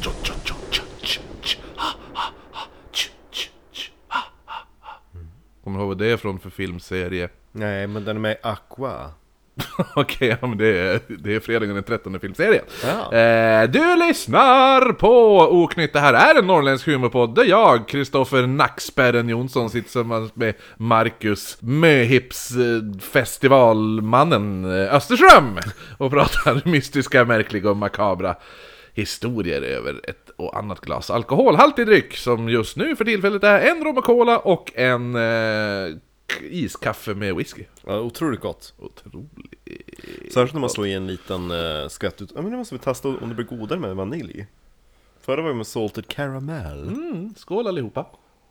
Kommer du ihåg vad det är från för filmserie? Nej, men den är med Aqua. Okej, ja, men det är fredagen den 13:e filmserien. Ja. Du lyssnar på Oknytt. Det här är en norrländsk humorpodd där jag, Kristoffer Nackspärren Jonsson, sitter tillsammans med Marcus Möhips festivalmannen Österström och pratar mystiska, märkliga och makabra historier över ett och annat glas alkoholhaltig dryck som just nu för tillfället är en rom och cola och en iskaffe med whisky. Ja, otroligt gott. Otroligt. Särskilt när man slår i en liten skvätt ut. Ja, men det måste vi testa om det blir godare med vanilj. Förra var det med salted caramel. Skål allihopa.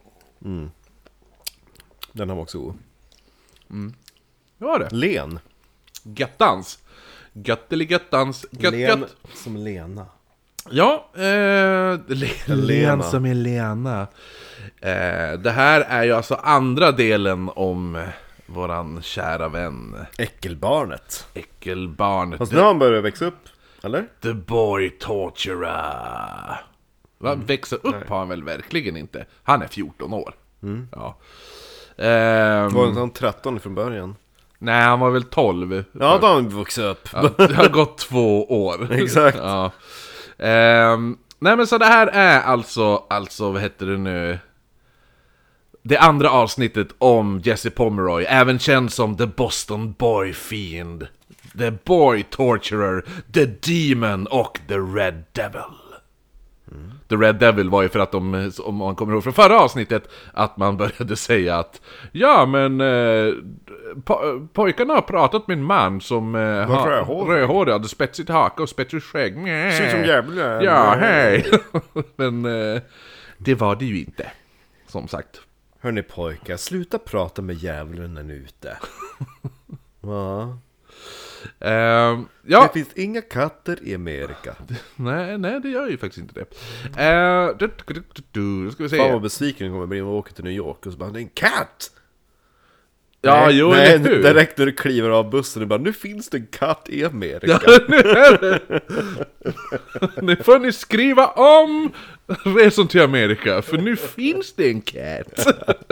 Den här var också god. Hur var det? Len. Göttans. Götteligattans. Len som Lena. Ja, Lena. som är Lena. Det här är ju alltså andra delen om våran kära vän Äckelbarnet. Äckelbarnet. Fast nu har han börjat växa upp, eller? The boy torturer. Växa upp har han väl verkligen inte. Han är 14 år. Ja. Var han 13 från början? Nej, han var väl 12. Ja, då har han vuxit upp. Ja, det har gått 2 år. Exakt. Ja. Nej, men så det här är alltså vad heter det nu? Det andra avsnittet om Jesse Pomeroy, även känd som The Boston Boy Fiend, The Boy Torturer, The Demon och The Red Devil. The Red Devil var ju för att om man kommer ihåg från förra avsnittet, att man började säga att ja, men pojkarna har pratat med en man som rödhårig, hade spetsigt haka och spetsigt skägg. Ser ut som jävla. Ja, hej. Men det var det ju inte, som sagt. Hörrni pojkar, sluta prata med djävulen när ni är ute. Ja. Ja. Det finns inga katter i Amerika. Nej, det gör ju faktiskt inte det. Ska vi se. Fan vad besviken kommer bli om vi åker till New York och så bara, det är en katt! Ja, nej, jo, nej, det är direkt när du kliver av bussen och bara, nu finns det en katt i Amerika. Ja, nu får ni skriva om resan till Amerika, för nu finns det en katt.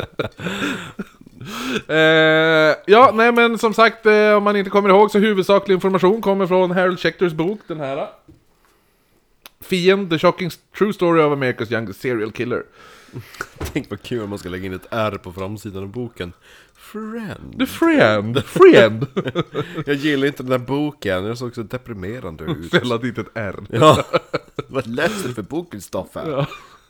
Ja, nej, men som sagt, om man inte kommer ihåg så huvudsaklig information kommer från Harold Schechters bok, den här Fiend, The Shocking True Story of America's Youngest Serial Killer. Tänk vad kul om man ska lägga in ett R på framsidan av boken. Friend. The Friend. Jag gillar inte den där boken, den såg också deprimerande ut. Ställa dit ett R. Ja, vad läser du för boken, Stoffe? Ja.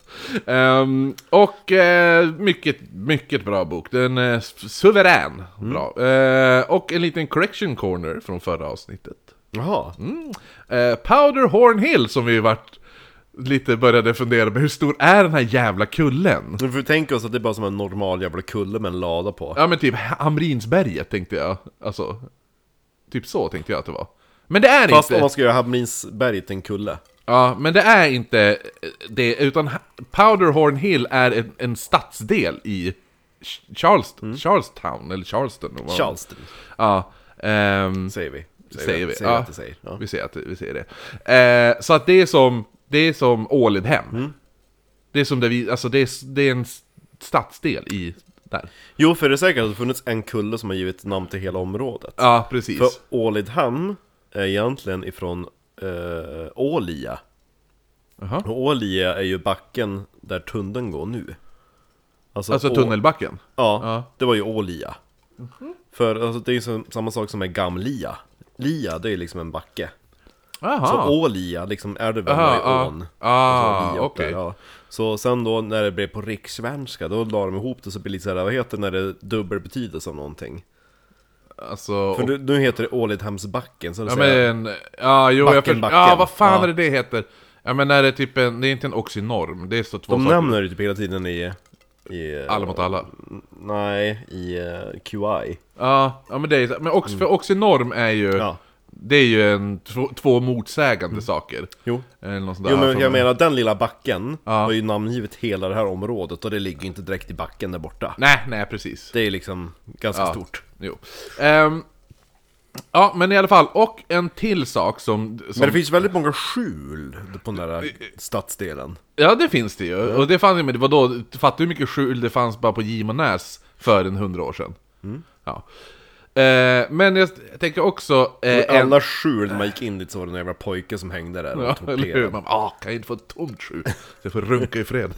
Mycket bra bok. Den är suverän bra. Och en liten correction corner från förra avsnittet. Jaha. Powderhorn Hill, som vi började fundera på, hur stor är den här jävla kullen? Nu får vi tänka oss att det är bara som en normal jävla kulle med en lada på. Ja, men typ Hamrinsberget tänkte jag. Alltså, typ så tänkte jag att det var. Men det är fast inte. Om man ska göra Hamrinsberget en kulle. Ja, men det är inte det, utan Powderhorn Hill är en stadsdel i Charlestown, eller Charleston. Charleston. Ja, säger vi. Ja, att det säger. Ja. Vi säger det. Så att det är som Ålidhem. Det är som det är en stadsdel i där. Jo, för det är säkert att det funnits en kulle som har givit namn till hela området. Ja, precis. För Ålidhem är egentligen ifrån Ålia. Och Ålia är ju backen där tunneln går nu. Alltså tunnelbacken? Ja, det var ju Ålia. För alltså, det är ju samma sak som med Gamlia. Lia, det är liksom en backe. Aha. Så Ålia liksom är det väl i ån. Okej. Ja. Så sen då när det blev på riksvänska, då la de ihop det så blir det lite såhär, vad heter när det dubbelbetydelse av någonting? Alltså, för nu heter det Ålidhemsbacken, så ja, men backen. Vad fan är det heter? Ja, men är det typ det är inte en oxynorm, det är så två de saker. nämner det typ hela tiden i alla mot alla. Nej, i QI. Ja, men det är men för oxynorm är ju det är ju två motsägande saker. Jo. Eller något sånt Jo, där. men jag menar, den lilla backen var ju namngivet hela det här området, och det ligger inte direkt i backen där borta. Nej, precis. Det är liksom ganska stort. Jo. Ja, men i alla fall, och en till sak som... Men det finns väldigt många skjul på den där stadsdelen. Ja, det finns det ju. Och det fanns ju, men det var då, fattar du hur mycket skjul det fanns bara på Gimonäs för 100 år sedan? Ja. Men jag tänker också... alla skjul när man gick in dit så var det en jävla pojke som hängde där och Ja, torterade. eller hur? Man bara, kan jag inte få ett tomt skjul? Så jag får runka i fred.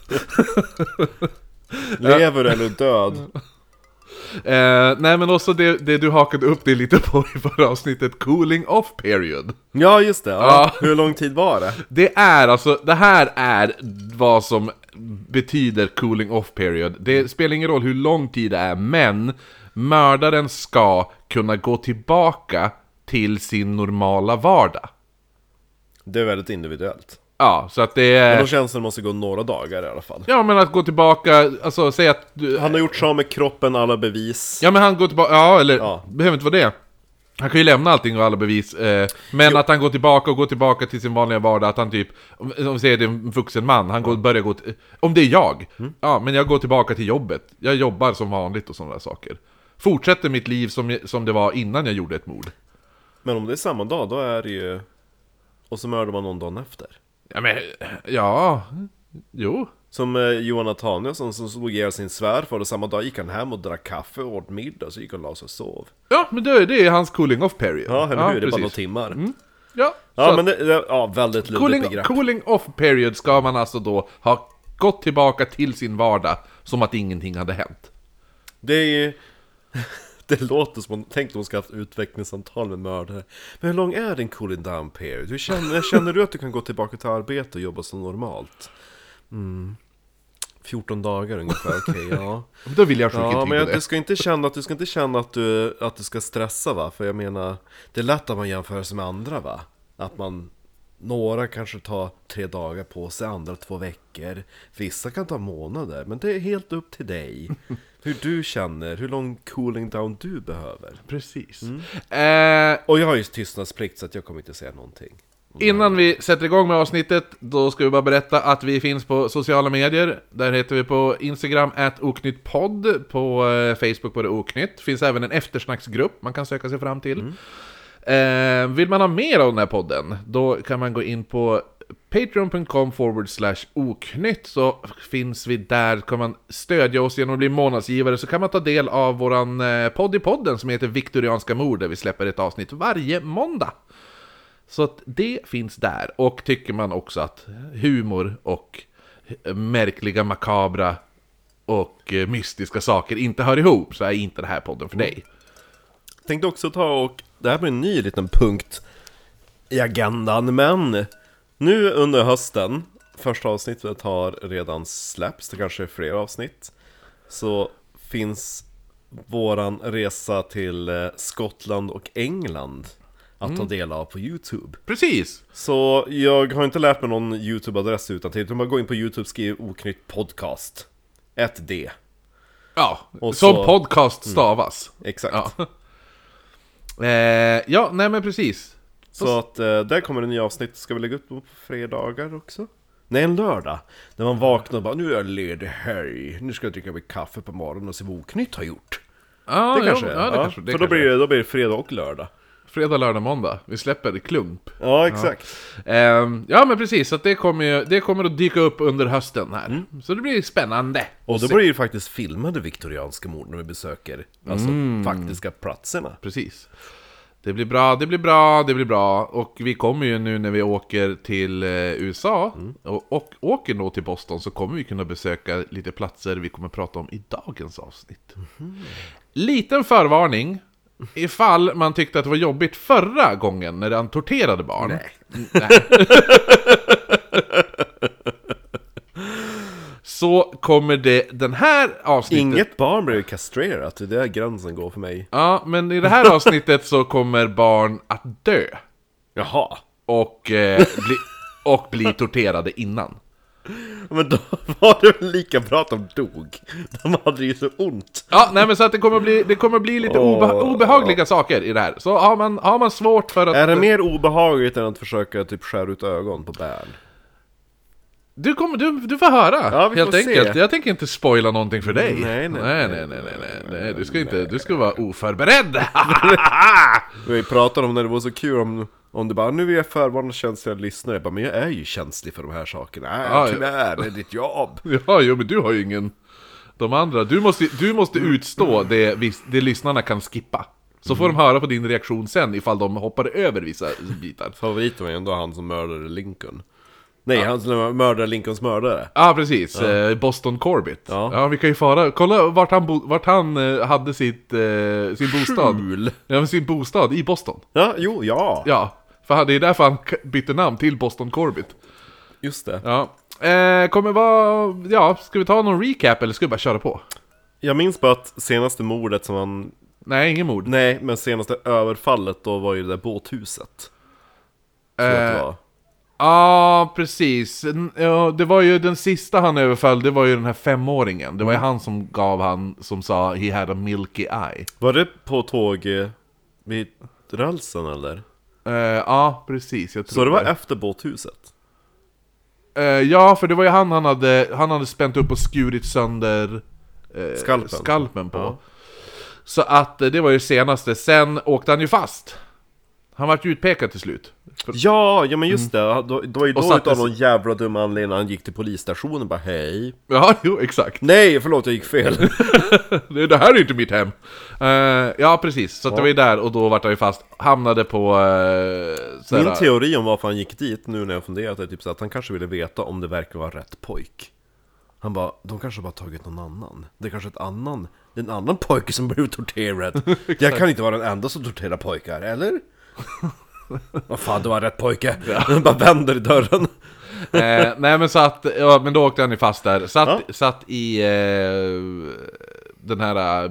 Lever eller död? Nej, men också det du hakade upp det lite på i förra avsnittet, cooling off period. Ja, just det. Ja. Ja. Hur lång tid var det? Det här är vad som betyder cooling off period. Det spelar ingen roll hur lång tid det är, men mördaren ska kunna gå tillbaka till sin normala vardag. Det är väldigt individuellt. Ja, så att det är... Men då känns det att det måste gå några dagar i alla fall. Ja, men att gå tillbaka, alltså säg att du... Han har gjort så med kroppen, alla bevis. Ja, men han går tillbaka, ja, eller Ja. behöver inte vara det. Han kan ju lämna allting och alla bevis, men att han går tillbaka till sin vanliga vardag, att han typ, om vi säger det är en vuxen man, han börjar gå om det är jag, ja, men jag går tillbaka till jobbet, jag jobbar som vanligt och sådana saker. Fortsätter mitt liv som det var innan jag gjorde ett mord. Men om det är samma dag, då är det ju... Och så mördar man någon dag efter. Ja, men, ja, jo. Som Johan Nathanielsson som slog ihjäl sin svärfar, och samma dag gick han hem och drack kaffe och åt middag, så gick han och la sig och sov. Ja, men det är hans cooling off period. Ja, eller hur? Det är bara precis. några timmar. Ja, Ja, så men ja, väldigt luddigt begrepp. cooling off period ska man alltså då ha gått tillbaka till sin vardag som att ingenting hade hänt. Det är ju... Det låter som om... Tänk om man ska ha haft utvecklingssamtal med mördare. Men hur lång är din cooling down period? Hur känner du att du kan gå tillbaka till arbete och jobba som normalt? 14 dagar ungefär, okej, ja. Då vill jag skicka Ja, till men det. du ska inte känna att du ska stressa, va? För jag menar, det är lätt att man jämför sig med andra, va? Att några kanske tar 3 dagar på sig, andra 2 veckor. Vissa kan ta månader, men det är helt upp till dig. Hur du känner, hur lång cooling down du behöver. Precis. Och jag har ju tystnadsplikt, så att jag kommer inte säga någonting. Innan vi sätter igång med avsnittet, då ska vi bara berätta att vi finns på sociala medier. Där heter vi på Instagram @oknyttpodd, på Facebook på det oknytt. Finns även en eftersnacksgrupp man kan söka sig fram till. Vill man ha mer av den här podden, då kan man gå in på patreon.com/oknytt, så finns vi där. Kan man stödja oss genom att bli månadsgivare, så kan man ta del av våran podd i podden som heter Viktorianska mord, där vi släpper ett avsnitt varje måndag. Så att det finns där. Och tycker man också att humor och märkliga, makabra och mystiska saker inte hör ihop, så är inte det här podden för dig. Tänkte också det här blir en ny liten punkt i agendan, men nu under hösten, första avsnittet har redan släppts, det kanske är fler avsnitt, så finns våran resa till Skottland och England att ta del av på YouTube. Precis! Så jag har inte lärt mig någon YouTube-adress utan till. Man går in på YouTube, skriver oknytt podcast 1D. Ja, och som så, podcast stavas. Exakt. Ja. Ja, nej men precis. Så att där kommer en ny avsnitt. Ska vi lägga upp på fredagar också? Nej, en lördag. När man vaknar och bara, nu är jag ledig helg. Nu ska jag dricka mig kaffe på morgonen och se vad Oknytt har gjort. Ja, det kanske är. Ja, det kanske, det för kanske då blir det fredag och lördag. Fredag, lördag, måndag. Vi släpper i klump. Ja, exakt. Ja, men precis. Så att det kommer att dyka upp under hösten här. Så det blir spännande. Och då blir det faktiskt filmade viktorianska mord när vi besöker alltså faktiska platserna. Precis. Det blir bra, det blir bra, det blir bra. Och vi kommer ju nu när vi åker till USA och åker då till Boston, så kommer vi kunna besöka lite platser vi kommer prata om i dagens avsnitt. Liten förvarning. Ifall man tyckte att det var jobbigt förra gången när han torterade barn. Nej. Så kommer det den här avsnittet... Inget barn blir kastrerat, det är där gränsen går för mig. Ja, men i det här avsnittet så kommer barn att dö. Jaha. Och bli torterade innan. Men då var det väl lika bra att de dog. De hade ju så ont. Ja, nej, men så att det kommer bli lite obehagliga saker i det här. Så har man svårt för att... Är det mer obehagligt än att försöka typ skära ut ögon på bär? Du får höra, Ja, vi helt får enkelt. se. Jag tänker inte spoila någonting för dig. Nej. Du ska vara oförberedd. Vi har ju pratat om när det var så kul om du bara, nu är jag förvarnad känsliga lyssnare. Jag bara, men jag är ju känslig för de här sakerna. Nej, tyvärr, det är ditt jobb. Ja, jo, men du har ju ingen... De andra, du måste utstå det lyssnarna kan skippa. Så får de höra på din reaktion sen ifall de hoppar över vissa bitar. Favoriten var ju ändå han som mördade Lincoln. Nej, han som mördade Lincolns mördare. Ja, precis. Boston Corbett. Ja, vi kan ju fara. Kolla vart han hade sin bostad. Ja, men sin bostad i Boston. Ja, jo, ja. Ja, för det är därför han bytte namn till Boston Corbett. Just det. Ja. Ska vi ta någon recap eller ska vi bara köra på? Jag minns bara att senaste mordet som han... Nej, ingen mord. Nej, men senaste överfallet då var ju det där båthuset. Tror jag att det var. Ja, precis. Ja, det var ju den sista han överfall, det var ju den här 5-åringen. Det var ju han som gav han, som sa he had a milky eye. Var det på tåg vid rälsen eller? Ja, precis. Jag tror Så det var efter båthuset? Ja, för det var ju han hade spänt upp och skurit sönder skalpen på. Ja. Så att det var ju senaste. Sen åkte han ju fast. Han var ju utpekad till slut. Ja, men just det. Då var ju då utav någon jävla dum anledning han gick till polisstationen och bara hej. Ja, jo, exakt. Nej, förlåt, jag gick fel. Det här är inte mitt hem. Ja, precis. Så att det var ju där och då var han ju fast. Hamnade på... Min teori om varför han gick dit nu när jag funderat är typ så att han kanske ville veta om det verkligen var rätt pojk. Han bara, de kanske bara tagit någon annan. Det är kanske det är en annan pojke som blev torterad. Jag kan inte vara den enda som torterar pojkar, eller? Vad fan, det var rätt pojke. Han bara vänder i dörren. Nej, men så att, ja, men då åkte han ju fast där. Satt i den här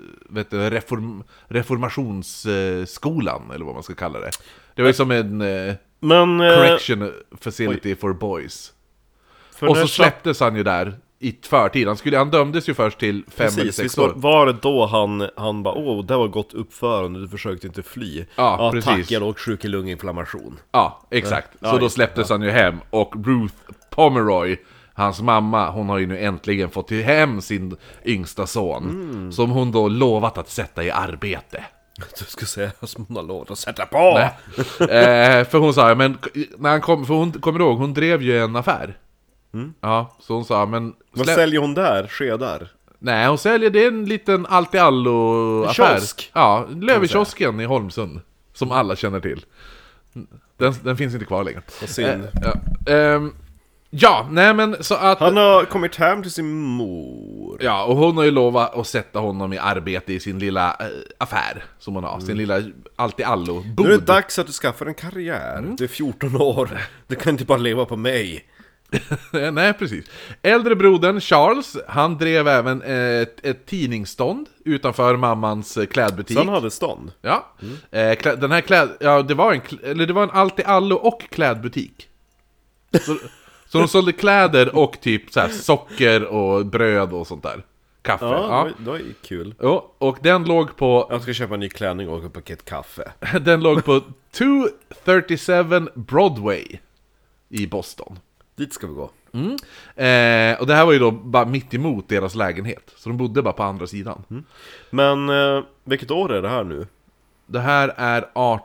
reformationsskolan, eller vad man ska kalla det. Det var ju som en correction facility for boys. Och så släpptes han ju där i förtid. Han dömdes ju först till 5 eller 6 år. Var det då han bara, det var gott uppförande, du försökte inte fly. Ja, precis. Tack, jag låg sjuk i lunginflammation. Ja, exakt. Så då släpptes han ju hem. Och Ruth Pomeroy, hans mamma, hon har ju nu äntligen fått hem sin yngsta son. Som hon då lovat att sätta i arbete. Du ska säga som hon har lovat att sätta på. För hon sa, men när han kom, för hon kommer ihåg, hon drev ju en affär. Ja, så hon sa, men... Vad säljer hon där? Skedar? Nej, hon säljer, det är en liten allt-i-allo-affär. Kiosk? Ja, Lövenkiosken i Holmsund. Som alla känner till. Den finns inte kvar längre. Vad synd. Ja, nej men så att... Han har kommit hem till sin mor. Ja, och hon har ju lovat att sätta honom i arbete i sin lilla affär som hon har. Sin lilla allt-i-allo-bod. Nu är det dags att du skaffar en karriär. Du är 14 år. Du kan inte bara leva på mig. Nej, precis. Äldre brodern Charles, han drev även ett tidningsstånd utanför mammans klädbutik. Så han hade stånd? Ja. Den här det var en allt-i-allo och klädbutik. Så de sålde kläder och typ så här socker och bröd och sånt där. Kaffe. Ja, det var ju kul. Ja, och den låg på... Jag ska köpa en ny klänning och ett paket kaffe. Den låg på 237 Broadway i Boston. Dit ska vi gå. Och det här var ju då bara mitt emot deras lägenhet. Så de bodde bara på andra sidan. Men vilket år är det här nu? Det här är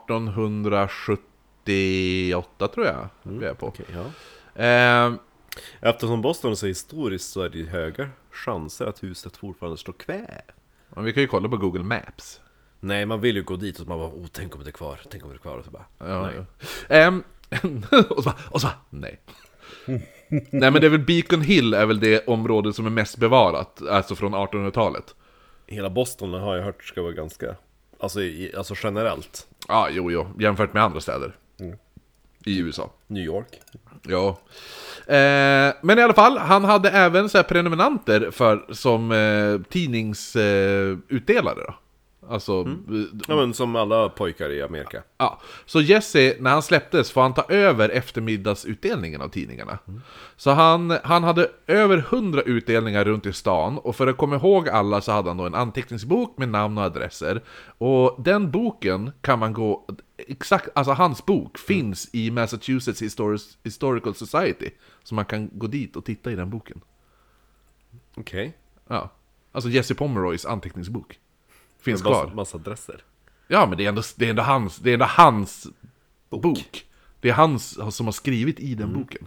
1878 tror jag vi är på. Okay, ja. Eftersom Boston är så historiskt så är det ju höga chanser att huset fortfarande står kvar. Ja, vi kan ju kolla på Google Maps. Nej, man vill ju gå dit och man bara, tänk om det är kvar. Tänk om det är kvar och så bara, nej. och så bara, nej. Nej, men det är väl Beacon Hill är väl det område som är mest bevarat. Alltså från 1800-talet. Hela Boston har jag hört ska vara ganska, alltså generellt. Ja, jo, jämfört med andra städer i USA. New York. Ja. Men i alla fall, han hade även så här prenumeranter som tidningsutdelare då. Alltså... Ja, men som alla pojkar i Amerika. Ja, så Jesse, när han släpptes, får han ta över eftermiddagsutdelningen av tidningarna. Så han hade över 100 utdelningar runt i stan, och för att komma ihåg alla så hade han då en anteckningsbok med namn och adresser. Och den boken kan man gå... Exakt, alltså hans bok finns i Massachusetts Historical Society. Så man kan gå dit och titta i den boken. Okej. Ja, alltså Jesse Pomeroys anteckningsbok finns kvar. Massa adresser. Ja, men det är ändå hans bok. Det är han som har skrivit i den boken.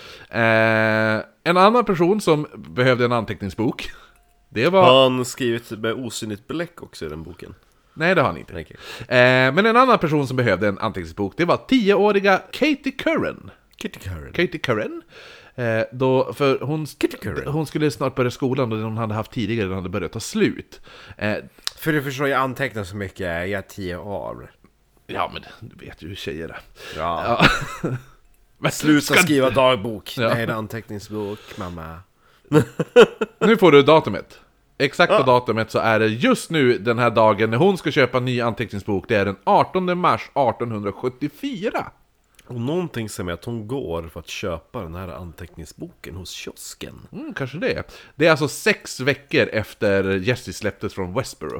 En annan person som behövde en anteckningsbok, det var... Har han skrivit med osynligt bläck också i den boken? Nej, det har han inte. Okay. Men en annan person som behövde en anteckningsbok, det var 10-åriga Katie Curran. Katie Curran. För hon skulle snart börja skolan, och hon hade haft tidigare, den hade börjat ta slut. För du förstår, jag antecknar så mycket, jag är 10 år. Ja, men du vet ju hur tjejer är. Ja. Men sluta skriva dagbok. Ja. Nej, det är anteckningsbok, mamma. Nu får du datumet. Exakt på datumet så är det just nu den här dagen när hon ska köpa en ny anteckningsbok. Det är den 18 mars 1874. Och någonting som är att hon går för att köpa den här anteckningsboken hos kiosken. Kanske det. Det är alltså 6 veckor efter Jesse släpptes från Westboro.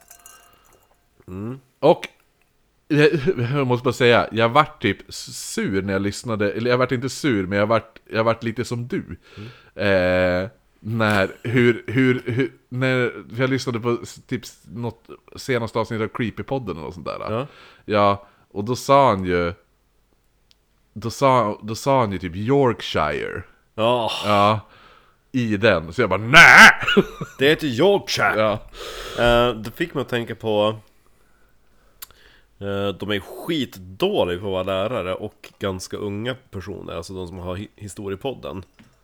Och jag måste bara säga, jag vart typ sur när jag lyssnade. Eller jag vart inte sur, men jag vart lite som du. När jag lyssnade på typ något senaste avsnitt av Creepypodden eller något sånt där. Ja, och då sa han ju typ Yorkshire. Ja, i den. Så jag bara, nej! Det heter Yorkshire. Ja. Det fick mig att tänka på... de är skitdåliga på att vara lärare och ganska unga personer. Alltså de som har historiepodden.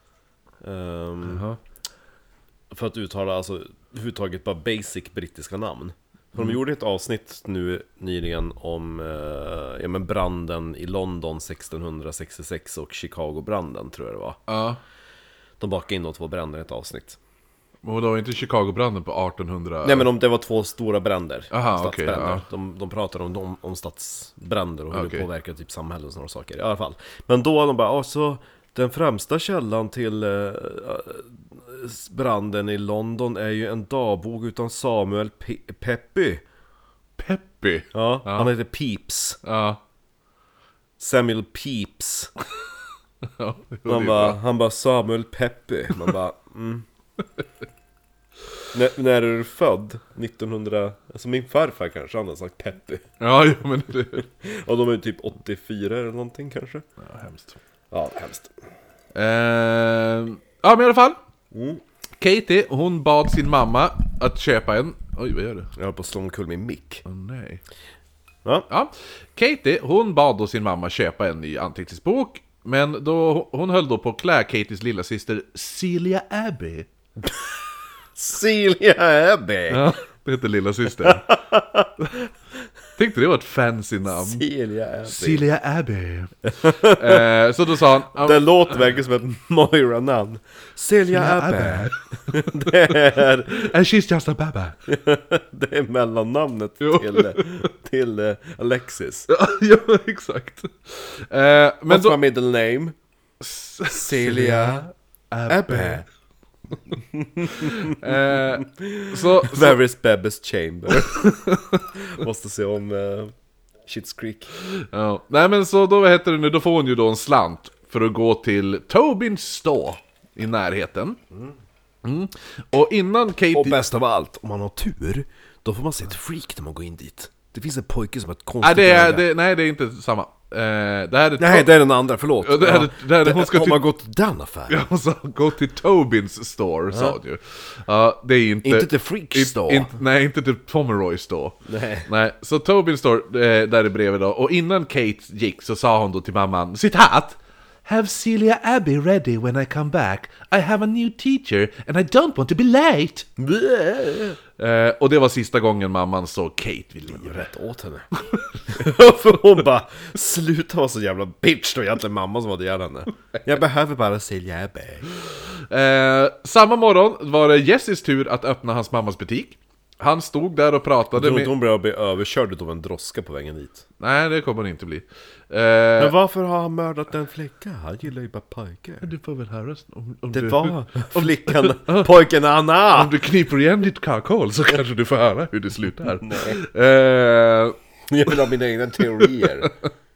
För att uttala alltså överhuvudtaget bara basic brittiska namn. För de gjorde ett avsnitt nu nyligen om branden i London 1666 och Chicago-branden, tror jag det var. Ja. De bakade in de 2 bränder i ett avsnitt. Och då var inte Chicago-branden på 1800... Nej, men om det var 2 stora bränder. Aha, stadsbränder. okay, de pratade om stadsbränder och hur det påverkar typ samhället och sådana saker. I alla fall. Men då de bara, så den främsta källan till branden i London är ju en dagbok utan Samuel Peppy. Peppy? Ja, han heter Pepys. Ja. Samuel Pepys. Ja, han bara Samuel Peppy. Man bara, när är du född? 1900... Alltså min farfar kanske, han har sagt Peppy. Ja, men det... Och de är typ 84 eller någonting kanske. Ja, hemskt. Ja, hemskt. Ja, men i alla fall. Katie, hon bad sin mamma att köpa en... Oj, vad gör du? Jag har på att slå omkull min mick. Nej. Ja. Katie, hon bad då sin mamma köpa en ny anteckningsbok. Men då, hon höll då på att klä Katies lilla syster Celia Abbey. Celia Abbey? Ja, det heter lilla syster. Tänkte det var ett fancy namn. Celia Abbey. Så då sa han... Det låter verkligen som ett Moira-namn. Celia Abbey. Det är... And she's just a baba. Det är mellannamnet till Alexis. Ja, exakt. What's my middle name? Celia Abbey. Where is Bebbes chamber? Måste se om Schitt's Creek. Ja. Nej, men så då, vad heter det nu? Då får hon ju då en slant för att gå till Tobins store i närheten. Och innan Katie... Och bäst av allt, om man har tur, då får man se ett freak när man går in dit. Det finns en pojke som har ett konstigt nej, det är inte samma. Det är den andra, förlåt. Hon har gått till den affären. Ja, hon sa gå till Tobins store, sa hon ju. Det är inte till Freak store. Nej, inte till Pomeroy store. Nej, så Tobins store, där är bredvid då. Och innan Kate gick så sa hon då till mamman, citat: "Have Celia Abbey ready when I come back. I have a new teacher and I don't want to be late." Och det var sista gången mamman såg Kate vid liv. Rätt åt henne. För hon bara, sluta vara så jävla bitch då, egentligen mamma som hade ihjäl henne. Jag behöver bara Celia Abbey. Samma morgon var det Jesses tur att öppna hans mammas butik. Han stod där och pratade med... Hon började bli överkörd av en droska på vägen dit. Nej, det kommer hon inte bli. Men varför har han mördat en flicka? Han gillar ju bara pojkar. Du får väl höra om det du... var flickan, pojken Anna. Om du kniper igen ditt kakhål så kanske du får höra hur det slutar. Nej. Jag vill ha mina egna teorier.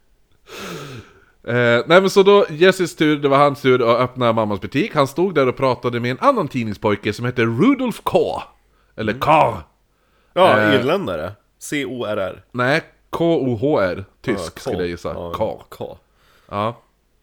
Nej men så då, Jesses tur, det var hans tur att öppna mammas butik. Han stod där och pratade med en annan tidningspojke som heter Rudolf K. Eller K. Ja, irländare. C-O-R-R. Nej, K-O-H-R. Tysk skulle jag gissa. K. Ja.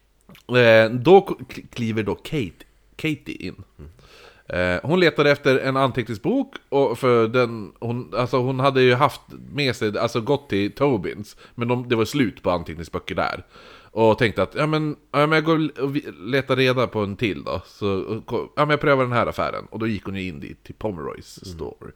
Då kliver då Katie in. Hon letade efter en anteckningsbok och för hon hade ju haft med sig, alltså gått till Tobins, men det var slut på anteckningsböcker där. Och tänkte att ja men jag går och letar reda på en till då. Så jag prövar den här affären. Och då gick hon ju in dit till Pomeroys store.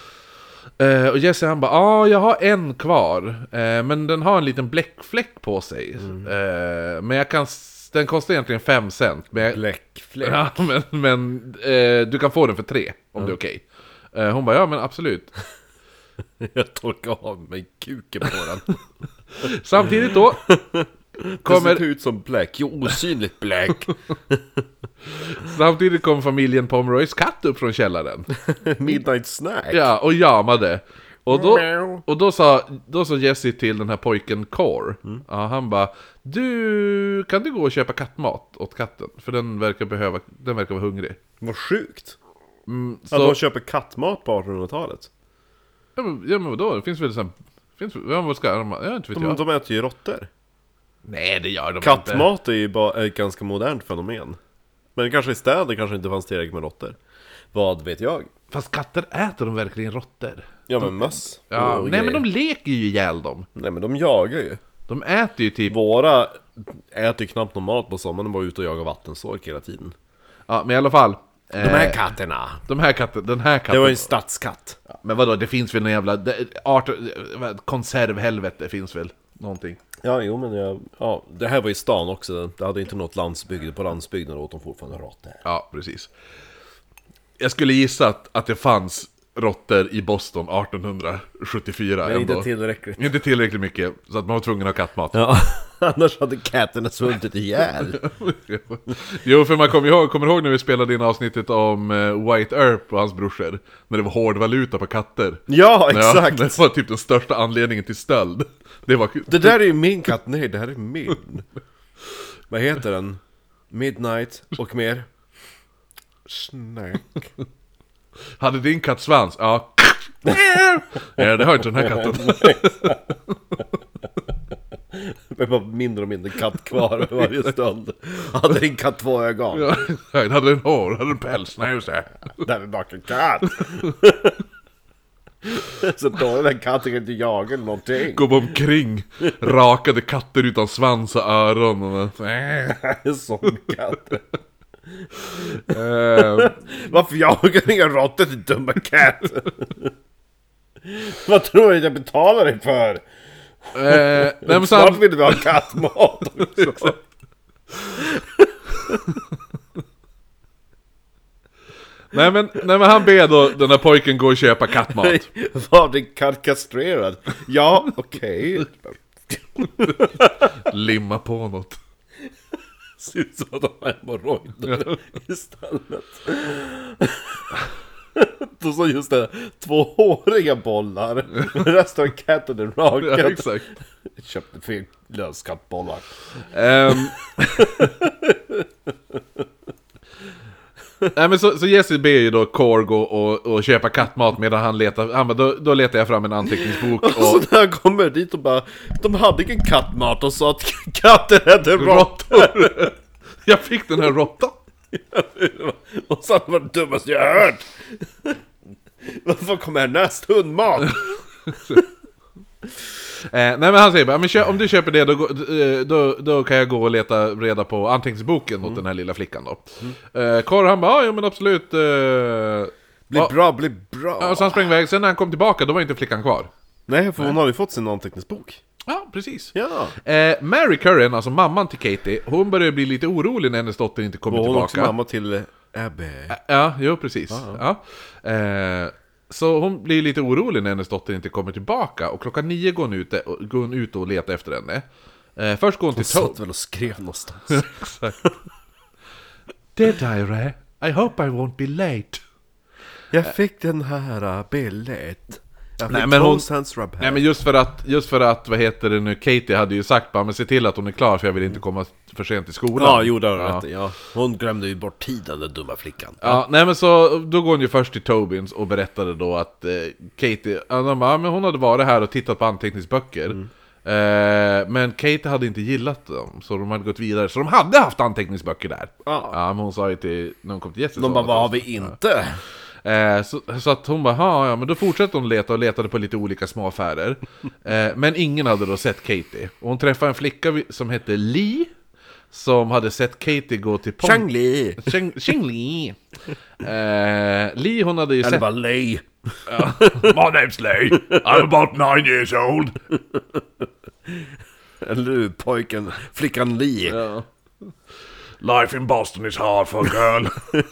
Och Jesse han bara, jag har en kvar. Men den har en liten bläckfläck på sig. Men den kostar egentligen 5 cent. Bläckfläck? Ja, men du kan få den för 3 om det är okej. Hon bara, ja men absolut. Jag torkar av mig kuken på den. Samtidigt då kommer... Det ser ut som bläck, osynligt bläck. Samtidigt kom familjen Pomeroys katt upp från källaren. Midnight snack. Ja, och jamade. Och då sa Jesse till den här pojken Core. Ja, han bara, kan du gå och köpa kattmat åt katten? För den verkar vara hungrig. Vad sjukt. Att de köper kattmat på 1800-talet. Ja men vadå? Det finns väl sån... vad ska de... Jag inte vet de äter ju råttor. Nej, det gör de kattmat inte. är ju bara ett ganska modernt fenomen. Men kanske i städer kanske inte fanns tillräckligt med råttor. Vad vet jag? Fast katter äter de verkligen råttor? Ja men möss. Ja, nej men de leker ju ihjäl dem. Nej men de jagar ju. De äter ju typ... Våra äter ju knappt någon mat på sommaren. De bara ute och jagar vattensork hela tiden. Ja men i alla fall. De här katterna. Den här katten. Det var ju en stadskatt. Ja, men vadå, det finns väl någon jävla... konservhelvete finns väl någonting. Ja, jo men det här var i stan också. Det hade inte något landsbygd. På landsbygden åt de fortfarande råttor. Ja, precis. Jag skulle gissa att det fanns råttor i Boston 1874. Men inte tillräckligt. Inte tillräckligt mycket, så att man var tvungen att ha kattmat. Ja, annars hade katterna svultit ihjäl. Jo, för man kommer ihåg när vi spelade in avsnittet om White Earp och hans brorsor. När det var hård valuta på katter. Ja, exakt. Ja, det var typ den största anledningen till stöld. Det där är ju min katt, nej det här är min. Vad heter den? Midnight och mer snack. Hade din katt svans? Ja. Ja, det har inte den här katten. Det var mindre och mindre katt kvar varje stund. Hade din katt 2 ögon? Ja, hade en hår, hade en päls. Nej, så här. Det är en naken katt. Så då den katten inte jaga eller någonting. Gå omkring rakade katter utan svans och öron och... Sån katt. Varför jagar inga råttor till dumma katt? Vad tror du att jag betalar dig för? Nej, men snart vill du ha kattmat också. Nej men han ber då den här pojken gå och köpa kattmat. Var din katt kastrerad? Ja, okej. Limma på något. Ser ut som att de har hemorrojder istället. Då så just det, 2 håriga bollar. Resten av katten är rakad. Ja, exakt. Jag köpte fel löskattbollar. Nej men så Jesse ber ju då Korg och köpa kattmat medan han letar. Då letar jag fram en anteckningsbok. Och så när han kommer dit och bara, de hade ingen kattmat och sa att katten hade råttor. Jag fick den här råttan. Och så var det dummaste jag hört. Varför kommer härnäst hundmat? Nej men han säger bara, men om du köper det då kan jag gå och leta reda på anteckningsboken åt den här lilla flickan då. Korr han bara, ja men absolut. Bli bra. Ja, så han sprang iväg, sen när han kom tillbaka då var inte flickan kvar. Nej, för hon hade ju fått sin anteckningsbok. Ja, precis. Ja. Mary Curran, alltså mamman till Katie, hon började bli lite orolig när hennes dotter inte kommer tillbaka. Hon också mamma till Abby. Ja, jo precis. Ja. Så hon blir lite orolig när hennes dotter inte kommer tillbaka. Och klockan 9 går hon ut och letar efter henne. Först går hon till Toby. Satt väl och skrev någonstans. Dear diary, I hope I won't be late. Jag fick den här bildet. Nej men just för att vad heter det nu, Katie hade ju sagt bara, men se till att hon är klar för jag vill inte komma för sent till skolan. Ja, gjorde hon rätt. Ja. Hon glömde ju bort tiden, den dumma flickan. Ja, nej men så då går hon ju först till Tobins och berättade då att Katie, men hon hade varit här och tittat på anteckningsböcker. Men Katie hade inte gillat dem, så de hade gått vidare. Så de hade haft anteckningsböcker där. Ja, men hon sa ju till, när hon kom till Jesse, de bara, vad har vi inte? Så att hon bara, ja, men då fortsatte hon leta och letade på lite olika små affärer. Men ingen hade då sett Katie. Och hon träffade en flicka som hette Lee, som hade sett Katie gå till Chang Li. Lee. Lee, hon hade ju eller sett... bara Lee. My name's Lee. I'm about 9 years old. Eller hur, pojken, flickan Lee. Ja. Life in Boston is hard for a girl.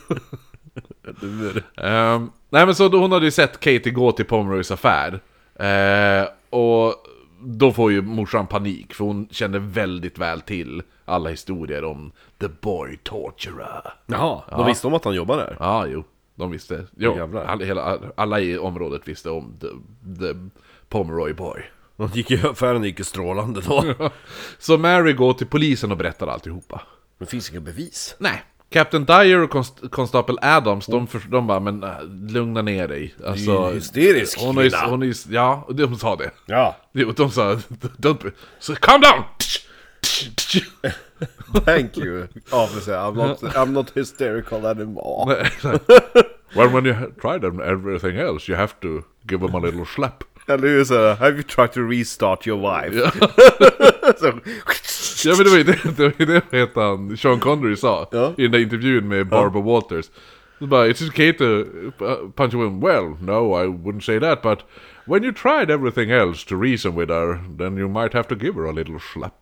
Nej men så då, hon hade ju sett Katie gå till Pomeroys affär. Och då får ju morsan panik, för hon kände väldigt väl till alla historier om The Boy Torturer. Jaha, de visste om att han jobbar där. Ja, jo, de visste. Jo, Jävlar. alla i området visste om the Pomeroy Boy. De gick ju, affären gick ju strålande då. Så Mary går till polisen och berättar alltihopa. Men det finns inga bevis. Nej. Captain Dyer och Constable Adams, de bara, men lugna ner dig. Alltså, det är hysterisk hon är, ja, de sa det. Ja. De sa, so calm down! Thank you, officer. I'm not hysterical anymore. Well, when you tried everything else, you have to give them a little slap. Eller hur, så have you tried to restart your wife? Ja. Ja, men det var ju det han, Sean Connery sa i den där intervjun med Barbara Walters. Så bara, it's okay to punch a woman. Well, no, I wouldn't say that, but when you tried everything else to reason with her, then you might have to give her a little slap.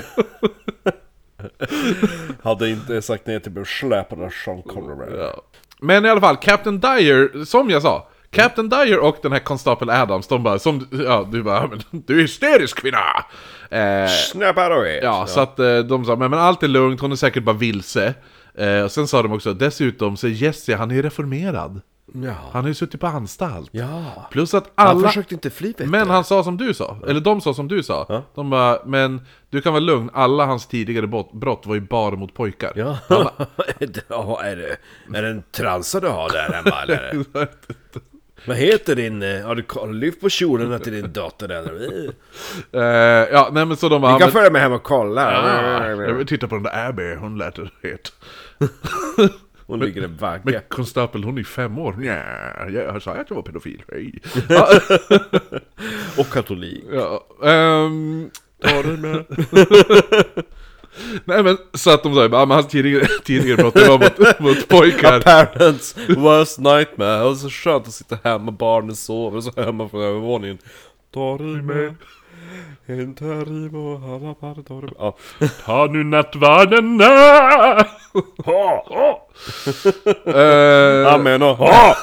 Hade inte sagt nej till att släpa den Sean Connery. Ja. Men i alla fall, Captain Dyer, som jag sa, Captain Dyer och den här Constable Adams, de bara, du bara, du är hysterisk kvinna! Snap out of it! Ja, så att de sa, men allt är lugnt, hon är säkert bara vilse. Och sen sa de också, dessutom så är Jesse, han är reformerad. Ja. Han har ju suttit på anstalt. Ja. Plus att alla... Han försökte inte fly, men han sa som du sa. Eller de sa som du sa. Ja. De bara, men du kan vara lugn. Alla hans tidigare brott var ju bara mot pojkar. Ja. Är det en transa du har där hemma eller? Vad heter din... Har du lyft på kjolen till din dotter eller? Ja, nej men så de bara... Vi kan följa med hem och kolla. Ja, jag vill titta på den där Abby. Hon lät det het. Hon ligger en vagga. Men Constable, hon är 5 år. Ja, jag sa att jag var pedofil. Hej. Och katolik. Ja. Ta det med. Nej men så att de sa bara, hans tidigare brott var mot pojkar. A parents worst nightmare. Det var så skönt att sitta hemma, barnen sover och så hemma från övervåningen. Ta det med. Inte rimo, alla par tar det. Ja. Ta nu nattvarden. Amen och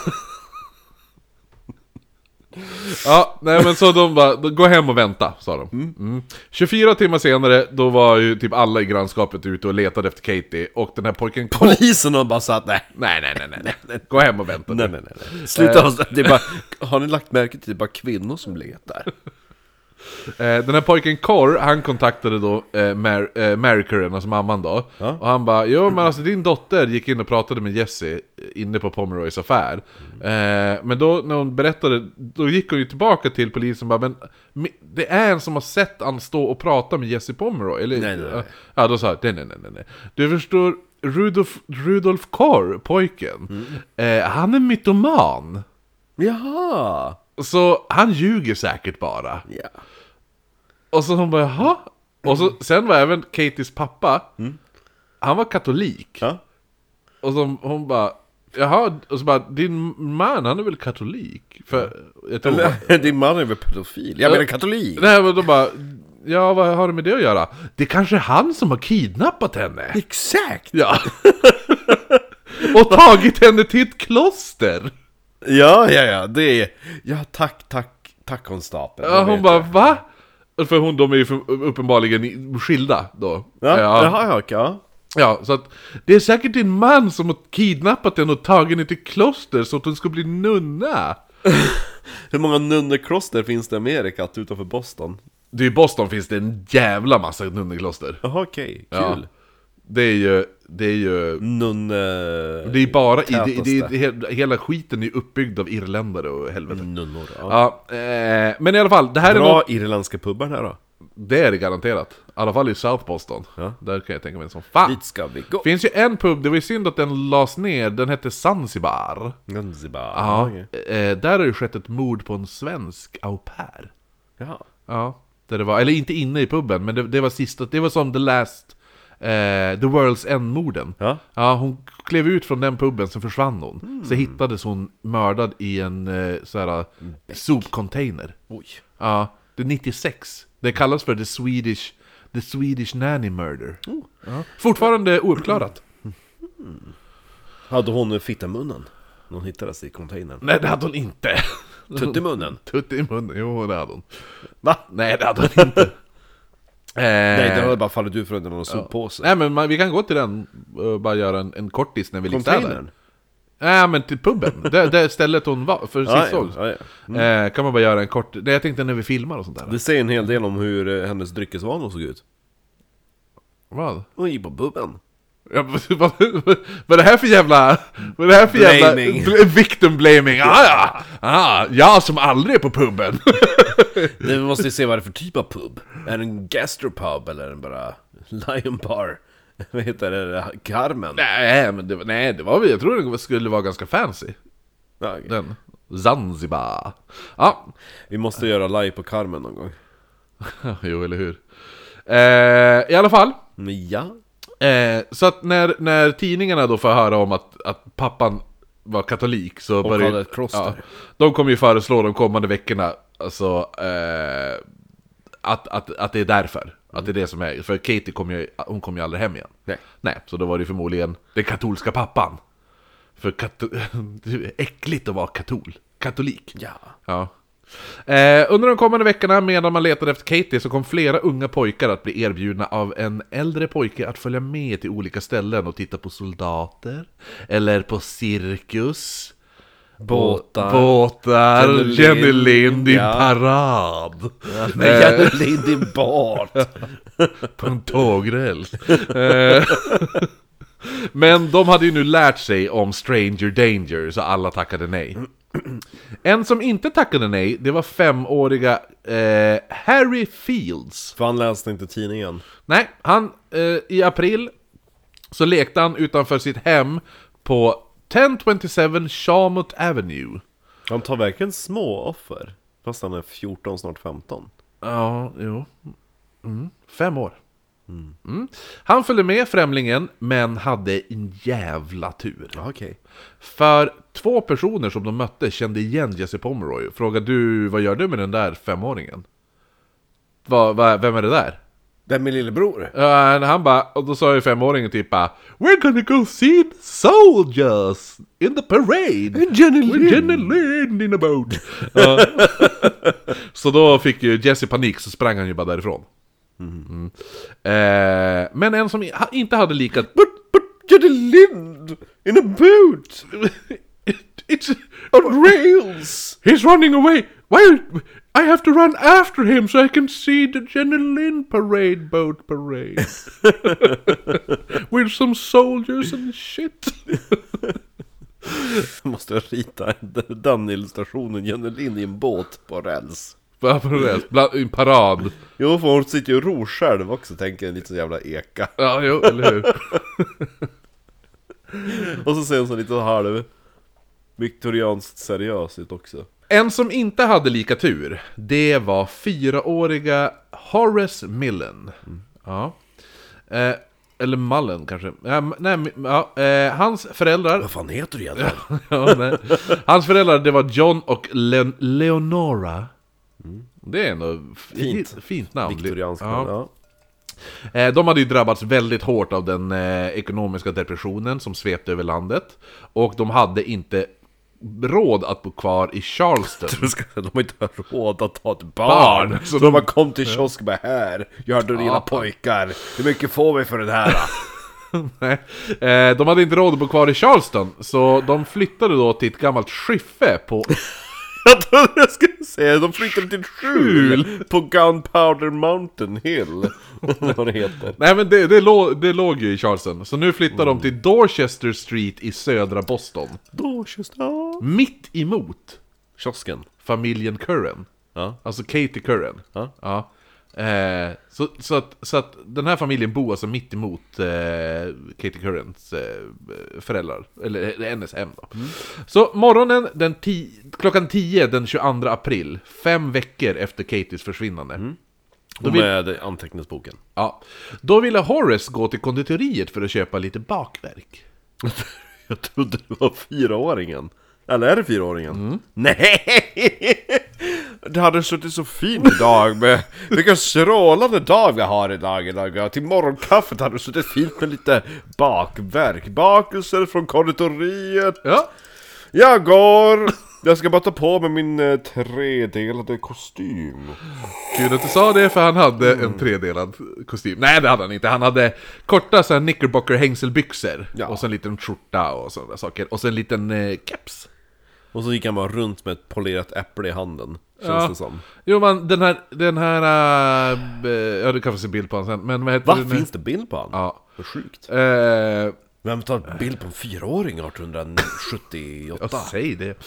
Ja, nej men så de bara, gå hem och vänta, sa de. 24 timmar senare, då var ju typ alla i grannskapet ute och letade efter Katie. Och den här pojken... Polisen och bara sa nej. Gå hem och vänta. Nej. Sluta, det är bara, har ni lagt märke till det är bara kvinnor som letar? Den här pojken Cor, han kontaktade då Mary Curran, alltså mamman då. Ja? Och han bara, jo men alltså din dotter gick in och pratade med Jesse inne på Pomeroys affär. Men då när hon berättade, då gick hon ju tillbaka till polisen och bara, men det är en som har sett han stå och prata med Jesse Pomeroy. Eller, nej. Ja, då sa jag, nej. Du förstår, Rudolf Cor, pojken, han är mytoman. Jaha. Så han ljuger säkert bara. Ja. Och så hon bara, jaha. Och så, sen var även Katies pappa, han var katolik. Ja. Och så hon bara, jaha. Och så bara, din man, han är väl katolik? För jag tror din man är väl pedofil? Jag menar katolik. Nej, men de bara, ja, vad har det med det att göra? Det är kanske han som har kidnappat henne. Exakt. Ja. Och tagit henne till ett kloster. Ja, det är... Ja, tack konstapel. Ja, hon bara, va? För de är ju uppenbarligen skilda då. Ja, så att det är säkert din man som har kidnappat den och tagit henne till kloster så att hon ska bli nunna. Hur många nunnekloster finns det i Amerika utanför Boston? I Boston finns det en jävla massa nunnekloster. Jaha, okej, kul. Ja. Det är ju det är bara hela skiten är uppbyggd av irländare och helvete. Nunnor, men i alla fall, det här bra är något, irländska pubbar här då. det är det garanterat. I alla fall i South Boston. Ja. Där kan jag tänka mig som fan. Dit ska vi gå. Finns ju en pub, det var ju synd att den lades ner. Den hette Zanzibar. Ja, där har ju skett ett mord på en svensk au pair. Ja. Ja, där det var, eller inte inne i puben, men det var sista, det var som The World's End-morden. Ja. Ja, hon klev ut från den puben, sen försvann hon. Så hittades hon mördad i en sopcontainer. Oj. Ja, det är 96. Det kallas för The Swedish Nanny Murder. Ja. Fortfarande ouppklarat. Hade hon fitta munnen? Hon hittades i containern. Nej, det hade hon inte. Tutt i munnen? Tutt i munnen, jo det hade hon. Va? Nej, det hade hon inte. Nej, det har bara fallit ut från någon soppåse. Nej, men vi kan gå till den och bara göra en kortis när vi ligger Containern? Nej, men till puben. det stället hon var för sist såg. Kan man bara göra en kort... Det jag tänkte när vi filmar och sånt där. Det säger en hel del om hur hennes dryckesvanor såg ut. Vad? Hon gick på puben. Ja, vad är det här för jävla... Vad är det här för Blaming. jävla... Victim blaming. Jag som aldrig är på puben. Vi måste ju se vad det är för typ av pub. Är det en gastropub eller är det bara Lion Bar? Vad heter det? Carmen? Nej, men det var vi. Jag tror det skulle vara ganska fancy. Ja, okay. Den. Zanzibar. Ja. Vi måste göra live på Carmen någon gång. Jo, eller hur. I alla fall. Men ja. Så att när tidningarna då får höra om att pappan var katolik så och hade ett kloster. De kommer ju föreslå de kommande veckorna alltså, att det är därför. Att det är det som är. För Katie kommer ju aldrig hem igen. Nej, så då var det förmodligen den katolska pappan. För det är äckligt att vara katolik. Ja. Under de kommande veckorna medan man letade efter Katie så kom flera unga pojkar att bli erbjudna av en äldre pojke att följa med till olika ställen och titta på soldater eller på cirkus, båtar, Jenny Lind i parad. Men Jenny Lind i båt på en tågräls. Men de hade ju nu lärt sig om Stranger Danger så alla tackade nej. En som inte tackade nej, det var 5-åriga Harry Fields. För han läste inte tidningen. Nej, han i april så lekte han utanför sitt hem på 1027 Charmouth Avenue. Han tar verkligen små offer. Fast han är 14, snart 15. Ja, jo. 5 år. Han följde med främlingen men hade en jävla tur. Okay. För 2 personer som de mötte kände igen Jesse Pomeroy. Frågade du, vad gör du med den där 5-åringen? Vem är det där? Vem är lillebror? Han bara, och då sa ju 5-åringen typ bara, we're gonna go see the soldiers in the parade. Jenny Lind in a boat. Så då fick ju Jesse panik, så sprang han ju bara därifrån. Men en som inte hade lika... But Jenny Lind in a boat. It's on rails. He's running away. Why? I have to run after him so I can see the Jenny Lind boat parade. With some soldiers and shit. Måste rita den illustrationen, Jenny Lind i en båt på räls. I en parad. Jo, för hon sitter ju och ror själv också, tänker en liten jävla eka. Ja, jo, eller hur? Och så ser hon så lite halv viktorianskt seriös ut också. En som inte hade lika tur, det var 4-åriga Horace Millen. Ja. Eller Mullen kanske. Hans föräldrar... Vad fan heter du egentligen? Hans föräldrar, det var John och Leonora. Det är ändå fint namn. Viktoriansk. Ja. De hade ju drabbats väldigt hårt av den ekonomiska depressionen som svepte över landet. Och de hade inte råd att bo kvar i Charleston. De har inte råd att ta ett barn. Så de har kommit till kiosk och bara här, gör du dina pojkar. Hur mycket får vi för den här? Nej. De hade inte råd att bo kvar i Charleston, så de flyttade då till ett gammalt skiffe på... Jag trodde jag skulle säga, de flyttade till ett skjul på Gunpowder Mountain Hill. Vad det heter. Nej, men det låg ju i Charleston. Så nu flyttar de till Dorchester Street i södra Boston. Dorchester. Mitt emot Kiosken. familjen Curran. Ja. Alltså Katie Curran. Ja. Så att den här familjen bor alltså mitt emot Katie Currans föräldrar. Eller hennes hem då. Så morgonen klockan 10 den 22 april, 5 veckor efter Katies försvinnande. Med anteckningsboken. Ja, då ville Horace gå till konditoriet för att köpa lite bakverk. Jag trodde det var 4-åringen. Eller är det 4-åringen? Nej! Det hade suttit så fint idag med... Vilken strålande dag vi har idag. Till morgonkaffet hade det suttit fint med lite bakverk. Bakelser från konditoriet. Ja. Jag ska bara ta på mig min 3-delade kostym. Kul att du sa det, för han hade en 3-delad kostym. Nej, det hade han inte. Han hade korta så här knickerbocker hängselbyxor. Ja. Och så en liten skjorta och sådana saker. Och så en liten keps. Och så gick han bara runt med ett polerat äpple i handen. Känns det som. Jo, men den här ja, du kan få se bild på honom sen. Men vad heter det? Finns det bild på han? Ja. Vad sjukt. Vem tar en bild på en 4-åring 1878? Jag säger det.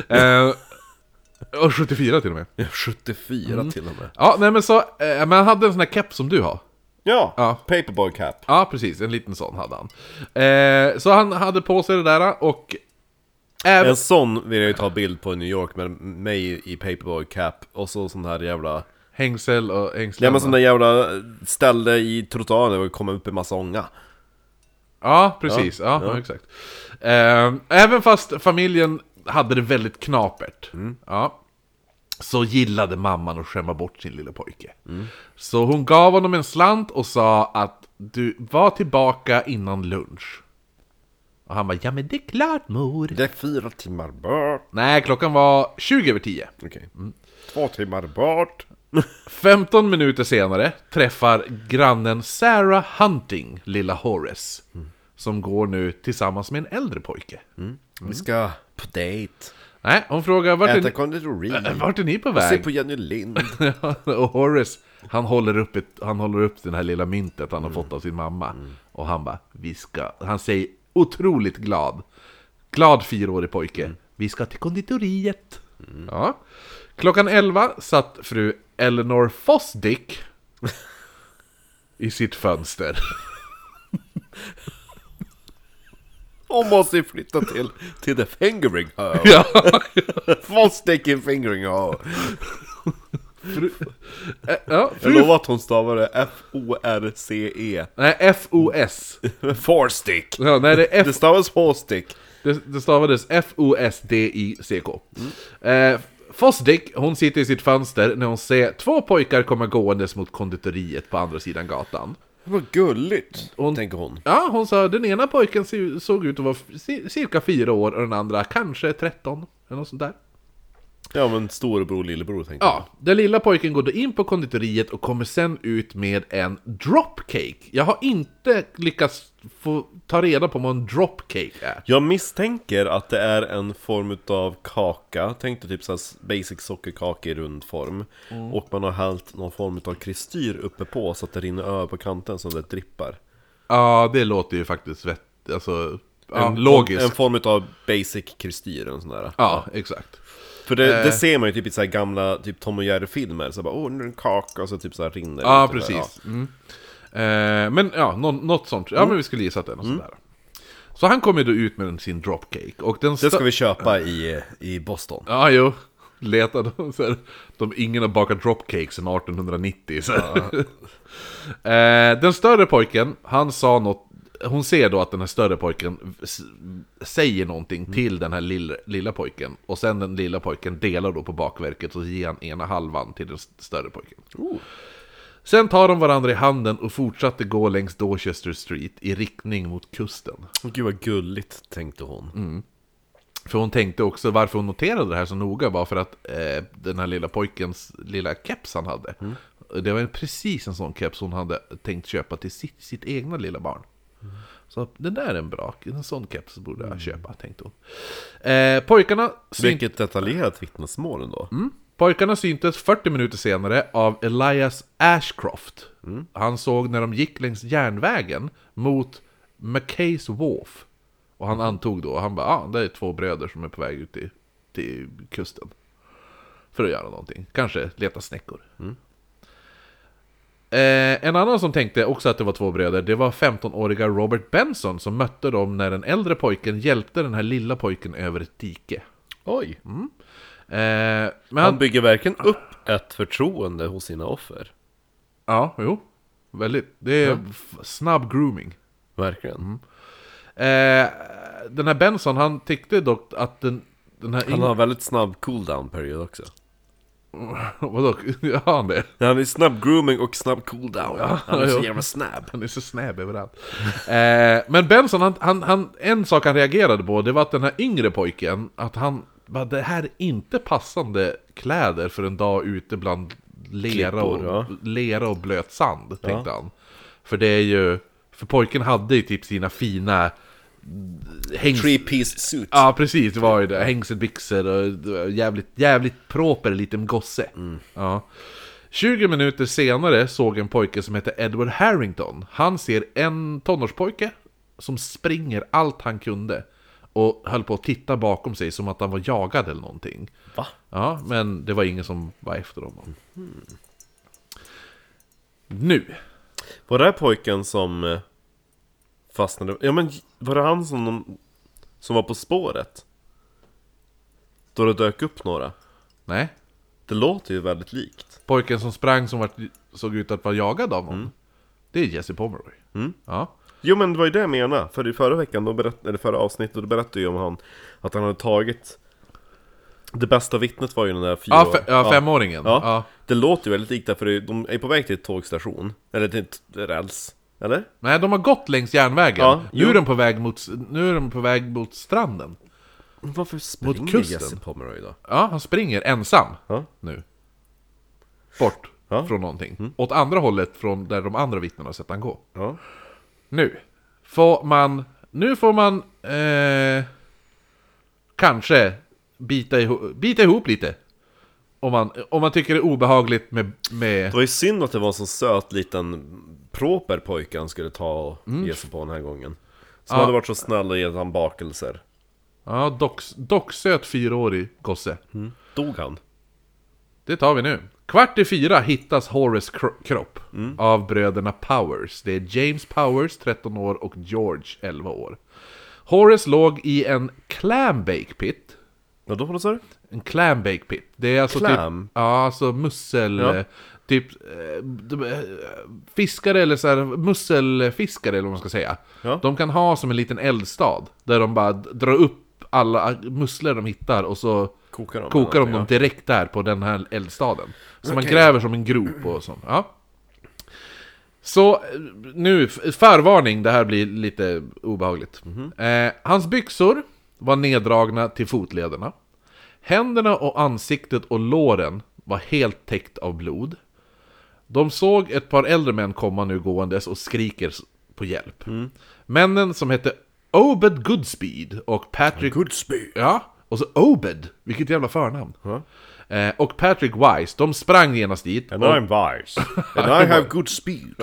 Och 74 till och med. Ja, 74 till och med. Ja, nej men så, men han hade en sån här keps som du har. Ja, paperboy cap. Ja, precis, en liten sån hade han. Så han hade på sig det där och... En sån vill jag ju ta bild på i New York med mig i paperboy cap. Och så sån här jävla... hängsel och ängslen. Ja, men sån där jävla ställe i trottoaren och komma upp i massa ånga. Ja, precis. Ja, exakt. Även fast familjen hade det väldigt knapert. Ja. Så gillade mamman att skämma bort sin lilla pojke. Så hon gav honom en slant och sa att du var tillbaka innan lunch. Och han bara, ja men det är klart mor. Det är 4 timmar bort. Nej, klockan var 20 över 10. Okej. 2 timmar bort. 15 minuter senare träffar grannen Sarah Hunting lilla Horace. Som går nu tillsammans med en äldre pojke. Vi ska på date. Nej, hon frågar äta konditori. Vart är ni på väg? Se på Jenny Lind. Och Horace, han håller upp den här lilla myntet han har fått av sin mamma. Och han bara, han säger otroligt glad 4-årig pojke. Vi ska till konditoriet. Ja. Klockan 11 satt fru Eleanor Fosdick i sitt fönster. Hon måste ju flytta till the fingering hole. Ja. Fosdick in fingering hole. Ja, Jag lovar att hon stavade F-O-R-C-E. Nej, F-O-S. Forstick. Ja, nej, Det stavas Forstick. Det stavades F-O-S-D-I-C-K. Fosdick, hon sitter i sitt fönster när hon ser 2 pojkar komma gåendes mot konditoriet på andra sidan gatan. Vad gulligt, tänker hon. Ja, hon sa den ena pojken såg ut att vara cirka 4 år och den andra kanske 13, eller något sånt där. Ja, men storebror, lillebror, tänker Ja, den lilla pojken går då in på konditoriet och kommer sen ut med en dropcake. Jag har inte lyckats få ta reda på vad en dropcake är. Jag misstänker att det är en form av kaka. Tänk dig typ så här basic sockerkaka i rund form. Och man har hällt någon form av kristyr uppe på så att det rinner över på kanten som det drippar. Ja, det låter ju faktiskt alltså, logiskt. En form av basic kristyr, en sån där. Ja, exakt. För det ser man ju typ i så här gamla typ Tom och Jerry-filmer. Så bara, nu är det en kaka och så typ så här rinner. Ja, precis. Men ja, något sånt. Ja, men vi skulle gissa att det är något sånt där. Så han kommer då ut med sin dropcake. Och det ska vi köpa i Boston. Ja, jo. Letade så här, ingen har bakat dropcake sedan 1890. Så. Den större pojken, han sa något. Hon ser då att den här större pojken säger någonting till den här lilla pojken. Och sen den lilla pojken delar då på bakverket och ger han ena halvan till den större pojken. Sen tar de varandra i handen och fortsatte gå längs Dorchester Street i riktning mot kusten. Gud vad gulligt, tänkte hon. För hon tänkte också, varför hon noterade det här så noga var för att den här lilla pojkens lilla keps han hade. Det var precis en sån keps hon hade tänkt köpa till sitt egna lilla barn. Så den där är en sån keps borde jag köpa, tänkte hon. Pojkarna Vilket detaljerat vittnesmål ändå. Pojkarna syntes 40 minuter senare av Elias Ashcroft. Han såg när de gick längs järnvägen mot McKays Wharf. Och han antog då, han bara, det är 2 bröder som är på väg ut till kusten. För att göra någonting, kanske leta snäckor. En annan som tänkte också att det var 2 bröder, det var 15-åriga Robert Benson som mötte dem när den äldre pojken hjälpte den här lilla pojken över ett dike. Oj. Men Han bygger verkligen upp ett förtroende hos sina offer. Ja, jo. Väldigt. Det är snabb grooming. Verkligen. Den här Benson, han tyckte dock att den här... Han har väldigt snabb cooldown-period också. Vadå? Ja, han det? Han är snabb grooming och snabb cooldown. Han är så jävla snabb. Han är så snabb överallt. Men Benson, en sak han reagerade på, det var att den här yngre pojken, att han bara, det här är inte passande kläder för en dag ute bland lera och blöt sand, tänkte han. För det är ju, för pojken hade ju typ sina fina 3-piece suit. Ja, precis, det var ju det. Hängselbyxor och jävligt proper liten gosse. Ja. 20 minuter senare såg en pojke som heter Edward Harrington. Han ser en tonårspojke som springer allt han kunde och höll på att titta bakom sig som att han var jagad eller någonting. Va? Ja, men det var ingen som var efter honom. Nu. Var det här pojken som fastnade? Ja, men var det han som var på spåret? Då det dök upp några? Nej. Det låter ju väldigt likt. Pojken som sprang som såg ut att vara jagad av någon. Det är Jesse Pomeroy. Ja. Jo, men det var ju det jag menade. För i förra veckan, eller förra avsnittet, då berättade ju om att han hade tagit... Det bästa vittnet var ju den där 5-åringen. Ja. Det låter ju väldigt likt där, för de är på väg till ett tågstation. Eller till ett räls. Eller? Nej, de har gått längs järnvägen. Ja, nu är de på väg mot stranden. Varför springer mot kusten. Jesse Pomeroy då? Ja, han springer ensam nu. Bort från någonting. Åt andra hållet från där de andra vittnena har sett han gå. Ja. Nu får man kanske bita ihop lite. Om man tycker det är obehagligt med... Det var ju synd att det var en så söt liten proper pojke han skulle ta och ge sig på den här gången. Som hade varit så snäll och gett han bakelser. Ja, docksöt 4-årig gosse. Dog han? Det tar vi nu. 3:15 hittas Horace kropp av bröderna Powers. Det är James Powers, 13 år, och George, 11 år. Horace låg i en clambake pit. Ja, då får du säga. En clambake pit. Det är alltså Clam? typ, alltså mussel... Typ fiskare eller så här, musselfiskare eller vad man ska säga. Ja. De kan ha som en liten eldstad där de bara drar upp alla musslor de hittar och så kokar de dem direkt där på den här eldstaden. Så man gräver som en grop och sånt. Ja. Så nu, förvarning, det här blir lite obehagligt. Hans byxor var neddragna till fotlederna. Händerna och ansiktet och låren var helt täckt av blod. De såg ett par äldre män komma nu gåendes och skriker på hjälp. Männen som hette Obed Goodspeed och Patrick... Goodspeed? Ja, och så Obed, vilket jävla förnamn. Och Patrick Wise, de sprang genast dit. And I'm Wise. And I have good speed.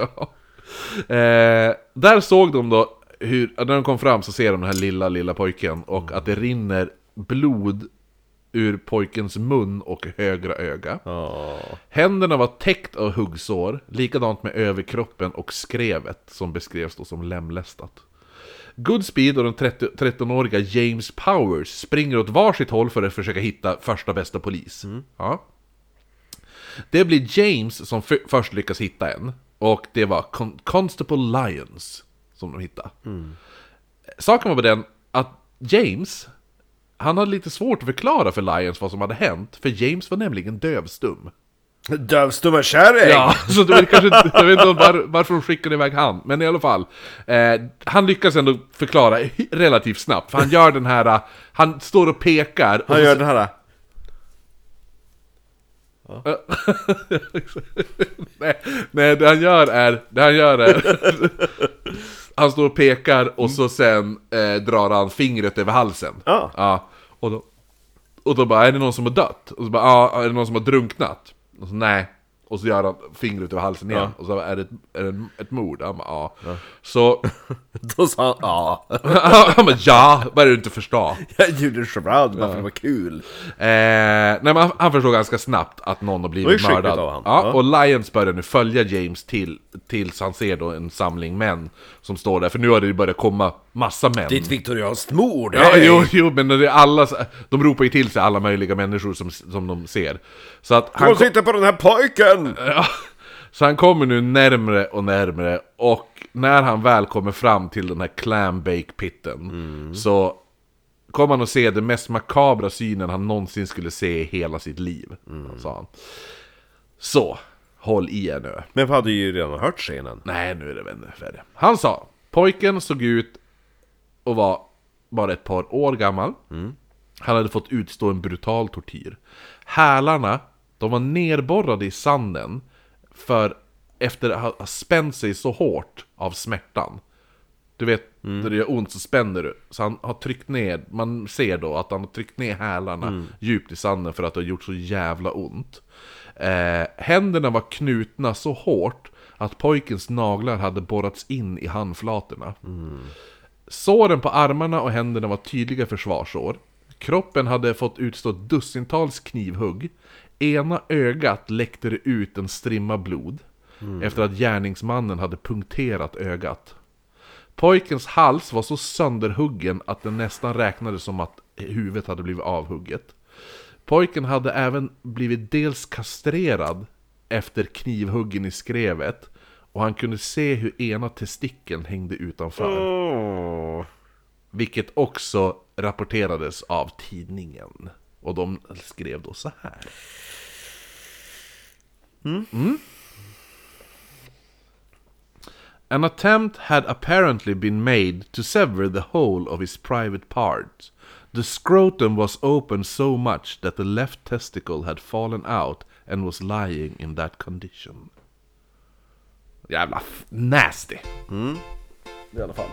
Där såg de då hur, när de kom fram så ser de den här lilla pojken och att det rinner blod ur pojkens mun och högra öga. Händerna var täckt av huggsår, likadant med överkroppen och skrevet som beskrevs då som lemlästat. Goodspeed och den 13-åriga James Powers springer åt varsitt håll för att försöka hitta första bästa polis. Ja. Det blir James som först lyckas hitta en, och det var Constable Lyons som de hittade. Saken var med den att James, han hade lite svårt att förklara för Lyons vad som hade hänt, för James var nämligen dövstum. Dövstumma kärring! Ja, så det var kanske, jag vet inte varför de skickade iväg han. Men i alla fall, han lyckas ändå förklara relativt snabbt. För han gör den här, han står och pekar. Han gör den här. nej, det han gör är han står och pekar och så sen drar han fingret över halsen. Ja. Och då bara, är det någon som har dött? Och så bara, ja, är det någon som har drunknat? Och så nej. Och så gör han fingret över halsen igen. Och så är det ett mord? Han bara, ja. Så Då sa han, ja. han bara, ja, vad är det du inte förstår? Jag gjorde Shroud bara för det var kul. Nej, men han förstår ganska snabbt att någon har blivit mördad. Och Lyons börjar nu följa James tills han ser då en samling män som står där. För nu har det ju börjat komma massa män. Det är ett viktorianskt mord. Ja, jo, men det är alla, de ropar ju till sig alla möjliga människor som de ser. Så att han sitter på den här pojken! Ja, så han kommer nu närmre och närmre. Och när han väl kommer fram till den här clambake-pitten så kommer han att se den mest makabra synen han någonsin skulle se i hela sitt liv, sa han. Så, håll i er nu. Men vi hade ju redan hört scenen. Nej, nu är det vänner färdig. Han sa, pojken såg ut och var bara ett par år gammal. Han hade fått utstå en brutal tortyr. Hälarna, de var nerborrade i sanden för efter att ha spänt sig så hårt av smärtan. Du vet, när det gör ont så spänner du. Så han har tryckt ner, man ser då att han har tryckt ner hälarna djupt i sanden för att det har gjort så jävla ont. Händerna var knutna så hårt att pojkens naglar hade borrats in i handflatorna. Såren på armarna och händerna var tydliga försvarsår. Kroppen hade fått utstå dussintals knivhugg. Ena ögat läckte det ut en strimma blod efter att gärningsmannen hade punkterat ögat. Pojkens hals var så sönderhuggen att den nästan räknades som att huvudet hade blivit avhugget. Pojken hade även blivit dels kastrerad efter knivhuggen i skrevet, och han kunde se hur ena testikeln hängde utanför. Vilket också rapporterades av tidningen. Och de skrev då så här. An attempt had apparently been made to sever the whole of his private parts. The scrotum was open so much that the left testicle had fallen out and was lying in that condition. Jävla nasty. I alla fall.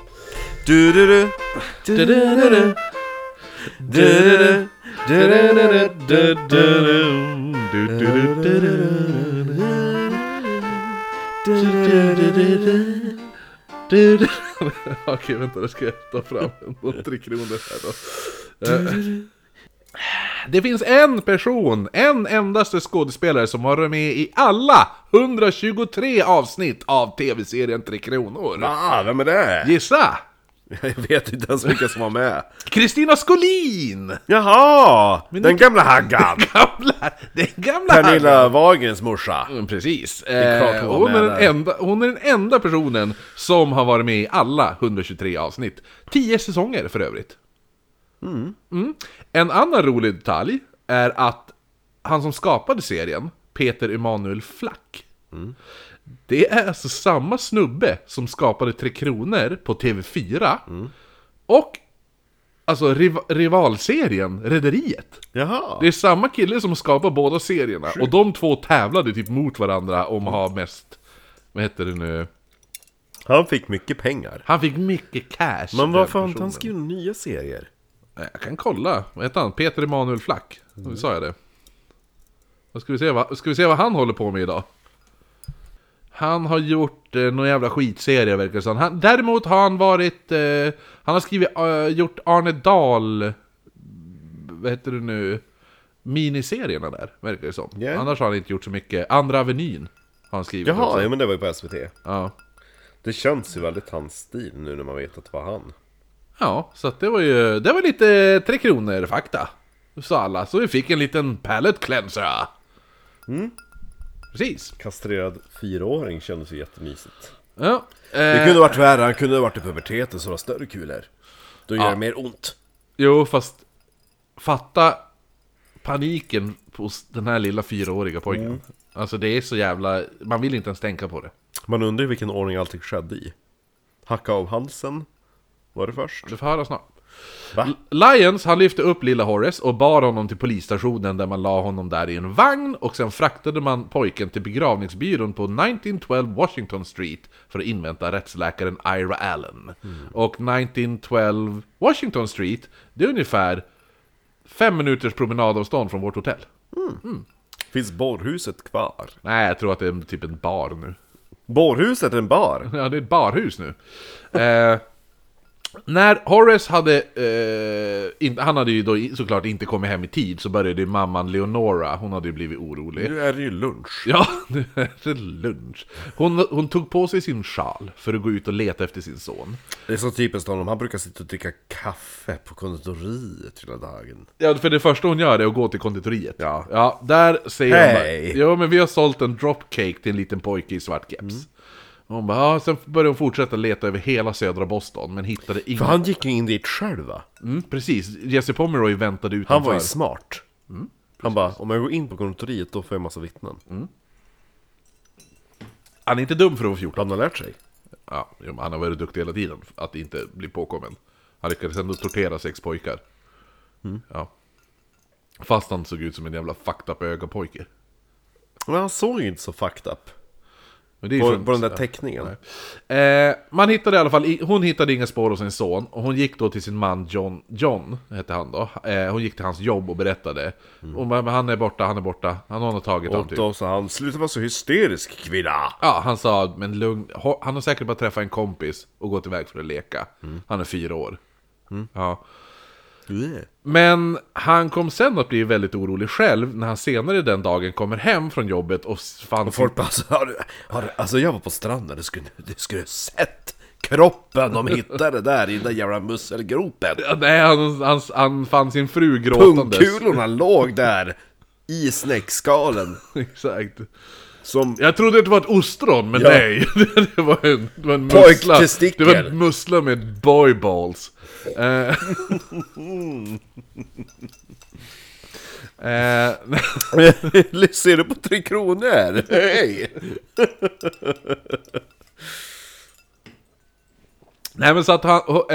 Okej, vänta, då ska jag ta fram en 3 kronor här då. Det finns en endaste skådespelare som har varit med i alla 123 avsnitt av tv-serien 3 kronor. Vem är det? Gissa! Jag vet inte ens vilka som var med. Kristina Skolin! Jaha! Den gamla haggan! Den gamla Pernilla Wahlgrens morsa. Precis. Hon Hon är den enda personen som har varit med i alla 123 avsnitt. 10 säsonger för övrigt. En annan rolig detalj är att han som skapade serien, Peter Emanuel Flack, det är alltså samma snubbe som skapade 3 kronor på TV4 och alltså rivalserien Rederiet. Jaha. Det är samma kille som skapar båda serierna. Och de två tävlade typ mot varandra om att ha mest, vad heter det nu? Han fick mycket pengar. Han fick mycket cash. Men varför har inte han skrivit nya serier? Jag kan kolla. Vad heter han? Peter Emanuel Flack. Nu sa jag det. Då ska vi se vad han håller på med idag. Han har gjort någon jävla skitserie verkar det som. Däremot har han varit han har gjort Arne Dahl, vad heter det nu, miniserierna där verkar det som. Annars har han inte gjort så mycket. Andra Avenyn har han skrivit. Jaha, ja, men det var ju på SVT. Ja. Det känns ju väldigt hans stil nu när man vet att det var han. Ja, så att det var lite 3 kronor fakta. Så alla, så vi fick en liten palette cleanser. Precis. Kastrerad 4-åring kändes ju jättemysigt. Ja. Det kunde varit värre, han kunde ha varit i puberteten så var större kulor. Då gör det mer ont. Jo, fast fatta paniken hos den här lilla 4-åriga pojken. Alltså det är så jävla... Man vill inte ens tänka på det. Man undrar vilken ordning allting skedde i. Hacka av halsen var det först. Du får höra snart. Va? Lyons, han lyfte upp lilla Horace och bar honom till polisstationen där man la honom där i en vagn och sen fraktade man pojken till begravningsbyrån på 1912 Washington Street för att invänta rättsläkaren Ira Allen. Och 1912 Washington Street, det är ungefär 5 minuters promenadavstånd från vårt hotell. Finns borrhuset kvar? Nej, jag tror att det är typ en bar nu. Borrhuset är en bar? Ja, det är ett barhus nu. När Horace hade, han hade ju då såklart inte kommit hem i tid, så började mamman Leonora, hon hade ju blivit orolig. Nu är det ju lunch. Ja, nu är det lunch. Hon tog på sig sin sjal för att gå ut och leta efter sin son. Det är så typiskt honom, han brukar sitta och dricka kaffe på konditoriet hela dagen. Ja, för det första hon gör är att gå till konditoriet. Ja. Ja, där säger Hej. hon bara, ja men vi har sålt en dropcake till en liten pojke i svart keps. Och hon bara, ja, sen började hon fortsätta leta över hela södra Boston, men hittade ingen. För han gick ju in dit själv, va? Precis, Jesse Pomeroy väntade utanför. Han var ju smart. Han bara, om jag går in på konditoriet då får jag en massa vittnen. Han är inte dum för att vara 14. Han har lärt sig. Ja, han har varit duktig hela tiden att inte bli påkommen. Han lyckades ändå tortera 6 pojkar. Ja. Fast han såg ut som en jävla fucked up ögapojke. Men han såg ju inte så fucked up. Men det är På den där teckningen. Man hittade i alla fall, hon hittade inga spår hos sin son. Och hon gick då till sin man John hette han då. Hon gick till hans jobb och berättade. Och han är borta, han har tagit honom Och typ. då sa han, sluta vara så hysterisk, kvinna. Ja, han sa, men lugn. Han har säkert bara träffat en kompis och gått iväg för att leka. Han är 4 år. Ja. Men han kom sen att bli väldigt orolig själv när han senare den dagen kommer hem från jobbet och fann... Och folk bara, alltså jag var på stranden, du skulle sett kroppen de hittade där i den där jävla musselgropen. Ja, nej, han fann sin fru gråtandes. Pungkulorna låg där i snäckskalen. Exakt. Som Jag trodde att det var ett ostron, men Ja. nej. Det var en mussla. Pojktestikel. Det var en mussla med boy balls. Ser du på 3 kronor? Hej! Nej, men så att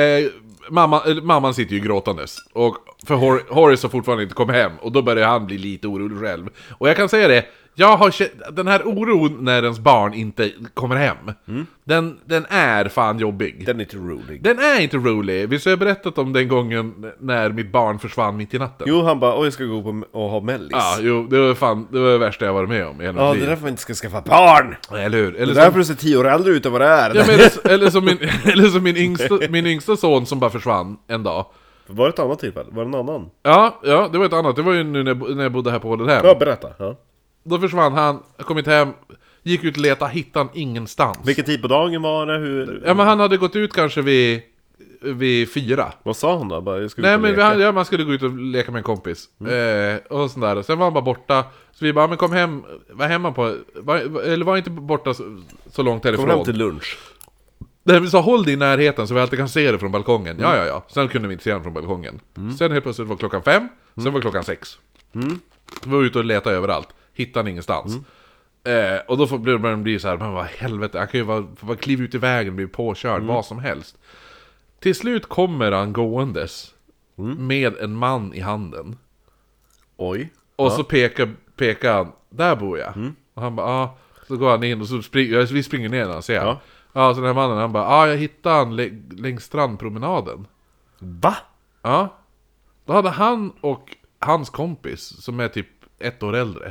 mamman sitter ju gråtandes. Och för Horace har fortfarande inte kommit hem. Och då börjar han bli lite orolig själv. Och jag kan säga det, jag har den här oron när ens barn inte kommer hem. Den är fan jobbig. Den är inte rolig. Den är inte rolig. Vi har ju berättat om den gången när mitt barn försvann mitt i natten. Jo, han bara, jag ska gå på och ha mellis. Ja, jo, det var det värsta jag varit med om i hela Ja, mitt det är liv. därför man inte ska skaffa barn. Eller hur? Det är därför du ser 10 år äldre ut än vad det är. Ja, men eller som min yngsta son som bara försvann en dag. Var det ett annat tillfälle? Var det en annan? Ja, det var ett annat. Det var ju nu när jag bodde här på Ålidhem. Ja, berätta. Ja. Då försvann han, kom inte hem, gick ut och letade, hittade han ingenstans. Vilken tid på dagen var det? Hur? Ja, men han hade gått ut kanske vid 4. Vad sa han då? Bara, jag ska Nej, ut och men leka. man skulle gå ut och leka med en kompis. Och sån där. Sen var han bara borta. Så vi bara, men kom hem, var hemma på... eller var inte borta så långt härifrån. Kom hem till lunch. Där vi sa, håll dig i närheten så vi alltid kan se det från balkongen. Ja. Sen kunde vi inte se den från balkongen. Sen helt plötsligt var klockan 5. Sen var klockan 6. Vi var ute och letade överallt. Hittade han ingenstans. Och då började man bli så här, men vad helvete, han kan ju bara kliva ut i vägen, bli påkörd, vad som helst. Till slut kommer han gåendes med en man i handen. Oj. Och så pekar han, där bor jag. Och han bara, ja. Så går han in och så vi springer ner när han ser han. Ja, så den här mannen, han bara, ja, jag hittade han längs strandpromenaden. Va? Ja. Då hade han och hans kompis, som är typ 1 år äldre.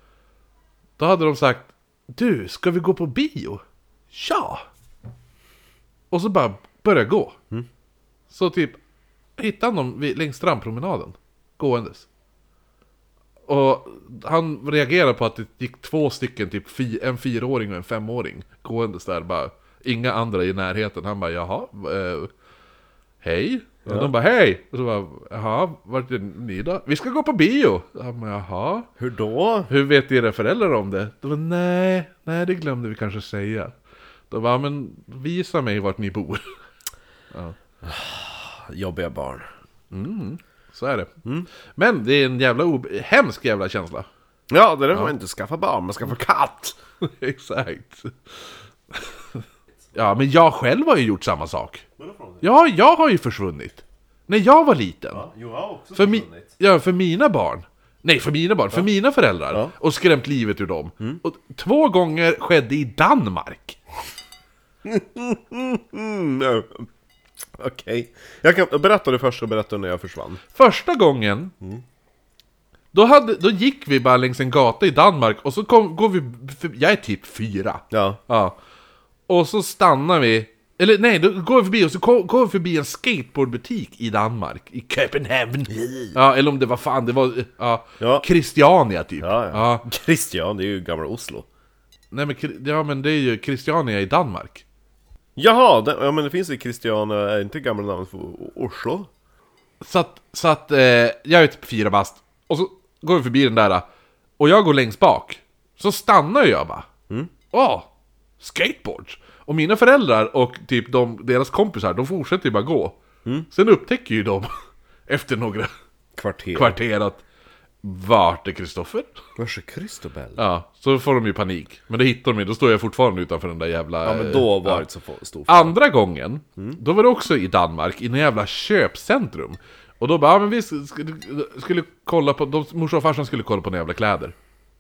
Då hade de sagt, du, ska vi gå på bio? Ja! Och så bara börja gå. Så typ hittade han dem längs strandpromenaden, gåendes. Och han reagerade på att det gick 2 stycken, typ en 4-åring och en 5-åring gåendes där, bara inga andra i närheten. Han bara, jaha, hej. Och de bara, hej. Och så bara, jaha, vart är ni då? Vi ska gå på bio. Han bara, jaha. Hur då? Hur vet era föräldrar om det? Då var nej, det glömde vi kanske säga. Då bara, men visa mig vart ni bor. Ja. Jobbiga barn. Så är det. Men det är en jävla hemsk jävla känsla. Ja, det är man inte skaffa barn, man skaffa katt. Exakt. Ja, men jag själv har ju gjort samma sak. Ja, jag har ju försvunnit. När jag var liten. Ja, jag har också för mina barn. Nej, för mina barn, för mina föräldrar. Ja. Och skrämt livet ur dem. Och 2 gånger skedde i Danmark. Okej. Jag kan berätta det först och berätta när jag försvann. Första gången då gick vi bara längs en gata i Danmark. Och så går vi, jag är typ 4. Ja. Och så stannar vi. Eller nej, då går vi förbi. Och så går vi förbi en skateboardbutik i Danmark. I Köpenhamn. Ja, eller om det var fan, det var Ja. Christiania typ. Ja. Christian, det är ju gamla Oslo. Nej men det är ju Christiania i Danmark. Jaha, men det finns ju Christian, är inte gamla namnet för Oslo? Så att jag är typ 4 bast. Och så går vi förbi den där. Och jag går längst bak. Så stannar jag bara. Skateboards. Och mina föräldrar och typ deras kompisar, de fortsätter ju bara gå. Sen upptäcker ju de efter några kvarter att vart är Kristoffer? Vart är Kristobel? Ja, så får de ju panik. Men det hittar de ju, då står jag fortfarande utanför den där jävla... Ja, men då var det så stor. Andra gången, då var det också i Danmark, i en jävla köpcentrum. Och då bara, men vi skulle kolla på, morsan och farsan skulle kolla på några jävla kläder.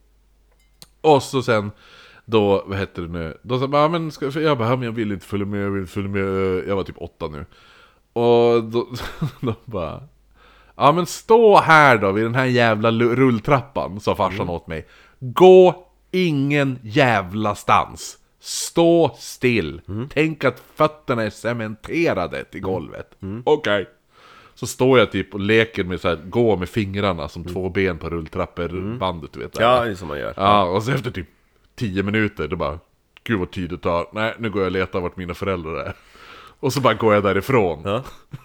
Och så sen, då, vad heter det nu? Då sa men jag bara, men jag vill inte följa med, jag var typ 8 nu. Och då bara... Ja men stå här då vid den här jävla rulltrappan, sa farsan åt mig. Gå ingen jävla stans. Stå still. Tänk att fötterna är cementerade till golvet. Okej. Så står jag typ och leker med så här, gå med fingrarna som 2 ben på rulltrapperbandet, du vet. Ja, det är som man gör. Ja, och så efter typ 10 minuter då bara, gud vad tid det tar. Nej, nu går jag och letar vart mina föräldrar är. Och så bara går jag därifrån. Ja.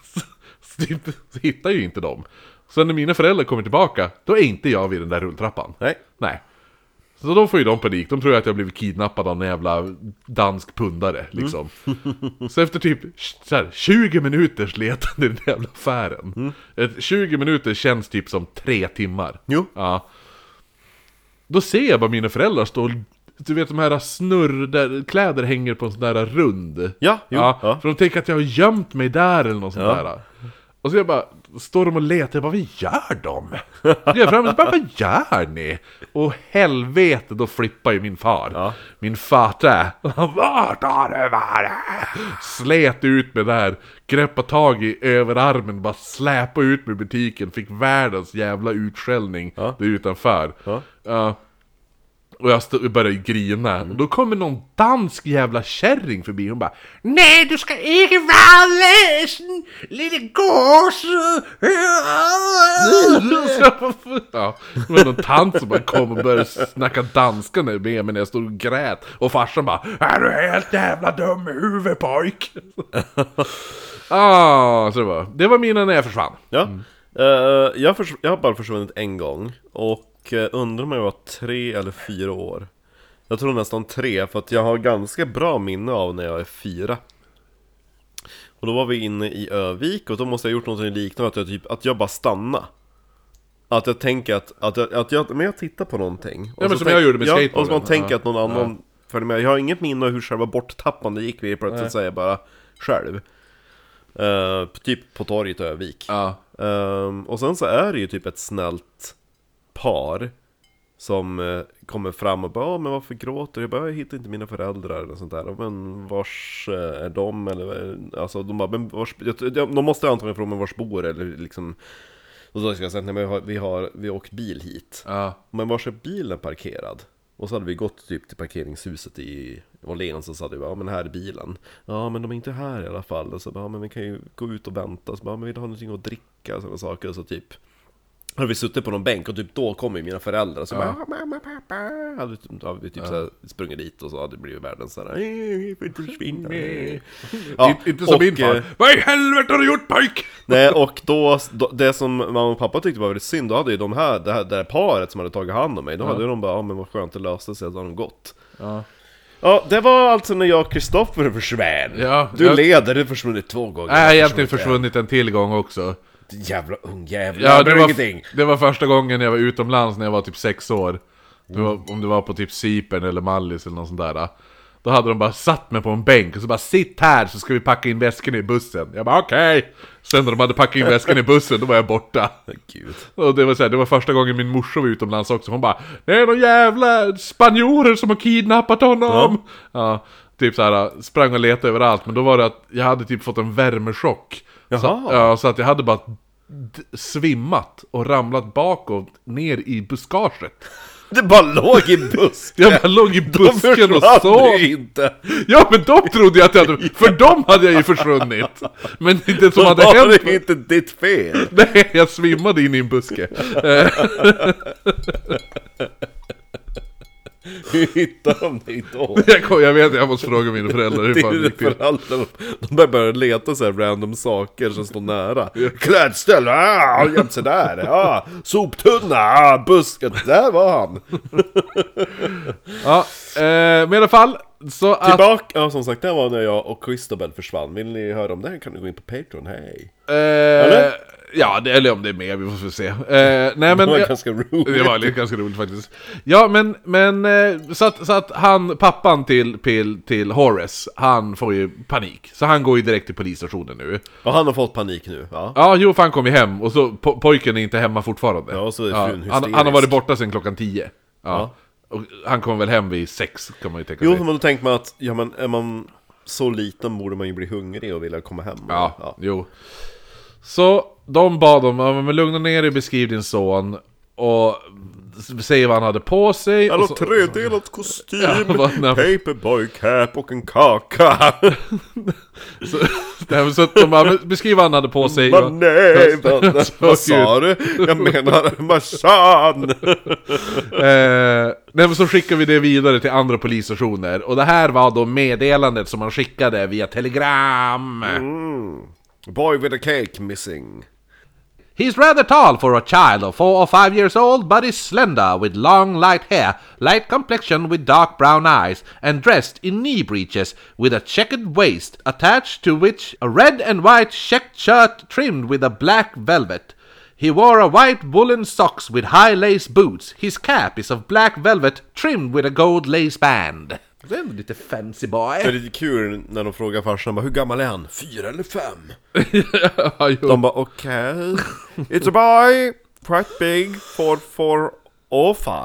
Så hittar ju inte dem. Sen när mina föräldrar kommer tillbaka, då är inte jag vid den där rulltrappan. Nej. Så då får ju de panik. De tror att jag blivit kidnappad av en jävla dansk pundare liksom. Så efter typ så här, 20 minuters letande i den jävla affären. 20 minuter känns typ som 3 timmar. Jo. Ja. Då ser jag bara mina föräldrar stå. Du vet de här snurr där kläder hänger på en sån där rund. Ja. För de tänker att jag har gömt mig där eller något sånt där. Och så jag bara, står de och letar, jag bara, vad gör de? Jag är framme och bara, vad gör ni? Och helvete, då flippar ju min far. Ja. Min fatta. Vart har du varit? Slet ut med där, greppa tag i överarmen, bara släpa ut med butiken. Fick världens jävla utskällning där utanför. Och jag började grina. Och då kommer någon dansk jävla kärring förbi. Hon bara, nej, du ska inte vara ledsen, lille gås. Ja, det var någon tant som bara kom och började snacka danska med mig när jag stod och grät. Och farsan bara, är du helt jävla dum i huvudet, pojk? Så det var mina när jag försvann. Ja. Jag har bara försvunnit en gång. Och undrar om jag var 3 eller 4 år. Jag tror nästan 3, för att jag har ganska bra minne av när jag är 4. Och då var vi inne i Övik. Och då måste jag ha gjort något liknande, att jag bara stanna. Att jag tänker men jag tittar på någonting. Ja, men som jag gjorde med skateboarden. Och så man tänker att någon annan följer med. Jag har inget minne av hur själva borttappande gick vi plötsligt, säger bara själv. Typ på torget i Övik. Och sen så är det ju typ ett snällt par som kommer fram och bara, men varför gråter du? Jag hittar inte mina föräldrar eller sånt där. Men vars är de? Eller, alltså de bara, men vars, de måste antagligen fråga, men vars bor eller liksom. Och då ska jag säga, nej, men vi har åkt bil hit. Men vars är bilen parkerad? Och så hade vi gått typ till parkeringshuset i Åhléns, och så hade vi bara, men här är bilen. Ja, men de är inte här i alla fall. Och så bara, men vi kan ju gå ut och vänta. Så bara, men vi vill ha någonting att dricka, sådana saker. Så typ hade vi suttit på någon bänk, och typ då kom ju mina föräldrar. Så bara, mamma, pappa. Hade vi typ så här sprungit dit, och så hade det blivit världens sådär. Inte som min far. Vad i helvete har du gjort, pojk? Nej, och då det som mamma och pappa tyckte var väldigt synd, då hade ju de här, det här paret som hade tagit hand om mig. Då hade de bara, men vad skönt, det löste sig, så hade de gått. Ja, det var alltså när jag och Kristoffer försvann. Du leder, du försvunnit 2 gånger. Nej, jag har egentligen försvunnit en till gång också. Jävla ungjävla, det var första gången jag var utomlands när jag var typ 6 år. Om det var på typ Cypern eller Mallis eller något sånt där. Då hade de bara satt mig på en bänk och så bara sitt här så ska vi packa in väskan i bussen. Jag bara okej. Sen när de hade packat in väskan i bussen då var jag borta. Gud. Och det var så här, det var första gången min morsa var utomlands också. Hon bara, det är någon jävla spanjorer som har kidnappat honom. Ja, typ så här, sprang och letade överallt. Men då var det att jag hade typ fått en värmechock. Så att jag hade bara svimmat och ramlat bakåt ner i buskaget. Det bara låg i busken. Jag bara låg i busken och så. Inte. Ja, men de trodde jag att jag hade... För de hade jag ju försvunnit. Men det som hade hänt... Det var inte ditt fel. Nej, jag svimmade in i en buske. Hur hittar de dig då? Jag vet, jag måste fråga mina föräldrar hur fan det gick till. De börjar leta så här random saker som står nära. Klädställ, jämt så där. Soptunna, busken, där var han. Ja, men i alla fall så att... Tillbaka, ja som sagt, det var när jag och Christabel försvann. Vill ni höra om det här kan ni gå in på Patreon, hej. Eller? Ja, eller om det är med, vi får se. Nej, men, det var ganska roligt. Det var ganska roligt faktiskt. Ja, men så att pappan till Horace, han får ju panik. Så han går ju direkt till polisstationen nu. Och han har fått panik nu, va? Ja, jo, för han kom ju hem. Och så pojken är inte hemma fortfarande. Ja, och så är frun han har varit borta sedan klockan 10. Ja. Och han kom väl hem vid 6, kan man ju tänka sig. Jo, men då tänker man att, ja men är man så liten borde man ju bli hungrig och vilja komma hem. Ja. Jo. Så de bad om, men lugna ner dig, beskriv din son och säg vad han hade på sig. Han har tredelat kostym, paperboy cap och en kaka. så att de bara, beskriv vad han hade på sig. Nej, vad sa du? Jag menar marsan. Nej, men så skickar vi det vidare till andra polisstationer. Och det här var då meddelandet som man skickade via telegram. Boy with a cake missing. He's rather tall for a child of 4 or 5 years old, but is slender, with long light hair, light complexion with dark brown eyes, and dressed in knee breeches, with a checkered waist, attached to which a red and white checked shirt trimmed with a black velvet. He wore a white woolen socks with high lace boots. His cap is of black velvet, trimmed with a gold lace band. Det är en lite fancy boy. Det är lite kul när de frågar farsan, hur gammal är han? 4 eller 5? Ja, de bara, okej. It's a boy, quite big, 4 or 5.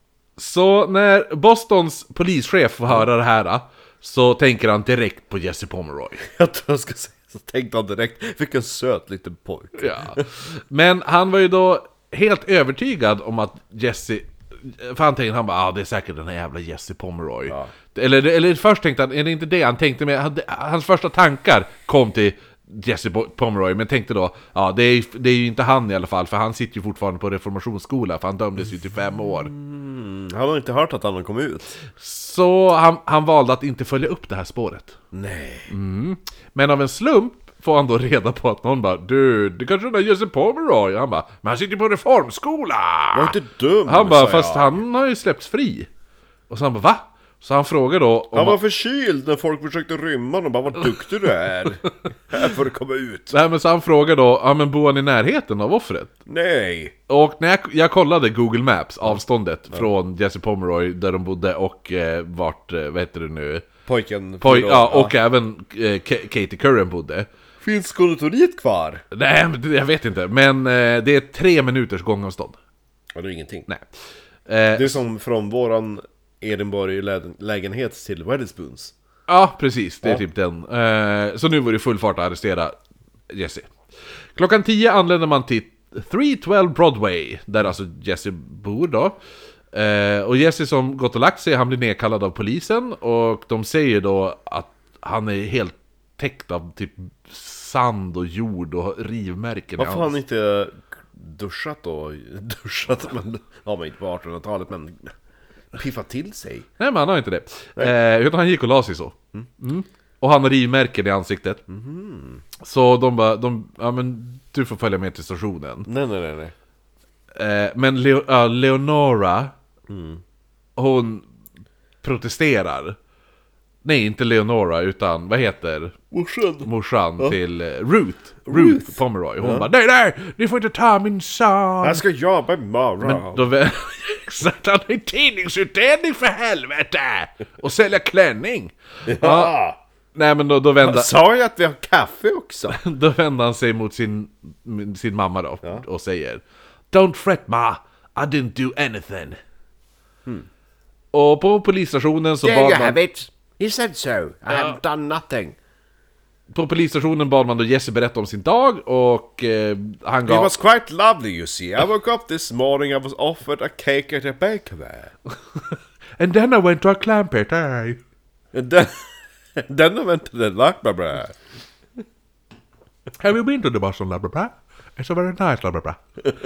Så när Bostons polischef får höra det här, så tänker han direkt på Jesse Pomeroy. Jag tror jag ska säga, så tänkte han direkt, vilken söt liten pojk. Ja. Men han var ju då helt övertygad om att Jesse... För han tänkte, han bara, det är säkert den här jävla Jesse Pomeroy. Ja. Eller först tänkte han, är det inte det han tänkte med, hans första tankar kom till Jesse Pomeroy, men tänkte då, det är ju inte han i alla fall, för han sitter ju fortfarande på reformationsskola, för han dömdes ju till 5 år. Han har inte hört att han har kommit ut. Så han valde att inte följa upp det här spåret. Nej. Men av en slump får han då reda på att någon bara, det kanske är den där Jesse Pomeroy. Han bara, men han sitter på reformskola. Jag är inte dum. Han bara, fast han har ju släppts fri. Och så han bara, va? Så han frågar då om han var förkyld när folk försökte rymma. De bara, vad duktig du är. Här får du komma ut. Nej, men så han frågar då, men bor han i närheten av offret? Nej. Och när jag kollade Google Maps, avståndet från Jesse Pomeroy där de bodde och vart, vad heter det nu? Pojken. Och även Katie Curran bodde. Finns konditoriet kvar? Nej, jag vet inte. Men det är 3 minuters gångavstånd. Ja, det är ingenting. Nej. Det är som från våran Edinburgh-lägenhet till Wetherspoons. Ja, precis. Det är typ den. Så nu var det full fart att arrestera Jesse. Klockan 10 anländer man till 312 Broadway, där alltså Jesse bor då. Och Jesse som gått och lagt sig, han blir nedkallad av polisen. Och de säger då att han är helt täckt av typ sand och jord och rivmärken. Varför har han inte duschat då? Duschat, men ja, men inte på 1800-talet, men piffat till sig. Nej, men han har inte det. Utan han gick och la sig så. Och han har rivmärken i ansiktet. Så de bara, ja men du får följa med till stationen. Nej. Men Leonora, hon protesterar. Nej, inte Leonora, utan vad heter morsan till Ruth Pomeroy. Hon bara, nej, ni får inte ta min son. Jag ska jobba imorgon. Men då Exakt, han har en tidningsutdelning för helvete! Och sälja klänning. Ja. Nej men då vände... Sa jag att vi har kaffe också? Då vände han sig mot sin mamma då och säger: Don't fret ma, I didn't do anything. Och på polisstationen så bad man... it. He said so. I haven't done nothing. På polisstationen bad man då Jesse berätta om sin dag och han gav... It was quite lovely, you see. I woke up this morning, I was offered a cake at a bakery. And then I went to a clam pit, eh? And then I went to the library. Have you been to the Boston Library? It's a very nice library.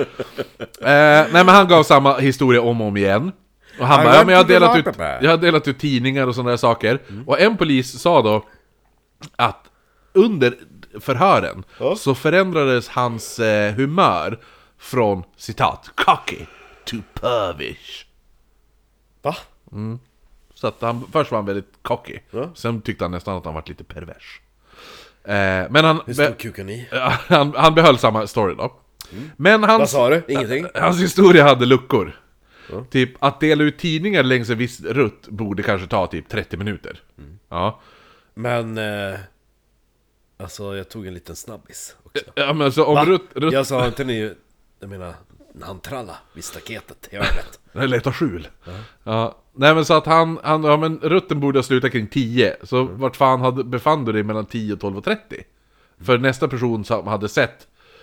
Nej men han gav samma historia om och om igen. Och han bara, men jag har delat ut tidningar och sådana där saker. Och en polis sa då att under förhören så förändrades hans humör från, citat, cocky to pervish. Va? Så att först var han väldigt cocky. Sen tyckte han nästan att han var lite pervers. Men han behöll samma story då. Men vad sa du? Ingenting? Hans historia hade luckor. Typ att dela ut tidningar längs en viss rutt borde kanske ta typ 30 minuter. Ja. Men alltså jag tog en liten snabbis också. Ja men så om rutt... Jag sa inte ni, jag menar, han tralla vid staketet, jag vet. Det är lätt att skjul. Ja. Nej men så att ja, men rutten borde ha slutat kring 10. Så vart fan befann du dig mellan 10 och 12 och 30? För nästa person som hade sett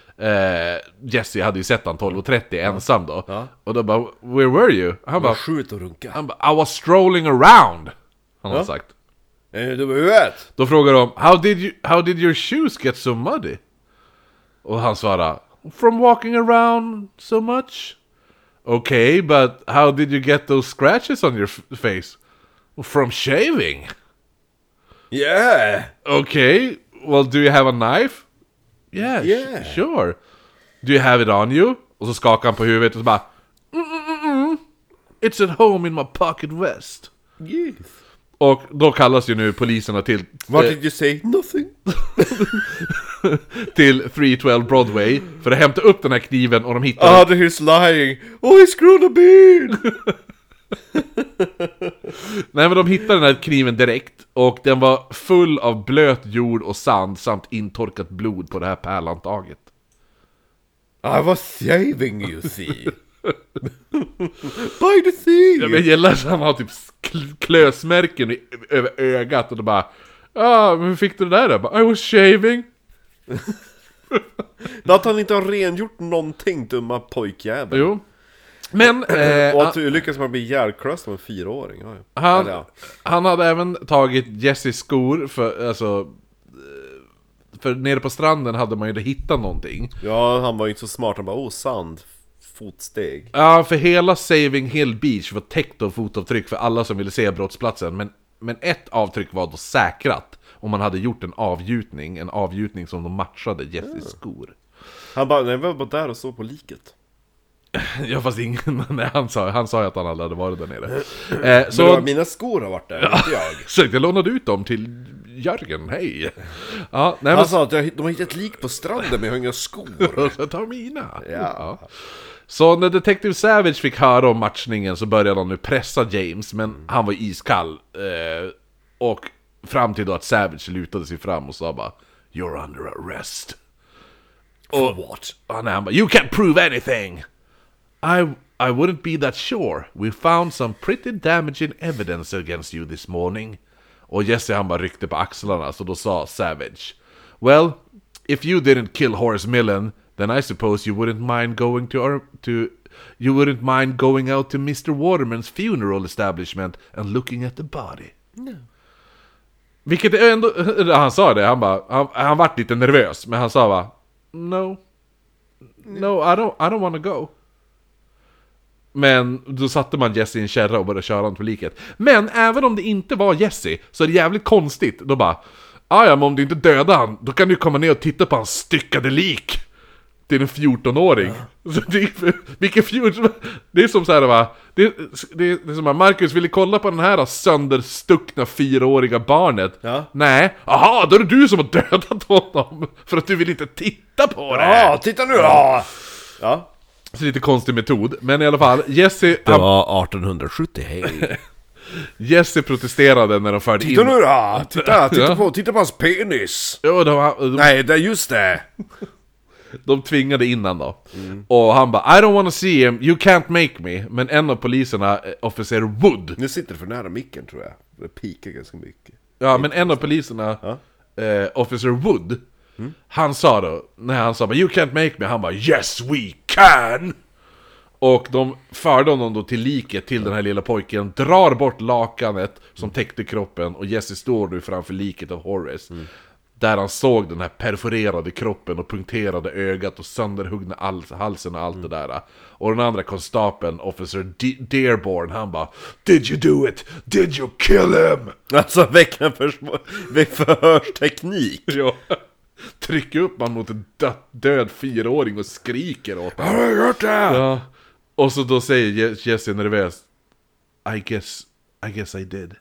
Jesse hade ju sett han 12 och 30 ensam då. Och då bara, where were you? Han bara, skjut och runka. Han bara, I was strolling around. Han har sagt. Du vet. Då frågar de, how did your shoes get so muddy? Och han svarar, from walking around so much. Okay, but how did you get those scratches on your face? From shaving. Yeah. Okay, well do you have a knife? Yeah, sure. Do you have it on you? Och så skakar han på huvudet och så bara It's at home in my pocket vest. Yes. Och då kallas ju nu poliserna till... What did you say? Nothing. till 312 Broadway för att hämta upp den här kniven och de hittar... he's lying. Oh, he's screwed a bean. Nej men de hittade den här kniven direkt och den var full av blöt jord och sand samt intorkat blod på det här pärlantaget. I was saving, you see. By the sea. Ja, men jag gillar att han har typ klösmärken över ögat och då bara, men hur fick du det där då? I was shaving. Att han inte har rengjort någonting, dumma pojkjävel. Jo. Men och att du lyckas man bli ihjälklöst som en 4-åring. Han hade även tagit Jesses skor för nere på stranden hade man ju hittat någonting. Ja, han var ju inte så smart. Han bara, sand, fotsteg. Ja, för hela Saving Hill Beach var täckt av fotavtryck för alla som ville se brottsplatsen. Men ett avtryck var då säkrat. Och man hade gjort en avgjutning som de matchade Jesses skor. Han var bara där och såg på liket. Ja, fast nej, han sa ju att han aldrig hade varit där nere. Så mina skor har varit där, inte jag. Så jag lånade ut dem till Jörgen, hej. Ja, nej, han sa att de har hittat ett lik på stranden men jag har inga skor. Så ta mina. Ja. Så när Detective Savage fick höra om matchningen så började han nu pressa James, men han var iskall. Och fram till då att Savage lutade sig fram och sa bara, you're under arrest. For what? Och han bara, you can't prove anything. I wouldn't be that sure. We found some pretty damaging evidence against you this morning. Och Jesse han bara ryckte på axlarna, så då sa Savage, well, if you didn't kill Horace Millen, then I suppose you wouldn't mind going out to Mr. Waterman's funeral establishment and looking at the body. No. Vilket är ändå, han sa det, han vart lite nervös, men han sa bara, no, I don't want to go. Men då satte man Jesse i en kärra och började köra honom på liket. Men även om det inte var Jesse, så är det jävligt konstigt. Då bara, men om du inte dödar han, då kan du komma ner och titta på hans styckade lik. Det är en 14-åring. Ja. Så det är som så här, va? Det är som att Marcus ville kolla på den här sönderstuckna 4-åriga barnet. Ja. Nej, aha, då är det du som har dödat honom. För att du vill inte titta på det. Ja, titta nu då. Ja. Så lite konstig metod. Men i alla fall, Jesse... Det var 1870, hej. Jesse protesterade när de förde in... Titta nu då! Titta på hans penis! Jo, Nej, det är just det! de tvingade in han då. Och han bara, I don't wanna see him, you can't make me. Men en av poliserna, officer Wood... Nu sitter det för nära micken, tror jag. Det pikar ganska mycket. Ja, men en av poliserna, officer Wood... Han sa då, när han sa you can't make me, han bara yes we can. Och de förde honom då till liket till den här lilla pojken, drar bort lakanet som täckte kroppen, och Jesse står nu framför liket av Horace, där han såg den här perforerade kroppen och punkterade ögat och sönderhuggna halsen och allt det där. Och den andra konstapeln, officer Dearborn, han bara did you do it? Did you kill him? Alltså vilken förhörsteknik. Ja. Trycker upp man mot en död 4-åring och skriker åt honom. Har du gjort det? Ja. Och så då säger Jesse nervöst, I guess I did.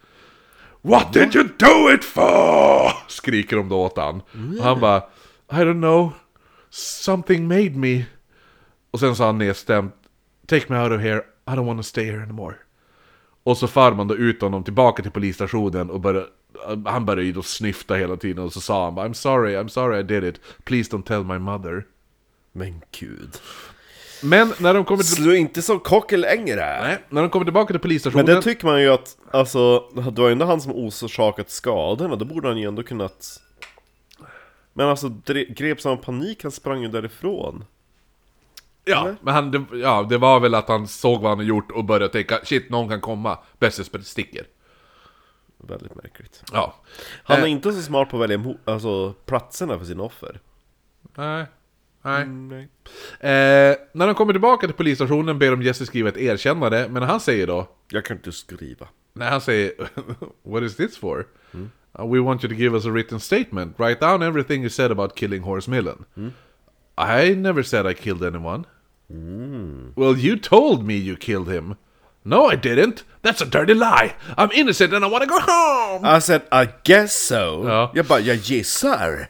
What did you do it for? Skriker de då åt han. Och han bara, I don't know. Something made me. Och sen sa han nedstämt, take me out of here. I don't want to stay here anymore. Och så far man då ut honom tillbaka till polisstationen och han började ju då snyfta hela tiden. Och så sa han bara, I'm sorry I did it. Please don't tell my mother. Men gud. Men när de kommer Slå inte så kock längre. Nej, när de kommer tillbaka till polisstationen... Men det tycker man ju att, alltså, det var ju ändå han som orsakat skadorna. Då borde han ju ändå kunnat... Men alltså, greps han av panik, han sprang ju därifrån. Ja, eller? Men det var väl att han såg vad han hade gjort och började tänka, shit, någon kan komma, bäst sticker. Väldigt märkligt. Ja. Han är inte så smart på att välja platserna för sina offer. Nej. Nej. När de kommer tillbaka till polisstationen ber de Jesse skriva ett erkännande, men han säger då... Jag kan inte skriva. Nej, han säger, what is this for? We want you to give us a written statement. Write down everything you said about killing Horace Millen. I never said I killed anyone. Well, you told me you killed him. No, I didn't. That's a dirty lie. I'm innocent and I want to go home. I said, I guess so. Ja. Jag gissar.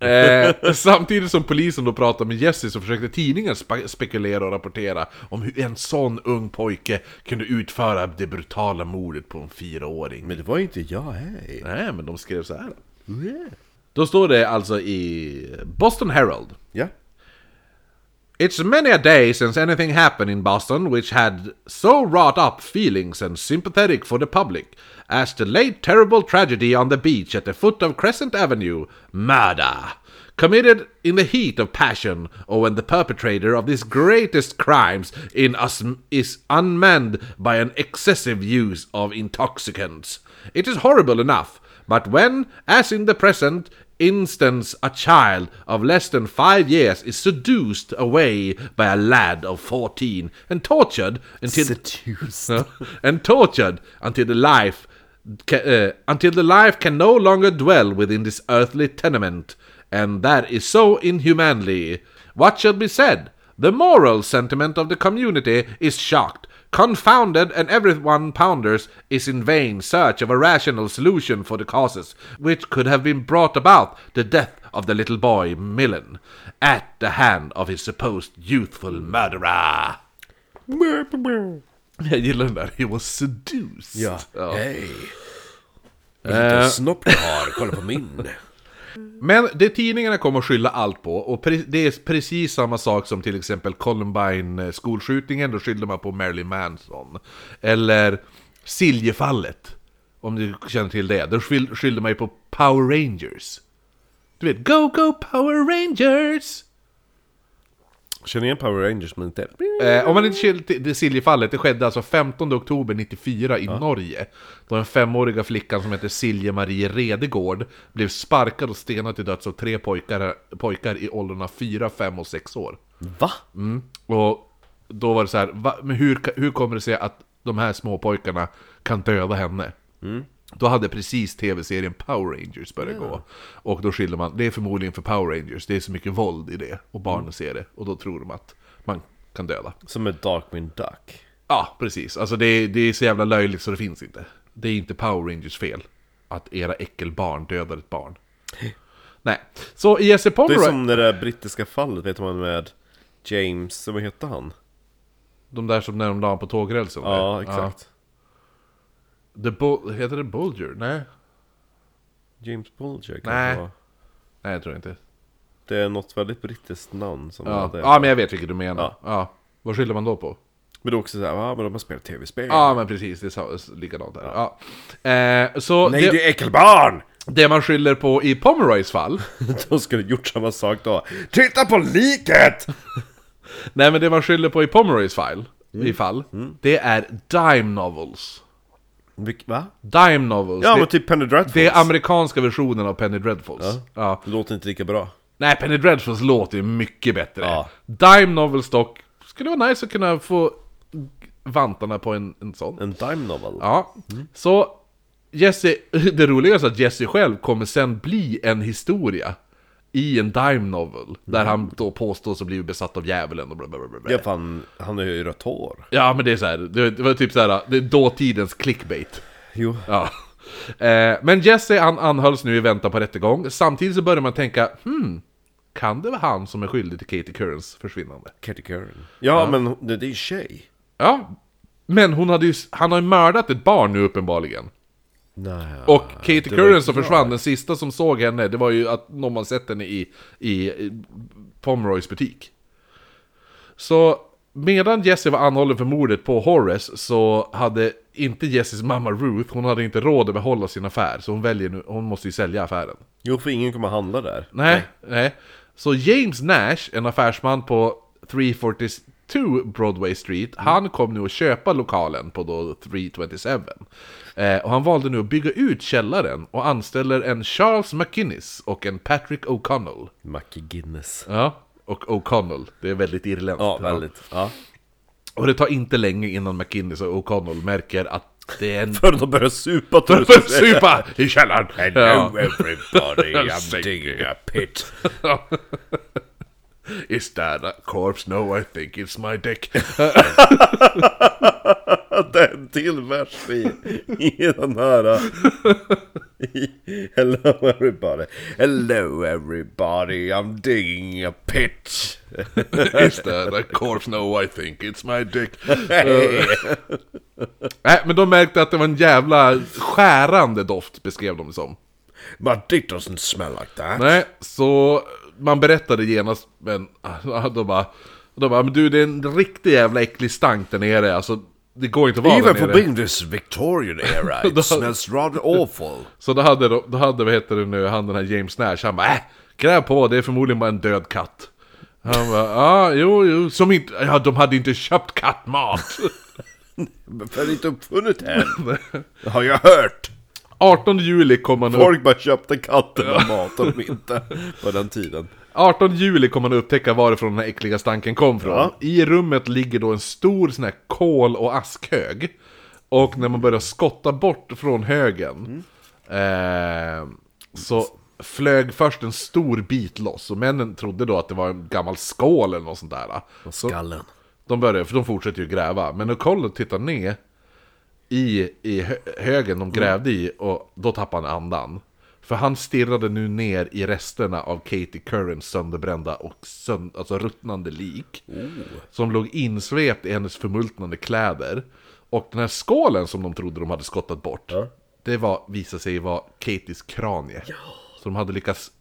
Samtidigt som polisen då pratade med Jesse så försökte tidningen spekulera och rapportera om hur en sån ung pojke kunde utföra det brutala mordet på en 4-åring. Men det var inte jag, hej. Nej, men de skrev så här. Då står det alltså i Boston Herald. Ja. It's many a day since anything happened in Boston which had so wrought up feelings and sympathetic for the public as the late terrible tragedy on the beach at the foot of Crescent Avenue, murder, committed in the heat of passion, or when the perpetrator of these greatest crimes is unmanned by an excessive use of intoxicants. It is horrible enough, but when, as in the present instance, a child of less than 5 years is seduced away by a lad of 14 and tortured until until the life can no longer dwell within this earthly tenement, and that is so inhumanly, what shall be said? The moral sentiment of the community is shocked, confounded, and everyone ponders is in vain search of a rational solution for the causes which could have been brought about the death of the little boy Millen at the hand of his supposed youthful murderer. Jag gillar den där, he was seduced. Ja. Hej. Vilken snopp jag har, kolla på min. Men det tidningarna kommer att skylla allt på, och det är precis samma sak som till exempel Columbine-skolskjutningen, då skyllde man på Marilyn Manson. Eller Siljefallet, om du känner till det, då skyllde man ju på Power Rangers. Du vet, go Power Rangers! Känner igen Power Rangers men inte. Om man inte känner till det Siljefallet, det skedde alltså 15 oktober 94 i Norge. Då en 5-åriga flickan som heter Silje Marie Redegård blev sparkad och stenad till döds av 3 pojkar i åldrarna 4, 5 och 6 år. Va? Och då var det så här, men hur kommer det sig att de här små pojkarna kan döda henne? Då hade precis tv-serien Power Rangers börjat gå. Och då skiljer man, det är förmodligen för Power Rangers, det är så mycket våld i det. Och barnen ser det, och då tror de att man kan döda. Som ett Darkwing Duck. Ja, precis. Alltså det är så jävla löjligt så det finns inte. Det är inte Power Rangers fel att era äckelbarn dödar ett barn. Nej. Så i Jesse Pomeroy... Det är som det där brittiska fallet, vet man, med James, vad heter han? De där som när de la på tågrälsen. Ja, exakt. Heter det Bulger? Nej. James Bulger kan Nej. det vara. Nej, jag tror inte. Det är något väldigt brittiskt namn som Ja, hade... ja men jag vet vilket du menar. Ja. Ja. Vad skyller man då på? Men det är också såhär, ja men de har spelat tv-spel. Ja, men precis. Det är likadant där. Ja. Så Nej, det är äckelbarn! det man skyller på i Pomeroys fall... De skulle gjort samma sak då. Titta på liket! Nej, men det man skyller på i Pomeroys fall, det är dime novels. Va? Dime novels. Ja, det, men typ Penny Dreadfuls. det är amerikanska versionen av Penny Dreadfuls. Ja. Det låter inte lika bra. Nej, Penny Dreadfuls låter ju mycket bättre. Ja. Dime novels dock, skulle vara nice att kunna få vantarna på en sån. En dime novel. Ja, så Jesse, det roliga är att Jesse själv kommer sen bli en historia i en dime novel, där han då påstås att bli besatt av djävulen och blablabla. Ja, fan, han har ju rött hår. Ja, men det är så här, det var typ så här, det är dåtidens clickbait. Jo. Ja. Men Jesse anhölls nu i väntan på rättegång. Samtidigt så börjar man tänka, kan det vara han som är skyldig till Katie Currens försvinnande? Katie Curran. Ja, men det är ju tjej. Ja, men han har ju mördat ett barn nu uppenbarligen. Nej. Och Katie det var Curran inte som jag. försvann, den sista som såg henne, det var ju att någon man sett henne i Pomeroys butik. Så medan Jesse var anhållen för mordet på Horace, så hade inte Jesses mamma Ruth, hon hade inte råd att behålla sin affär. Så hon måste ju sälja affären. Jo, för ingen kommer handla där. Nej. Så James Nash, en affärsman på 342 Broadway Street, han kom nu att köpa lokalen på då 327. Och han valde nu att bygga ut källaren och anställer en Charles McInnes och en Patrick O'Connell. Mackie Guinness. Ja, och O'Connell, det är väldigt irländskt. Ja, väldigt. Ja. Och det tar inte länge innan McInnes och O'Connell märker att det är en... För de börjar supa. Supa i källaren! Hello everybody, I'm digging a pit. Is that a corpse? No, I think it's my dick. Det är en till vers i den här. Hello everybody. Hello everybody, I'm digging a pit. Is that a corpse? No, I think it's my dick. Nej, men de märkte att det var en jävla skärande doft, beskrev de det som. My dick doesn't smell like that. Nej, så man berättade genast, men då bara, men du, det är en riktig jävla äcklig stank där nere, alltså det går inte att vara Even där for nere. being this Victorian era, it smells rather awful. Så då hade, vad heter det nu, han den här James Nash, han bara, gräv på, det är förmodligen bara en död katt. Han bara, jo, som inte, ja, de hade inte köpt kattmat. För inte uppfunnit än. Det har jag hört. 18 juli kom han upp. Folk bara köpte katten och matade dem inte på den tiden. 18 juli kommer man upptäcka varifrån den här äckliga stanken kom från. Ja. I rummet ligger då en stor sån här kol- och askhög. Och när man börjar skotta bort från högen så flög först en stor bit loss. Och männen trodde då att det var en gammal skål eller något sånt där. Och skallen. För de fortsätter ju gräva. Men när Colin tittar ner i högen de grävde i, och då tappade han andan. För han stirrade nu ner i resterna av Katie Currans sönderbrända och alltså ruttnande lik. Som låg insvept i hennes förmultnande kläder. Och den här skålen som de trodde de hade skottat bort, det visade sig vara Katies kranie. Så de hade lyckats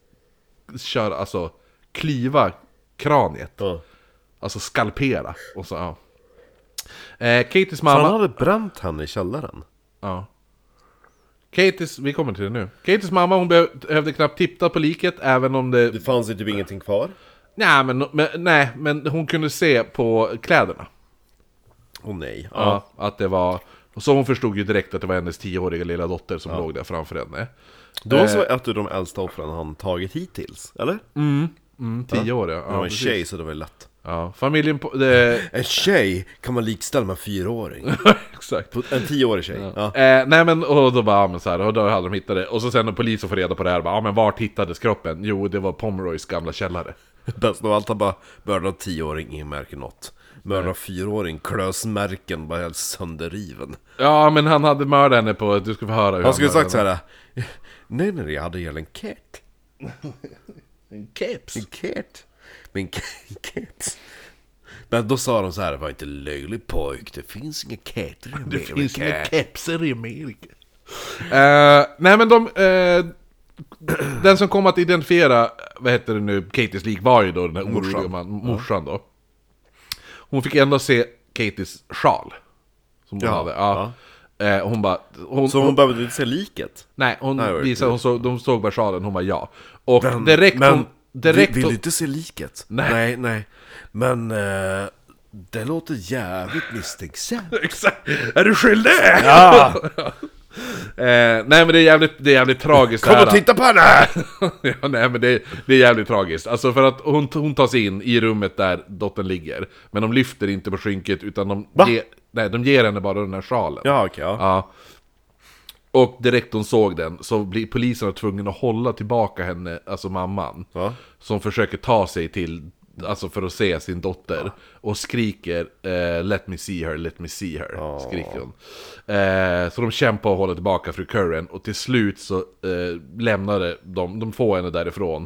klyva kraniet. Alltså skalpera. Och så, ja. Katies mamma... Han hade bränt henne i källaren. Ja. Vi kommer till det nu. Katies mamma, hon behövde knappt titta på liket, även om det... Det fanns ju typ ingenting kvar. Nej, men hon kunde se på kläderna. Åh nej. Ja, att det var... Och så hon förstod ju direkt att det var hennes 10-åriga lilla dotter som låg där framför henne. Det var så att de äldsta offren han tagit hittills, eller? 10 år, ja. Det var en tjej så det var lätt. Ja, familjen på... En tjej kan man likställa med en 4-åring. Exakt. En 10-årig tjej. Ja. Nej men, och då bara, men så här, och då hade de hittat det. Och så sen när polisen får reda på det här, bara, men vart hittades kroppen? Jo, det var Pomeroys gamla källare. Bäst av allt, han bara mördar 10-åring, ingen märker något. Mördar 4-åring, klösmärken, bara helt sönderriven. Ja, men han hade mördat henne på, du ska få höra hur han skulle sagt mördade. så här. Nej, jag hade ihjäl en katt. En keps. En katt. Men en katt. Men då sa de så här: var inte löjlig pojk, det finns inga katter i Amerika. Det finns inga kepser i Amerika. Nej men den som kom att identifiera, vad heter det nu, Katies lik var ju då den här oroliga morsan då. Hon fick ändå se Katies sjal som hon hade. Ja. Hon bara, så hon behövde inte se liket? Nej, de såg bara sjalen, hon bara ja. Och direkt vill du inte se liket? Nej. Men det låter jävligt misstänksamt. Exakt. Är du skyldig? Ja. Nej men det är jävligt tragiskt. Kom och titta på henne! Ja, nej men det är jävligt tragiskt. Alltså för att hon tar sig in i rummet där dottern ligger. Men de lyfter inte på skynket utan de ger henne bara den här sjalen. Ja, okej. Ja. Och direkt hon såg den så blir polisen tvungen att hålla tillbaka henne, alltså mamman. Ja. Som försöker ta sig till, alltså för att se sin dotter. Och skriker let me see her, skriker hon. Så de kämpar och håller tillbaka fru Curran. Och till slut så lämnade de får henne därifrån.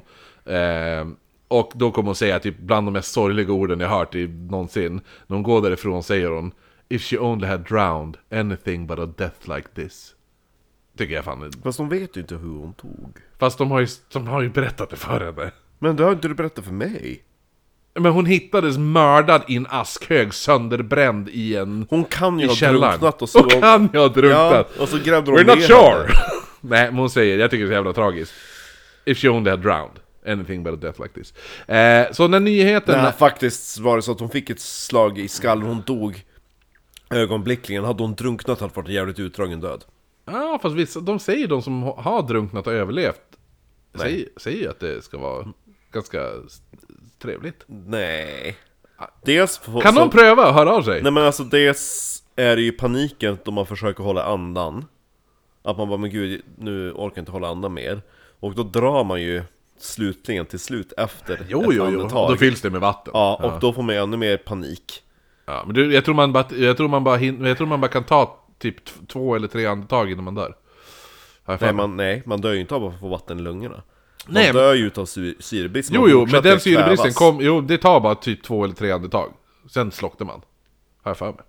Och då kommer hon säga typ bland de mest sorgliga orden jag hört någonsin. När hon går därifrån säger hon: if she only had drowned anything but a death like this. Tycker jag fan. Fast de vet ju inte hur hon tog. Fast de har ju berättat det för henne. Men det har inte du berättat för mig. Men hon hittades mördad i en askhög, sönderbränd i en... Hon kan ju ha källaren. drunknat och så... Hon kan ju ha drunknat. Ja, och så grävde de We're not ner sure. henne. Nej, men hon säger, jag tycker det är så jävla tragiskt. If she only had drowned anything but a death like this. Så när nyheten... Nej, faktiskt var det så att hon fick ett slag i skallen. Hon dog ögonblickligen. Hade hon drunknat hade varit en jävligt utdragen död. Ja, fast vissa, de säger de som har drunknat och överlevt säger att det ska vara ganska trevligt. Nej. Dels kan de pröva att höra av sig? Nej men alltså dels är det ju paniken då man försöker hålla andan. Att man bara, men gud, nu orkar jag inte hålla andan mer. Och då drar man ju slutligen till slut efter ett andetag. Då fylls det med vatten. Ja, och då får man ännu mer panik. Ja, men jag tror man bara kan ta typ 2 eller 3 andetag innan man dör. Man dör ju inte av att få vatten i lungorna. Man dör ju utav syrebrist. Jo, men den syrebristen det tar bara typ 2 eller 3 andetag. Sen slocknar man. Har jag för mig.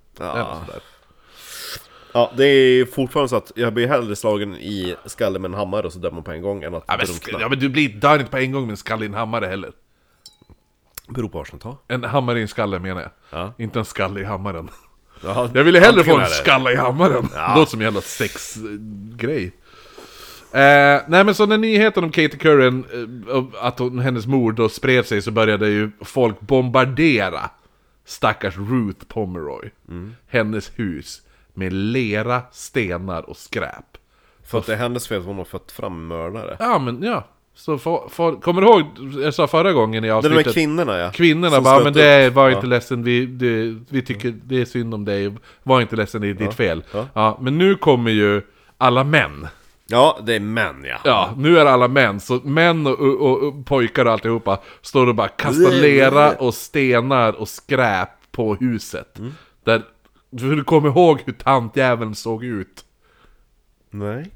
Ja, det är fortfarande så att jag blir hellre slagen i skallen med en hammare och så dör man på en gång än att drunkna. Ja, men du dör inte på en gång med en skalle i en hammare heller. Beror på vad som tar. En hammare i en skalle menar jag. Ja. Inte en skalle i hammaren. Ja, jag ville hellre få en skalle i hammaren. Ja. Det låter som en jävla sexgrej. Nej men så när nyheten om Katie Curran att hennes mord då spred sig så började ju folk bombardera stackars Ruth Pomeroy. Hennes hus med lera, stenar och skräp. För att det är hennes fel att hon har fått fram mördare. Ja men ja. Så kommer du ihåg, jag sa förra gången i avsnittet... Det är de kvinnorna, ja. Kvinnorna bara, men det var inte ledsen, vi tycker det är synd om dig. Var inte ledsen, det är ditt fel. Ja, men nu kommer ju alla män. Ja, det är män, ja. Ja, nu är alla män. Så män och pojkar och alltihopa står och bara kastar lera och stenar och skräp på huset. Där, du kommer ihåg hur tantjäveln såg ut. Nej.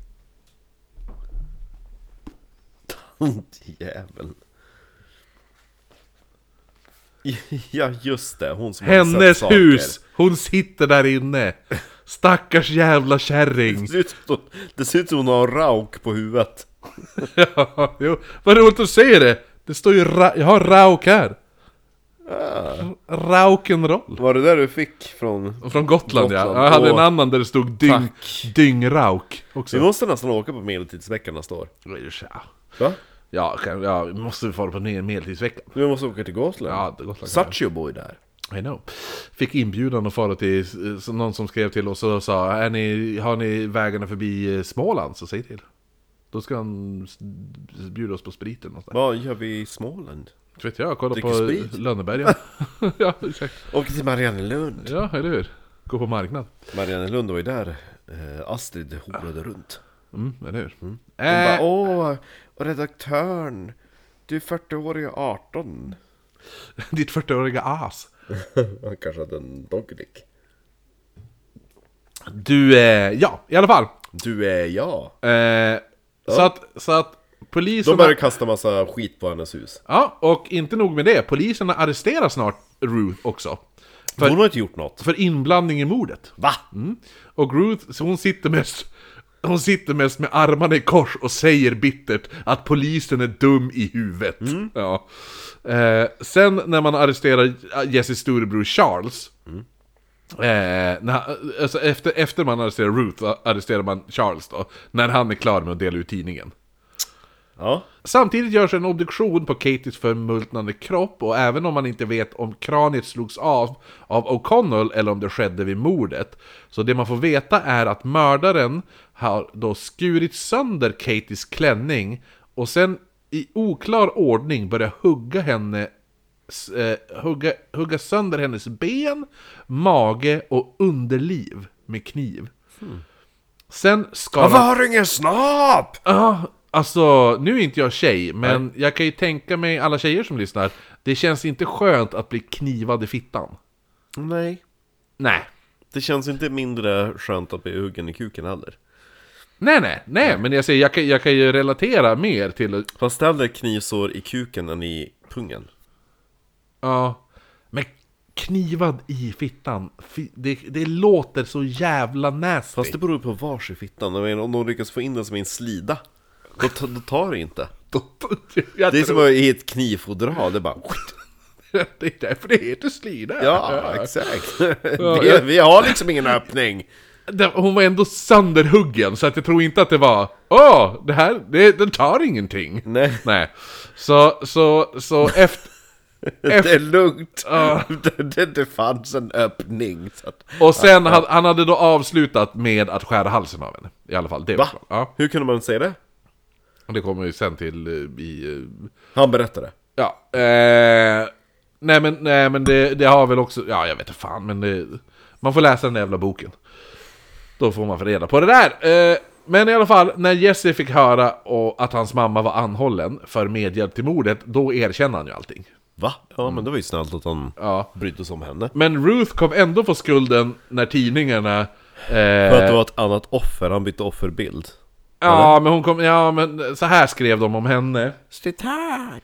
Jävel. Ja, just det. Hon som hennes hus. Hon sitter där inne. Stackars jävla kärring. Det ser ut som hon har rauk på huvudet. Ja, jo. Vad roligt att säga det. Det står ju jag har rauk här. Rock'n'roll. Var det där du fick från Gotland? Ja. Jag hade en annan där det stod dyngrauk också. Vi måste nästan åka på medeltidsveckan nästa år. Va? Ja, vi måste få på medeltidsveckan. Vi måste åka till Gotland. Ja, Gotland. Satchio boy där. I know. Fick inbjudan att fara till någon som skrev till oss och sa: har ni vägarna förbi Småland, så säg till. Då ska han bjuda oss på spriten någonstans. Vad gör vi i Småland? Vet jag, kolla på Lönneberga. Ja, exakt. Åker till Mariannelund. Ja, eller hur? Gå på marknad. Mariannelund var ju där Astrid horade runt. Eller hur? Hon bara, och redaktören, du är 40-årig 18. Ditt 40-åriga as. Han kanske hade en dogglick. Du ja, i alla fall. Du är ja. Så att poliserna... De börjar kasta massa skit på hennes hus. Ja, och inte nog med det. Poliserna arresterar snart Ruth också. Hon har inte gjort något. För inblandning i mordet. Va? Och Ruth, så hon sitter mest med armarna i kors och säger bittert att polisen är dum i huvudet. Ja. Sen när man arresterar Jesses storebror Charles, alltså efter man arresterar Ruth, arresterar man Charles då, när han är klar med att dela ut tidningen. Ja. Samtidigt görs en obduktion på Katies förmultnande kropp, och även om man inte vet om kraniet slogs av O'Connell eller om det skedde vid mordet, så det man får veta är att mördaren har då skurit sönder Katies klänning och sen i oklar ordning börjar hugga sönder hennes ben, mage och underliv med kniv. Sen ska Varför har du ingen snap? Alltså, nu är inte jag tjej, men jag kan ju tänka mig alla tjejer som lyssnar. Det känns inte skönt att bli knivad i fittan. Nej. Det känns inte mindre skönt att bli huggen i kuken heller. Nej, men jag säger, jag kan ju relatera mer till... Fast hellre knivsår i kuken än i pungen. Ja, men knivad i fittan, det låter så jävla nasty. Fast det beror på vars i fittan. Om de lyckas få in den som en slida, då tar det inte. Det är som att i ett knivfodral, det är bara... Det är därför det heter slida. Ja, exakt. Vi har liksom ingen öppning. Hon var ändå sönderhuggen, så att jag tror inte att det var den tar ingenting. Nej. Så efter det är lugnt. Det fanns en öppning så att... Och sen han hade då avslutat med att skära halsen av henne. I alla fall, det. Va? Ja. Hur kunde man säga det? Det kommer ju sen till Han berättade. Ja. Nej men det har väl också... Ja, jag vet inte fan, men man får läsa den där jävla boken. Då får man få reda på det där. Men i alla fall, när Jesse fick höra att hans mamma var anhållen för medhjälp till mordet, då erkände han ju allting. Va? Ja, men det var ju snällt att han brydde sig om henne. Men Ruth kom ändå få skulden när tidningarna... För att det var ett annat offer, han bytte offerbild. Ja, eller? Men hon kom... Ja, men så här skrev de om henne. Citat!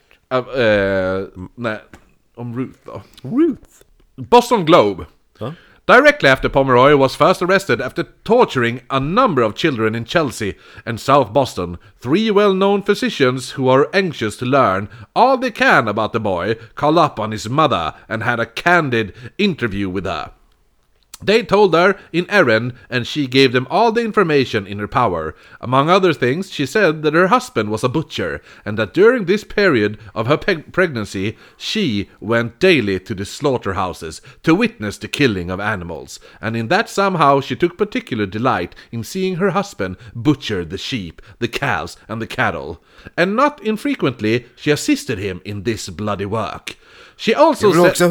Nej, om Ruth då. Boston Globe. Directly after Pomeroy was first arrested after torturing a number of children in Chelsea and South Boston, 3 well-known physicians who are anxious to learn all they can about the boy called up on his mother and had a candid interview with her. They told her in errand, and she gave them all the information in her power. Among other things, she said that her husband was a butcher, and that during this period of her pregnancy, she went daily to the slaughterhouses to witness the killing of animals, and in that somehow she took particular delight in seeing her husband butcher the sheep, the calves, and the cattle. And not infrequently, she assisted him in this bloody work. She also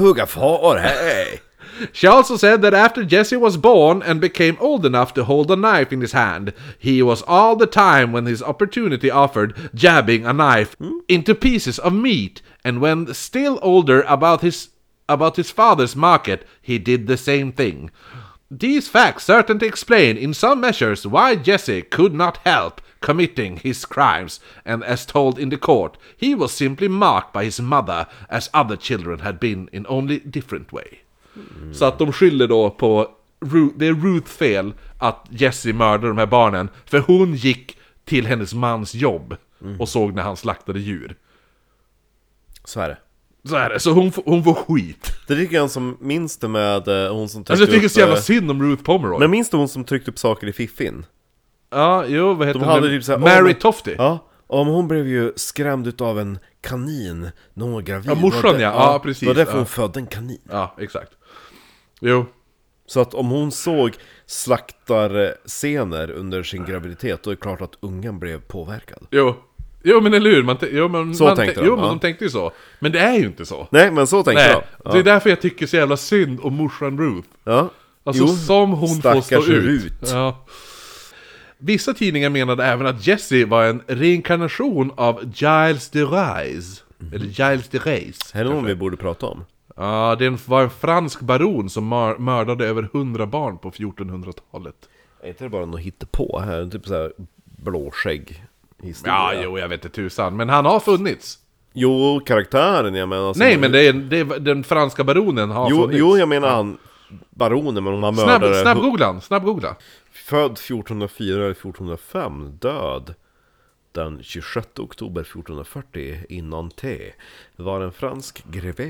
She also said that after Jesse was born and became old enough to hold a knife in his hand, he was all the time when his opportunity offered jabbing a knife into pieces of meat, and when still older about his father's market, he did the same thing. These facts certainly explain in some measures why Jesse could not help committing his crimes, and as told in the court, he was simply marked by his mother as other children had been in only different way. Så att de skyller då på det är Ruth fel att Jessie mördade de här barnen, för hon gick till hennes mans jobb och såg när han slaktade djur. Så är det. Så hon får skit. Det är lite grann som, minns det med hon som tryckte alltså jag tycker så jävla synd om Ruth Pomeroy. Men minns du hon som tryckte upp saker i Fiffin? Ja, jo, vad heter de hade typ såhär, Mary Tofty. Ja, och hon blev ju skrämd utav en kanin när hon var gravid. Ja, morsan ja, precis. Det var därför hon födde en kanin. Ja, exakt. Jo. Så att om hon såg slaktarscener under sin graviditet, då är det klart att ungen blev påverkad. Jo, men eller hur? Men de tänkte ju så. Men det är ju inte så. Nej, men så tänkte jag. Ja. Det är därför jag tycker så jävla synd om morsan Ruth. Ja. Alltså som hon får stå ut. Ja. Vissa tidningar menade även att Jessie var en reinkarnation av Giles de Rais. Eller Giles de Rais. Är det någon vi borde prata om? Ja, det var en fransk baron som mördade över 100 barn på 1400-talet. Är inte det bara något hittepå här? Typ såhär blåskägg historia. Ja, jo, jag vet inte tusan. Men han har funnits. Jo, karaktären, jag menar. Nej, men det är den franska baronen har funnits. Jo, jag menar han baronen, men man mördare. Snabbgoogla. Född 1404 eller 1405, död den 26 oktober 1440 i Nantes. Var en fransk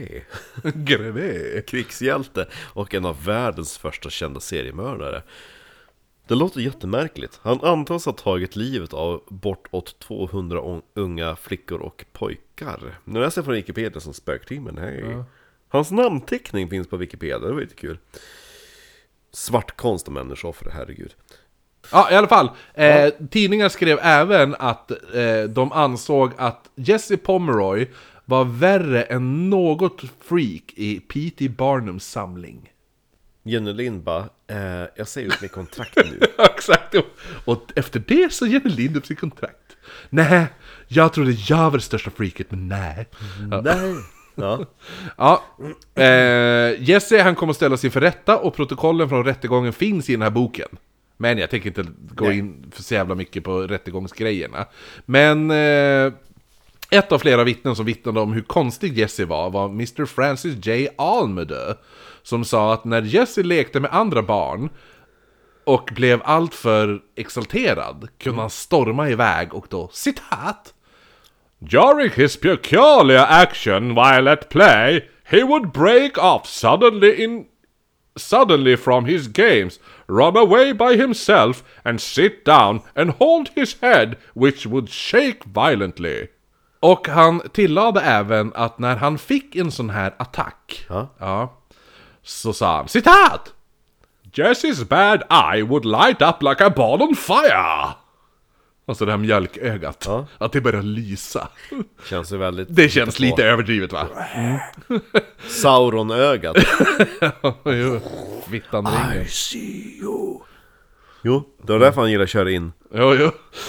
grevé, krigshjälte och en av världens första kända seriemördare. Det låter jättemärkligt. Han antas ha tagit livet av bortåt 200 unga flickor och pojkar. Nu läser jag från Wikipedia som spöktimmen. Hej. Ja. Hans namnteckning finns på Wikipedia, det var lite kul. Svartkonst och människooffer, herregud. Ja, i alla fall. Tidningar skrev även att de ansåg att Jesse Pomeroy var värre än något freak i P.T. Barnums samling. Jenny Lind bara, jag säger ut mitt kontrakt nu. Exakt, och efter det så Jenny Lind upp sitt kontrakt. Nej, jag trodde jag var det största freaket, men nej. Nej. Ja. Ja. Jesse, han kommer att ställas inför rätta, och protokollen från rättegången finns i den här boken. Men jag tänker inte gå in för så jävla mycket på rättegångsgrejerna. Men ett av flera vittnen som vittnade om hur konstig Jesse var Mr. Francis J. Almeda, som sa att när Jesse lekte med andra barn och blev alltför exalterad kunde han storma iväg och då, citat, "During his peculiar action while at play, he would break off suddenly from his games, run away by himself and sit down and hold his head, which would shake violently." Och han tillade även att när han fick en sån här attack, så sa han, citat, "Jesse's bad eye would light up like a ball on fire." Alltså det här mjölkögat, att det börjar lysa. Känns ju väldigt... Det känns lite överdrivet, va? Sauron-ögat. Jo, vittan ringer. I see you. Jo, det var därför han gillar att köra in. Jo.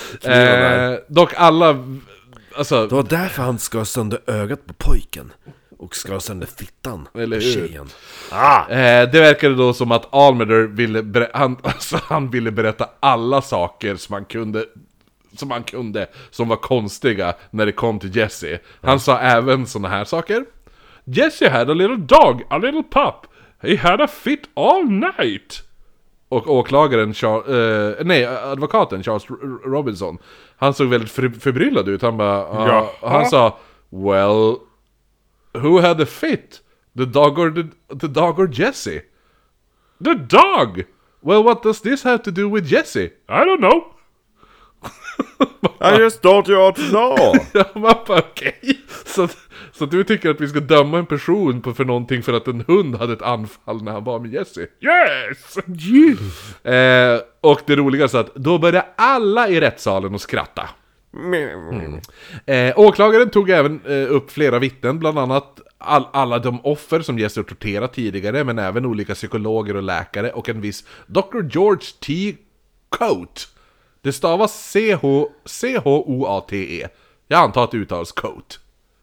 Dock alla... Alltså... Det var därför han ska sönder ögat på pojken. Och ska sönder fittan på tjejen. Det verkade då som att Almeder ville han ville berätta alla saker som han kunde som var konstiga när det kom till Jesse. Han sa även såna här saker. "Jesse had a little dog, a little pup. He had a fit all night." Och åklagaren advokaten Charles Robinson, han såg väldigt förbryllad ut. Han bara han sa, "Well, who had the fit? The dog or Jesse?" "The dog!" "Well, what does this have to do with Jesse?" "I don't know." I just thought you ought to know. Man bara, okej. Så du tycker att vi ska döma en person för någonting för att en hund hade ett anfall när han var med Jesse? Yes! Och det roliga är att då började alla i rättssalen att skratta. Åklagaren tog även upp flera vittnen, bland annat alla de offer som Jesse torterat tidigare, men även olika psykologer och läkare och en viss Dr. George T. Coate. Det stavas C-H-O-A-T-E. Jag antar att det uttalas Coate.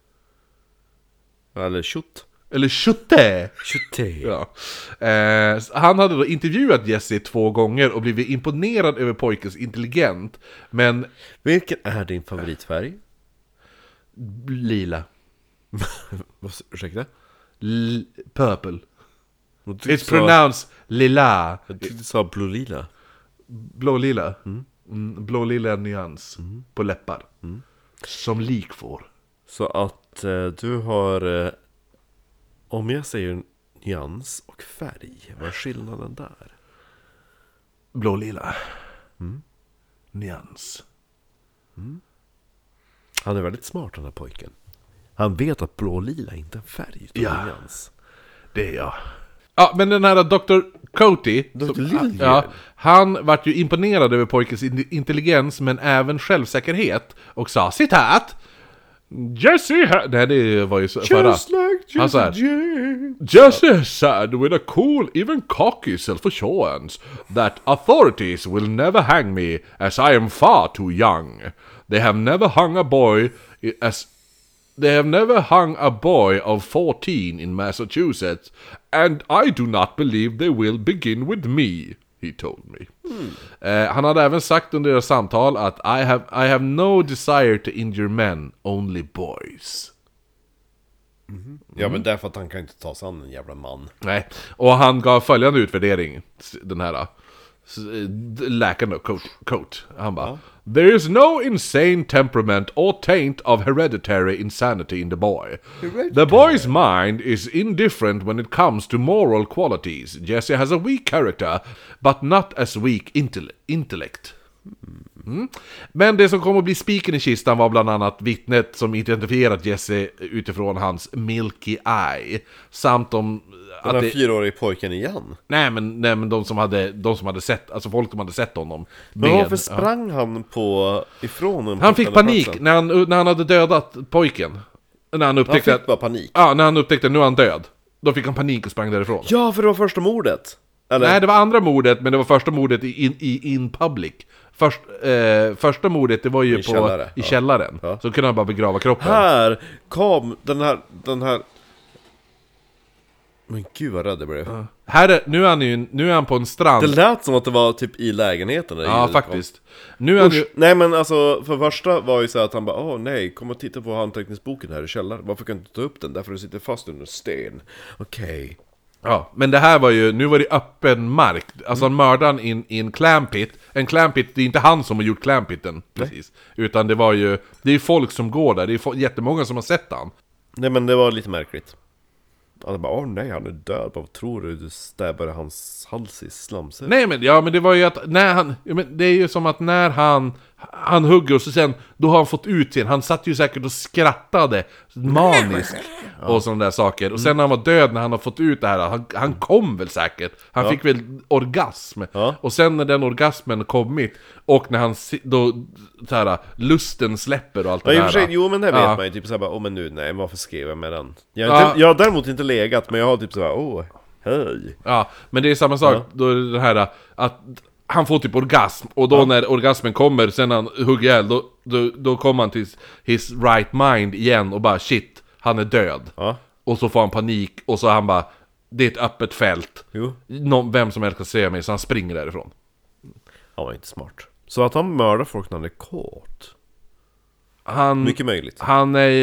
Eller Schutt. Eller Schutte. Ja. Han hade då intervjuat Jesse 2 gånger och blivit imponerad över pojkens intelligent. Men... Vilken är din favoritfärg? Lila. Ursäkta? Purple. It's pronounced lila. Jag tyckte du sa blå-lila. Blå-lila. Blå-lila nyans på läppar. Som likfår. Så att du har... om jag säger nyans och färg, vad är skillnaden där? Blå-lila. Nyans. Han är väldigt smart, den här pojken. Han vet att blå-lila inte är en färg utan nyans. Det är jag. Ja, men den här Dr. Coate, han var ju imponerad över pojkens intelligens men även självsäkerhet och sa, citat, "Jesse nej, det var ju förra. Han sa, "Jesse said with a cool, even cocky self-assurance that authorities will never hang me as I am far too young. They have never hung a boy of 14 in Massachusetts, and I do not believe they will begin with me," he told me. Han hade även sagt under deras samtal att I have no desire to injure men, only boys. Ja, men därför att han kan inte ta sig an en jävla man. Nej, och han gav följande utvärdering, den här läkaren då, coach. Han bara, there is no insane temperament or taint of hereditary insanity in the boy. The boy's mind is indifferent when it comes to moral qualities. Jesse has a weak character, but not as weak intellect. Men det som kommer att bli spiken i kistan var bland annat vittnet som identifierat Jesse utifrån hans milky eye. Samt om den här 4-åriga pojken igen. Nej men de som hade sett, alltså folk som hade sett honom. Men varför sprang han ifrån honom? Han fick panik när han hade dödat pojken. När han upptäckte han fick bara panik? Ja, när han upptäckte att nu är han död. Då fick han panik och sprang därifrån. Ja, för det var första mordet. Eller? Nej, det var andra mordet, men det var första mordet in public. Första mordet, det var ju i källaren. Ja. Så kunde han bara begrava kroppen. Här kom den här... Men gud vad rädd jag blev. Nu är han på en strand. Det lät som att det var typ i lägenheten. Ja, faktiskt. Nu är han ju... Nej, men alltså, för första var ju så att han bara, nej, kom och titta på anteckningsboken här i källaren. Varför kan du inte ta upp den? Därför du sitter fast under en sten. Okej. Ja, men det här var ju, nu var det öppen mark. Alltså mördaren i en clampit. En clampit, det är inte han som har gjort clampiten, precis. Utan det är ju folk som går där. Det är jättemånga som har sett han. Nej, men det var lite märkligt. Han bara, nej, han är död. Vad tror du stäbbade hans hals i slamset? Nej, men det var ju att det är ju som att när han hugger och så sen, då har han fått ut sin. Han satt ju säkert och skrattade maniskt och sådana där saker. Och sen när han var död, när han har fått ut det här, han kom väl säkert. Han fick väl orgasm. Och sen när den orgasmen kommit, och när han då så här, lusten släpper och allt det där. Jo, men det vet man ju typ såhär, men nu, nej, varför skrev jag med den? Jag har däremot inte legat, men jag har typ såhär, hej. Ja, men det är samma sak, då är det här att han får typ orgasm, och då när orgasmen kommer, sen han hugger ihjäl, då kommer han till his right mind igen och bara shit, han är död. Och så får han panik, och så han bara, det är ett öppet fält. Vem som helst kan se mig, så han springer därifrån. Han var inte smart. Så att han mördar folk när han är kåt. Mycket möjligt. Han är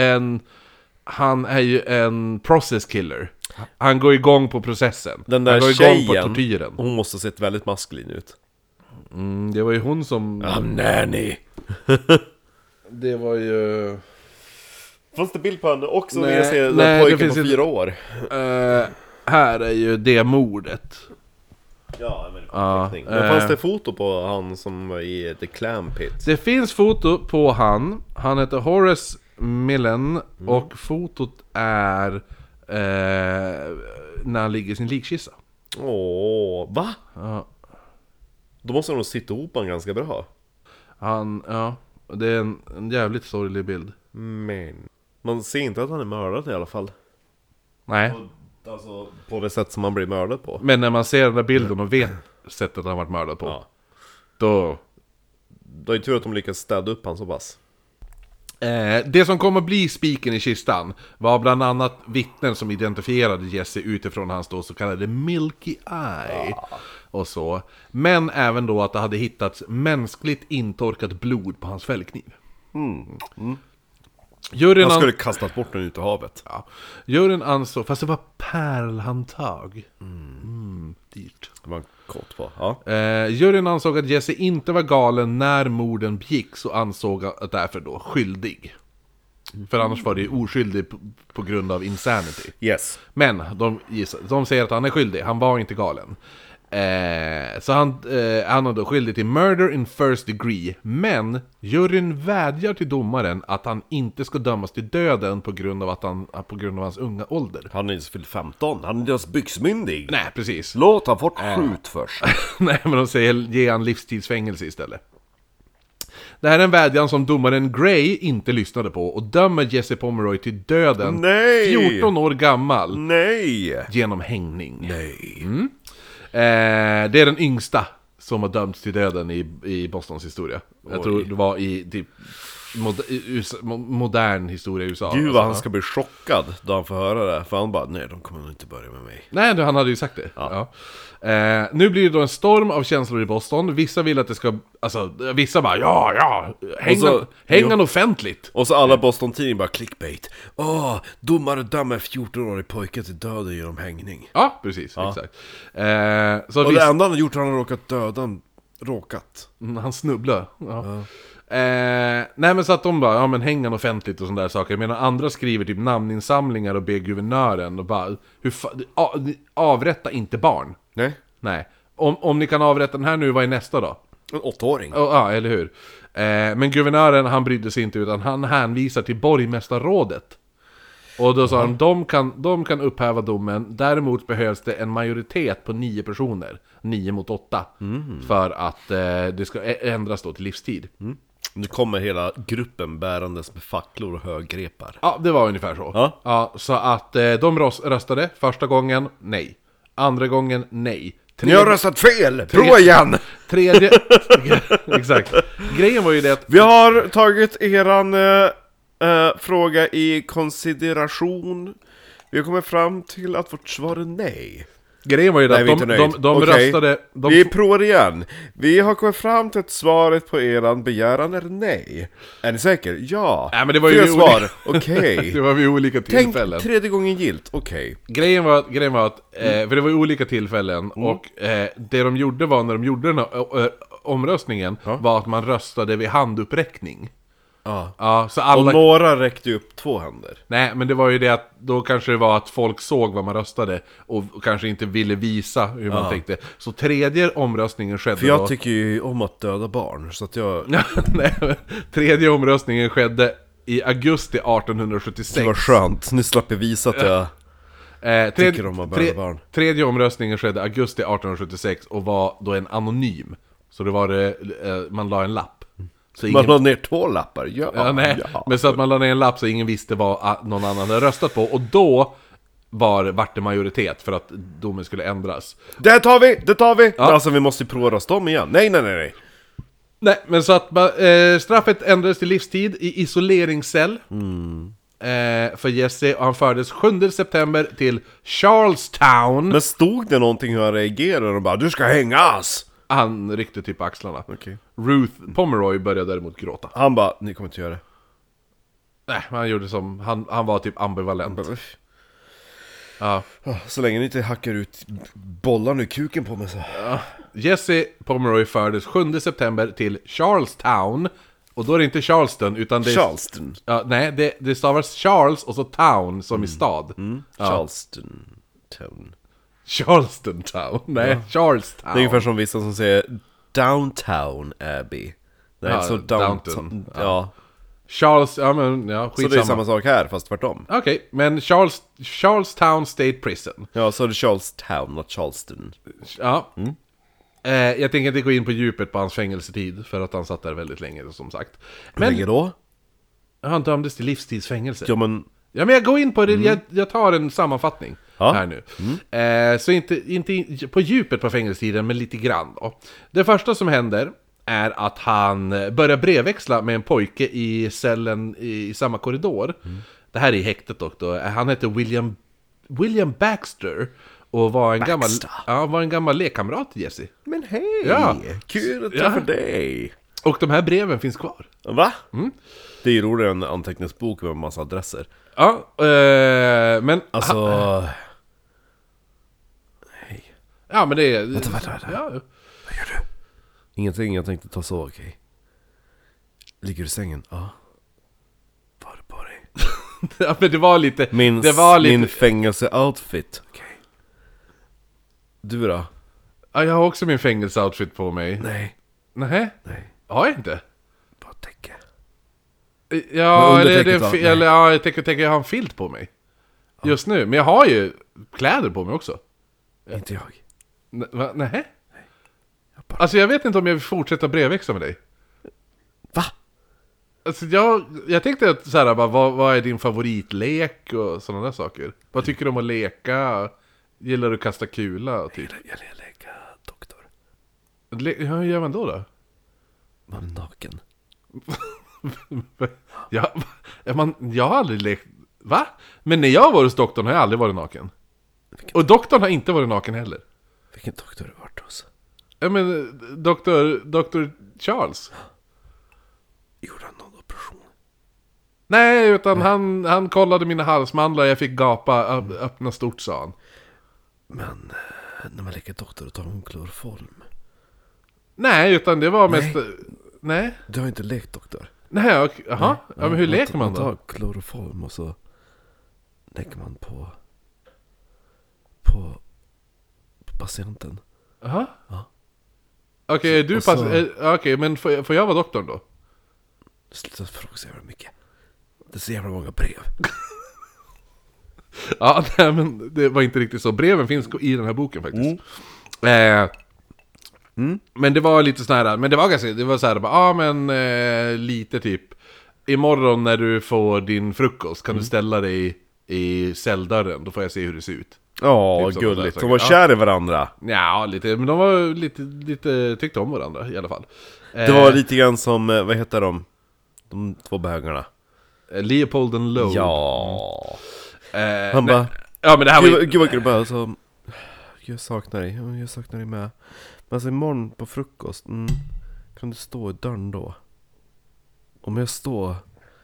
ju en process killer. Han går igång på processen. Den där han går tjejen, igång på tortyren. Hon måste ha sett väldigt maskulin ut. Det var ju hon som... nanny. Det var ju... Fanns det bild på henne också? Nej, jag ser den pojken på 4 år. Här är ju det mordet. Ja, men fanns det foto på han som var i The Clam Pit? Det finns foto på han. Han heter Horace Millen. Och fotot är när han ligger i sin likkista. Va? Ja. Då måste de sitta ihop han ganska bra. Det är en jävligt sorglig bild. Men man ser inte att han är mördad i alla fall. Nej. Alltså på det sätt som man blir mördad på. Men när man ser den där bilden och vet sättet han varit mördad på, då är det tur att de lyckas städa upp han så pass. Det som kommer bli spiken i kistan var bland annat vittnen som identifierade Jesse utifrån hans då så kallade milky eye och så. Men även då att det hade hittats mänskligt intorkat blod på hans fällkniv. Han skulle kastat bort den ut i havet. Juryn ansåg, fast det var pärlhandtag. Dyrt. Det var kort på. Juryn ansåg att Jesse inte var galen när morden begicks och ansåg att därför då skyldig. För annars var det oskyldig på grund av insanity. Yes. Men de säger att han är skyldig, han var inte galen. Så han är då skyldig till murder in first degree. Men juryn vädjar till domaren att han inte ska dömas till döden på grund av hans unga ålder. Han är inte fyllt 15, han är deras byxmyndig. Nej, precis. Låt han få skjut först. Nej, men de säger ge han livstidsfängelse istället. Det här är en vädjan som domaren Gray inte lyssnade på och dömer Jesse Pomeroy till döden. 14 år gammal. Genom hängning. Det är den yngsta som har dömts till döden i Bostons historia. Jag tror det var i typ modern historia i USA. Gud vad han ska bli chockad då han får höra det. För han bara, nej de kommer nog inte börja med mig. Nej, han hade ju sagt det. Ja. Nu blir det då en storm av känslor i Boston. Vissa vill att det ska, alltså vissa bara häng han offentligt. Och så alla Boston-tidningar bara clickbait. Domare dömer 14-årig pojke till döden genom hängning. Ja, precis, exakt. Så och det enda han har gjort, han har råkat döda. Han snubblar. Nej men så att de bara, men häng han offentligt och sådana där saker. Medan andra skriver typ namninsamlingar och ber guvernören och bara, avrätta inte barn. Nej. Om ni kan avrätta den här nu, vad är nästa då? En 8-åring. Ja, eller hur? Men guvernören, han brydde sig inte, utan han hänvisar till borgmästarrådet. Och då sa han, de kan upphäva domen. Däremot behövs det en majoritet på 9 personer, 9 mot 8, för att det ska ändras då till livstid. Nu kommer hela gruppen bärandes med facklor och högrepar. Ja, det var ungefär så. Ja, så att de röstade första gången, nej. Andra gången, nej. Ni har röstat fel! Prova igen! Tredje... Exakt. Grejen var ju det att... Vi har tagit eran fråga i konsideration. Vi har kommit fram till att vårt svar är nej. Grejen var ju det att de röstade... Vi provar igen. Vi har kommit fram till att svaret på eran begäran är nej. Är ni säker? Ja. Nej, men det var ju svar. Okej. Det var vid olika tillfällen. Tänk 3:e gången gilt. Okej. Grejen var att för det var ju olika tillfällen. Och det de gjorde var, när de gjorde den här omröstningen, var att man röstade vid handuppräckning. Ja, så alla... Och några räckte upp 2 händer. Nej, men det var ju det att då kanske det var att folk såg vad man röstade och kanske inte ville visa hur man tänkte. Så tredje omröstningen skedde. För jag tycker ju om att döda barn, så att jag... Nej, tredje omröstningen skedde i augusti 1876. Det var skönt, nu slapp jag visa att jag tycker om att döda barn. Tredje omröstningen skedde augusti 1876 och var då en anonym. Så det var man la en lapp. Så man la ner 2 lappar, ja. Men så att man la ner en lapp så ingen visste vad någon annan hade röstat på. Och då vart det majoritet för att domen skulle ändras. Det tar vi! Ja. Alltså vi måste prova rösta om igen. Nej. Nej, men så att straffet ändrades till livstid i isoleringscell för Jesse. Och han fördes 7 september till Charlestown. Men stod det någonting hur han reagerade och bara, du ska hängas! Han ryckte typ axlarna. Okay. Ruth Pomeroy började däremot gråta. Han bara, ni kommer inte göra det. Nej, han gjorde som, han var typ ambivalent. Ja. Så länge ni inte hackar ut bollar i kuken på mig så. Ja. Jesse Pomeroy fördes 7 september till Charlestown. Och då är det inte Charleston utan det är... Charleston? Ja, nej, det stavas Charles och så Town som i stad. Ja. Charleston Town. Nej, Charlestown. Det är ungefär som vissa som säger Downtown Abbey. Nej, så Downton. Ja. Charles, skitsamma. Så det är samma sak här, fast tvärtom. Okej, men Charlestown State Prison. Ja, så är det Charlestown, not Charleston. Ja. Jag tänker inte gå in på djupet på hans fängelsetid, för att han satt där väldigt länge, som sagt. Men länge då? Han dömdes till livstidsfängelse. Ja, men jag går in på det, jag tar en sammanfattning här nu. Så inte på djupet på fängelsetiden, men lite grann då. Det första som händer är att han börjar brevväxla med en pojke i cellen i samma korridor. Det här är i häktet då. Han heter William Baxter och var en gammal lekkamrat till Jesse. Men hej! Kul att träffa dig! Och de här breven finns kvar. Va? Det är ju roligare än en anteckningsbok med en massa adresser. Ja, men... Alltså... Nej. Ja, men det är... Vänta. Ja. Vad gör du? Ingenting, jag tänkte ta så, okej. Ligger du i sängen? Ja. Vad har du på dig? Ja, men det var lite... Min fängelse-outfit. Okej. Du då? Ja, jag har också min fängelse-outfit på mig. Nej. Nej. Har jag inte? Bara täcke. Ja, jag tänker jag har en filt på mig. Just nu, men jag har ju kläder på mig också. Inte jag. Nej. Alltså jag vet inte om jag vill fortsätta brevväxla med dig. Va? Alltså jag tänkte att så här, bara, vad är din favoritlek och sådana där saker? Vad tycker du om att leka? Gillar du att kasta kula? Typ? Jag gillar att leka doktor. Hur gör man då? Man är naken. Jag har aldrig lekt... Va? Men när jag var hos doktorn har jag aldrig varit naken. Och doktorn har inte varit naken heller. Vilken doktor har du varit hos? Ja men, Dr. Charles. Gjorde han någon operation? Nej, utan han kollade mina halsmandlar. Jag fick gapa, öppna stort, sa han. Men när man leker doktor, tar man kloroform. Nej, utan det var mest... Nej. Du har inte lekt doktor. Nej, jaha. Ja, men hur leker man då? Man tar kloroform och så lägger man på patienten. Jaha. Ja. Okej, du så... Okej, men får jag vara doktorn då? Sluta fråga så jävla mycket. Det är så jävla många brev. Ja, nej, men det var inte riktigt så. Breven finns i den här boken faktiskt. Men det var lite sådär. Men det var såhär, lite typ imorgon när du får din frukost kan du ställa dig i celldörren. Då får jag se hur det ser ut. Ja, typ gulligt. De var kär i varandra. Ja, lite. Men de var lite tyckte om varandra i alla fall. Det var lite grann som, vad heter de? De två bögarna. Leopold and Lowe. Ja. Han bara, ja, men det här gud vad kul, bara alltså, jag saknar dig med. Men alltså imorgon på frukost, kan du stå i dörren då? Om jag står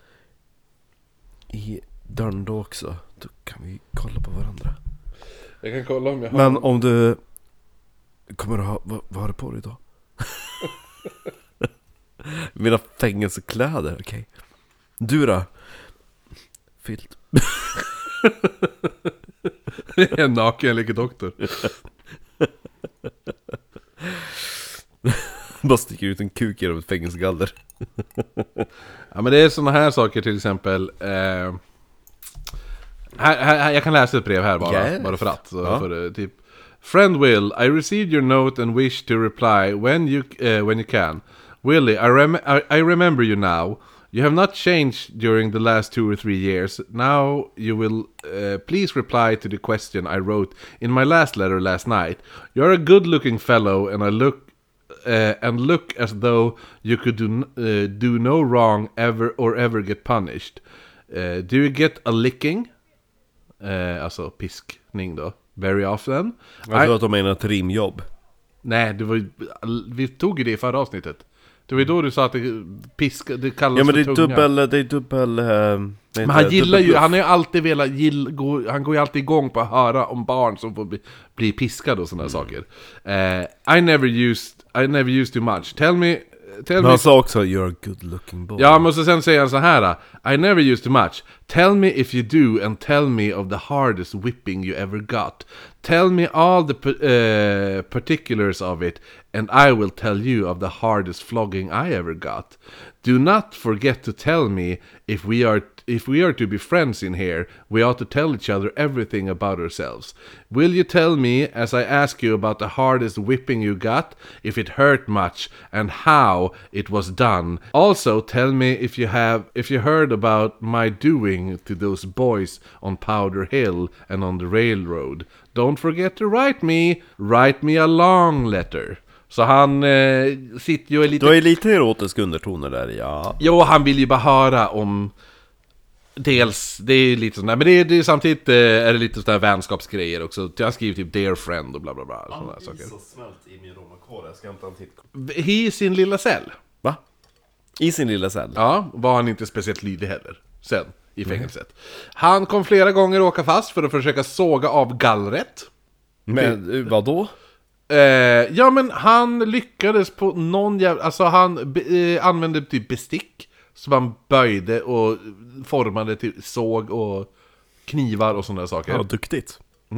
i dörren då också, då kan vi kolla på varandra. Jag kan kolla om jag har... Men om du kommer att ha, vad har du på dig då? Mina fängelsekläder, okej. Du då? Filt. Jag är naken, jag leker doktor. Bara sticker ut en kuk genom ett fängelsegaller. Ja, men det är såna här saker till exempel. Här, jag kan läsa ett brev här bara för att. Så, för, typ, Friend Will, I received your note and wish to reply when you can. Willie, I remember you now. You have not changed during the last 2 or 3 years. Now you will please reply to the question I wrote in my last letter last night. You are a good-looking fellow, and look as though you could do no wrong ever get punished. Do you get a licking? Alltså piskning då. Very often. Jag tror att de menar ett rimjobb. Nej, vi tog ju det i förra avsnittet. Det var ju då du sa att det kallas ja, men för tunga. Det är dubbel men han gillar ju, han har ju alltid velat han går ju alltid igång på att höra om barn som får bli piskade och sådana saker. I never used too much. Tell me. Men han sa också, you're a good looking boy. Ja, men så sen säger han så här: I never used too much. Tell me if you do, and tell me of the hardest whipping you ever got. Tell me all the particulars of it, and I will tell you of the hardest flogging I ever got. Do not forget to tell me if we are to be friends in here, we ought to tell each other everything about ourselves. Will you tell me, as I ask you about the hardest whipping you got, if it hurt much, and how it was done? Also, tell me if you heard about my doing to those boys on Powder Hill and on the railroad. Don't forget to write me a long letter. Så han sitter ju lite... Du har ju lite erotiska undertoner där, ja. Jo, han vill ju bara höra om... Dels, det är lite sådär, men det är samtidigt är det lite sådär vänskapsgrejer också. Jag skriver typ dear friend och bla bla bla. Sådana saker. Så smält i min romakåra, jag ska hämta en titt. I sin lilla cell. Va? I sin lilla cell? Ja, var han inte speciellt lydig heller. Sen, i fängelset. Han kom flera gånger åka fast för att försöka såga av gallret. Men vad då? Ja, men han lyckades på någon jävla... Alltså han använde typ bestick som han böjde och formade till såg och knivar och sådana saker. Ja, duktigt.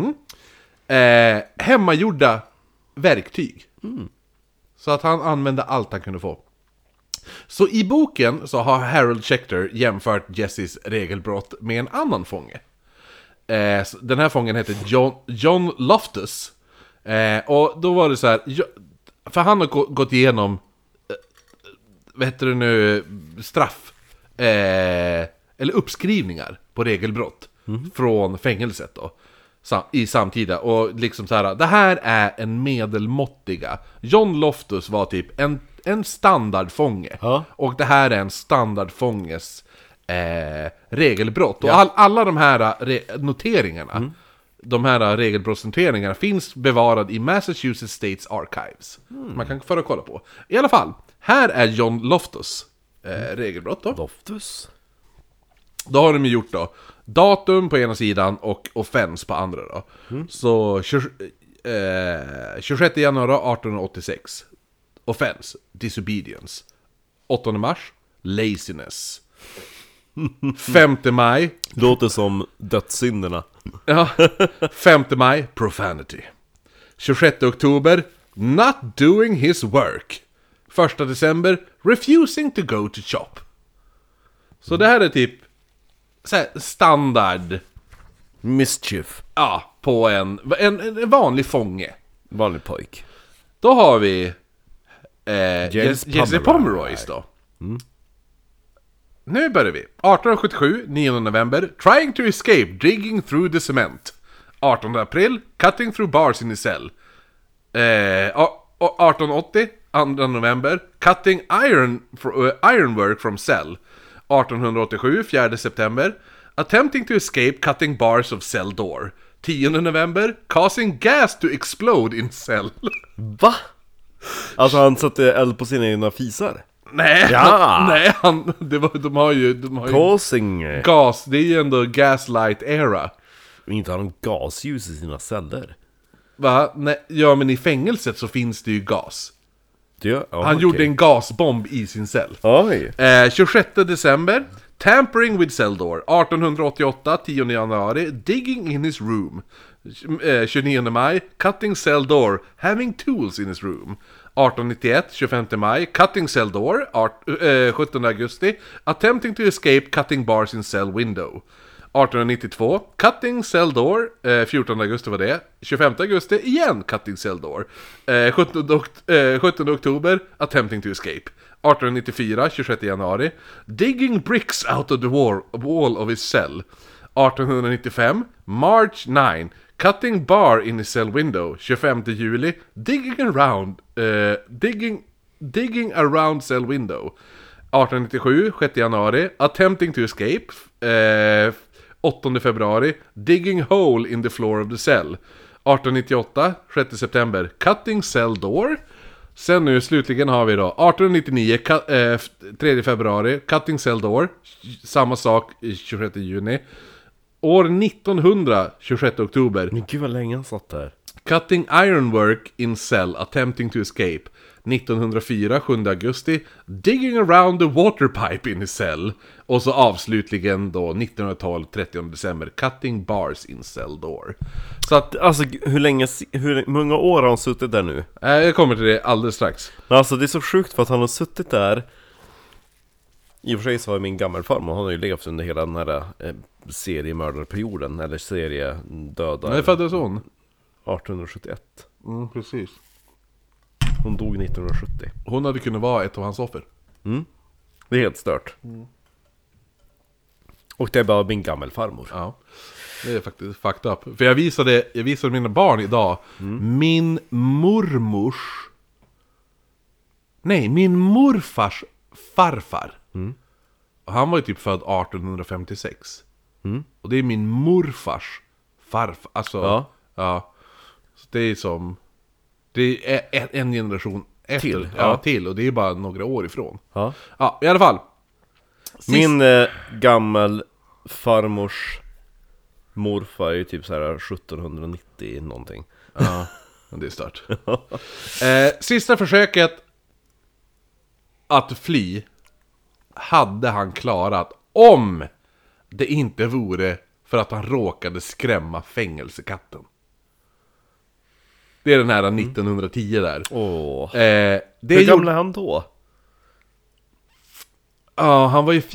Hemmagjorda verktyg. Så att han använde allt han kunde få. Så i boken så har Harold Schechter jämfört Jesses regelbrott med en annan fånge. Den här fången heter John Loftus. Och då var det så här, för han har gått igenom vad heter det nu, straff eller uppskrivningar på regelbrott från fängelset då i samtida, och liksom så här, det här är en medelmåttiga. John Loftus var typ en standardfånge. Ja. Och det här är en standardfånges regelbrott. Och alla de här noteringarna, de här regelbrottsnoteringarna finns bevarad i Massachusetts States Archives. Man kan föra och kolla på. I alla fall, här är John Loftus regelbrott då. Loftus? Då har de ju gjort då datum på ena sidan och offense på andra då. Så 26 januari 1886 offense, disobedience. 8 mars, laziness. 5 maj Låter som dödssynderna. ja, 5 maj, profanity. 26 oktober, not doing his work. 1 december, refusing to go to shop. Så det här är typ så här, standard Mischief. på en vanlig fånge. Vanlig pojk. Då har vi James Jesse Pomeroys då. Nu börjar vi. 1877, 9 november. Trying to escape, digging through the cement. 18 april, cutting through bars in his cell. 1880, 2 november. Cutting ironwork from cell. 1887, 4 september. Attempting to escape, cutting bars of cell door. 10 november. Causing gas to explode in cell. Va? Alltså han satte eld på sina egna fisar? Nej, Ja. nej, de har ju Causing. gas, det är ju ändå gaslight era. Inte har de gasljus i sina celler. Va? Nej, ja, men i fängelset så finns det ju gas. Han gjorde en gasbomb i sin cell. Oj. 26 december, tampering with cell door. 1888, 10 januari, digging in his room. 29 maj, cutting cell door, having tools in his room. 1891, 25 maj, cutting cell door. 17 augusti, attempting to escape, cutting bars in cell window. 1892, cutting cell door. 14 augusti var det. 25 augusti, igen cutting cell door. 17 oktober, attempting to escape. 1894, 26 januari, digging bricks out of the wall of his cell. 1895, March 9, cutting bar in his cell window. 25 juli, digging around cell window. 1897, 6 januari, attempting to escape. 8 februari, digging hole in the floor of the cell. 1898, 6 september, cutting cell door. Sen nu slutligen har vi då 1899, 3 februari, cutting cell door. Samma sak i 26 juni. År 1900, 26 oktober. Men gud vad länge han satt där. Cutting ironwork in cell, attempting to escape. 1904, 7 augusti, digging around the water pipe in his cell. Och så avslutligen då 1912, 30 december, cutting bars in cell door. Så att, Alltså hur många år har han suttit där nu? jag kommer till det alldeles strax. Men alltså det är så sjukt för att han har suttit där. I och för sig så har min gammelfarmor, han har ju levt under hela den här seriemördarperioden. Eller seriedödar. När föddes hon? 1871. Precis. Hon dog 1970. Hon hade kunnat vara ett av hans offer. Det är helt stört. Och det är bara min gammelfarmor. Ja, det är faktiskt fucked up. För jag visade mina barn idag min morfars farfar. Och han var ju typ född 1856. Och det är min morfars farfar. Alltså, ja. Så det är som... Det är en generation efter. Till, till. Och det är bara några år ifrån. Ja. Ja, i alla fall. Min gammelfarmors morfar är ju typ så här 1790 någonting. Ja, det är stört. Sista försöket att fly hade han klarat om det inte vore för att han råkade skrämma fängelsekatten. Det är den här 1910 där. Hur gammal är han då? Ja, han var ju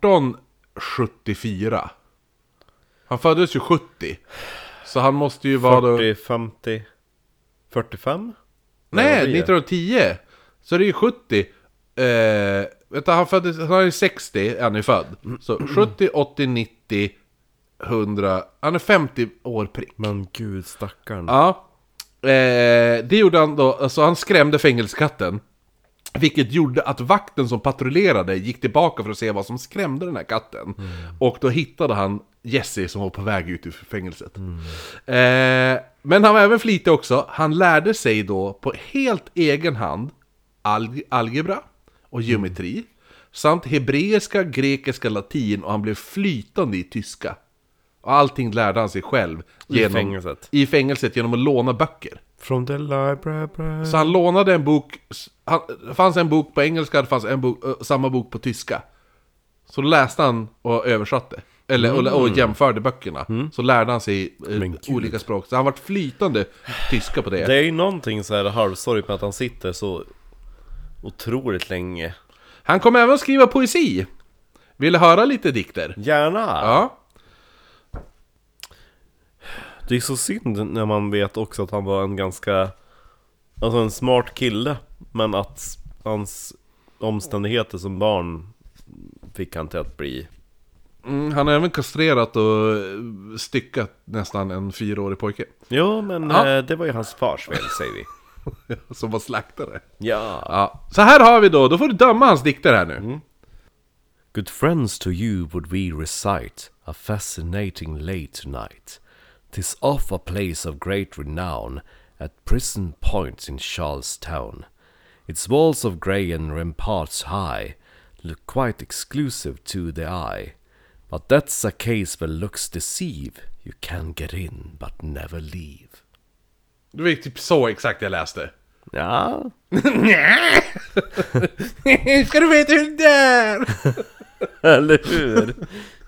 1474. Han föddes ju 70. Så han måste ju vara 40, 50, 45? Nej, 1910. Så det är ju 70. Han är 60, han är född. Så 70, 80, 90, 100. Han är 50 år prick. Men gud, stackarn. Ja. Det gjorde han då. Alltså han skrämde fängelsekatten. Vilket gjorde att vakten som patrullerade gick tillbaka för att se vad som skrämde den här katten. Och då hittade han Jesse som var på väg ut ur fängelset. Men han var även flitig också. Han lärde sig då på helt egen hand algebra och geometri. Samt hebreiska, grekiska, latin, och han blev flytande i tyska. Och allting lärde han sig själv i fängelset genom att låna böcker. From the library. Så han lånade en bok. Det fanns en bok på engelska, det fanns samma bok på tyska. Så då läste han och översatte. Och jämförde böckerna. Så lärde han sig olika språk. Så han var flytande tyska på det. Det är ju någonting så här halvsorgligt med att han sitter så otroligt länge. Han kom även skriva poesi. Vill du höra lite dikter? Gärna. Ja. Det är så synd när man vet också att han var en ganska... Alltså en smart kille. Men att hans omständigheter som barn fick han till att bli... Han har även kastrerat och styckat nästan en 4-årig pojke. Jo, men det var ju hans fars fel, säger vi. Som var slaktare. Ja. Så här har vi då får du döma hans dikter här nu. Good friends to you would we recite a fascinating lay tonight. 'Tis off a place of great renown at Prison Point in Charlestown. Its walls of grey and ramparts high look quite exclusive to the eye. But that's a case where looks deceive. You can get in but never leave. Det var typ så exakt jag läste. Ja. Ska du veta hur det är? Eller hur?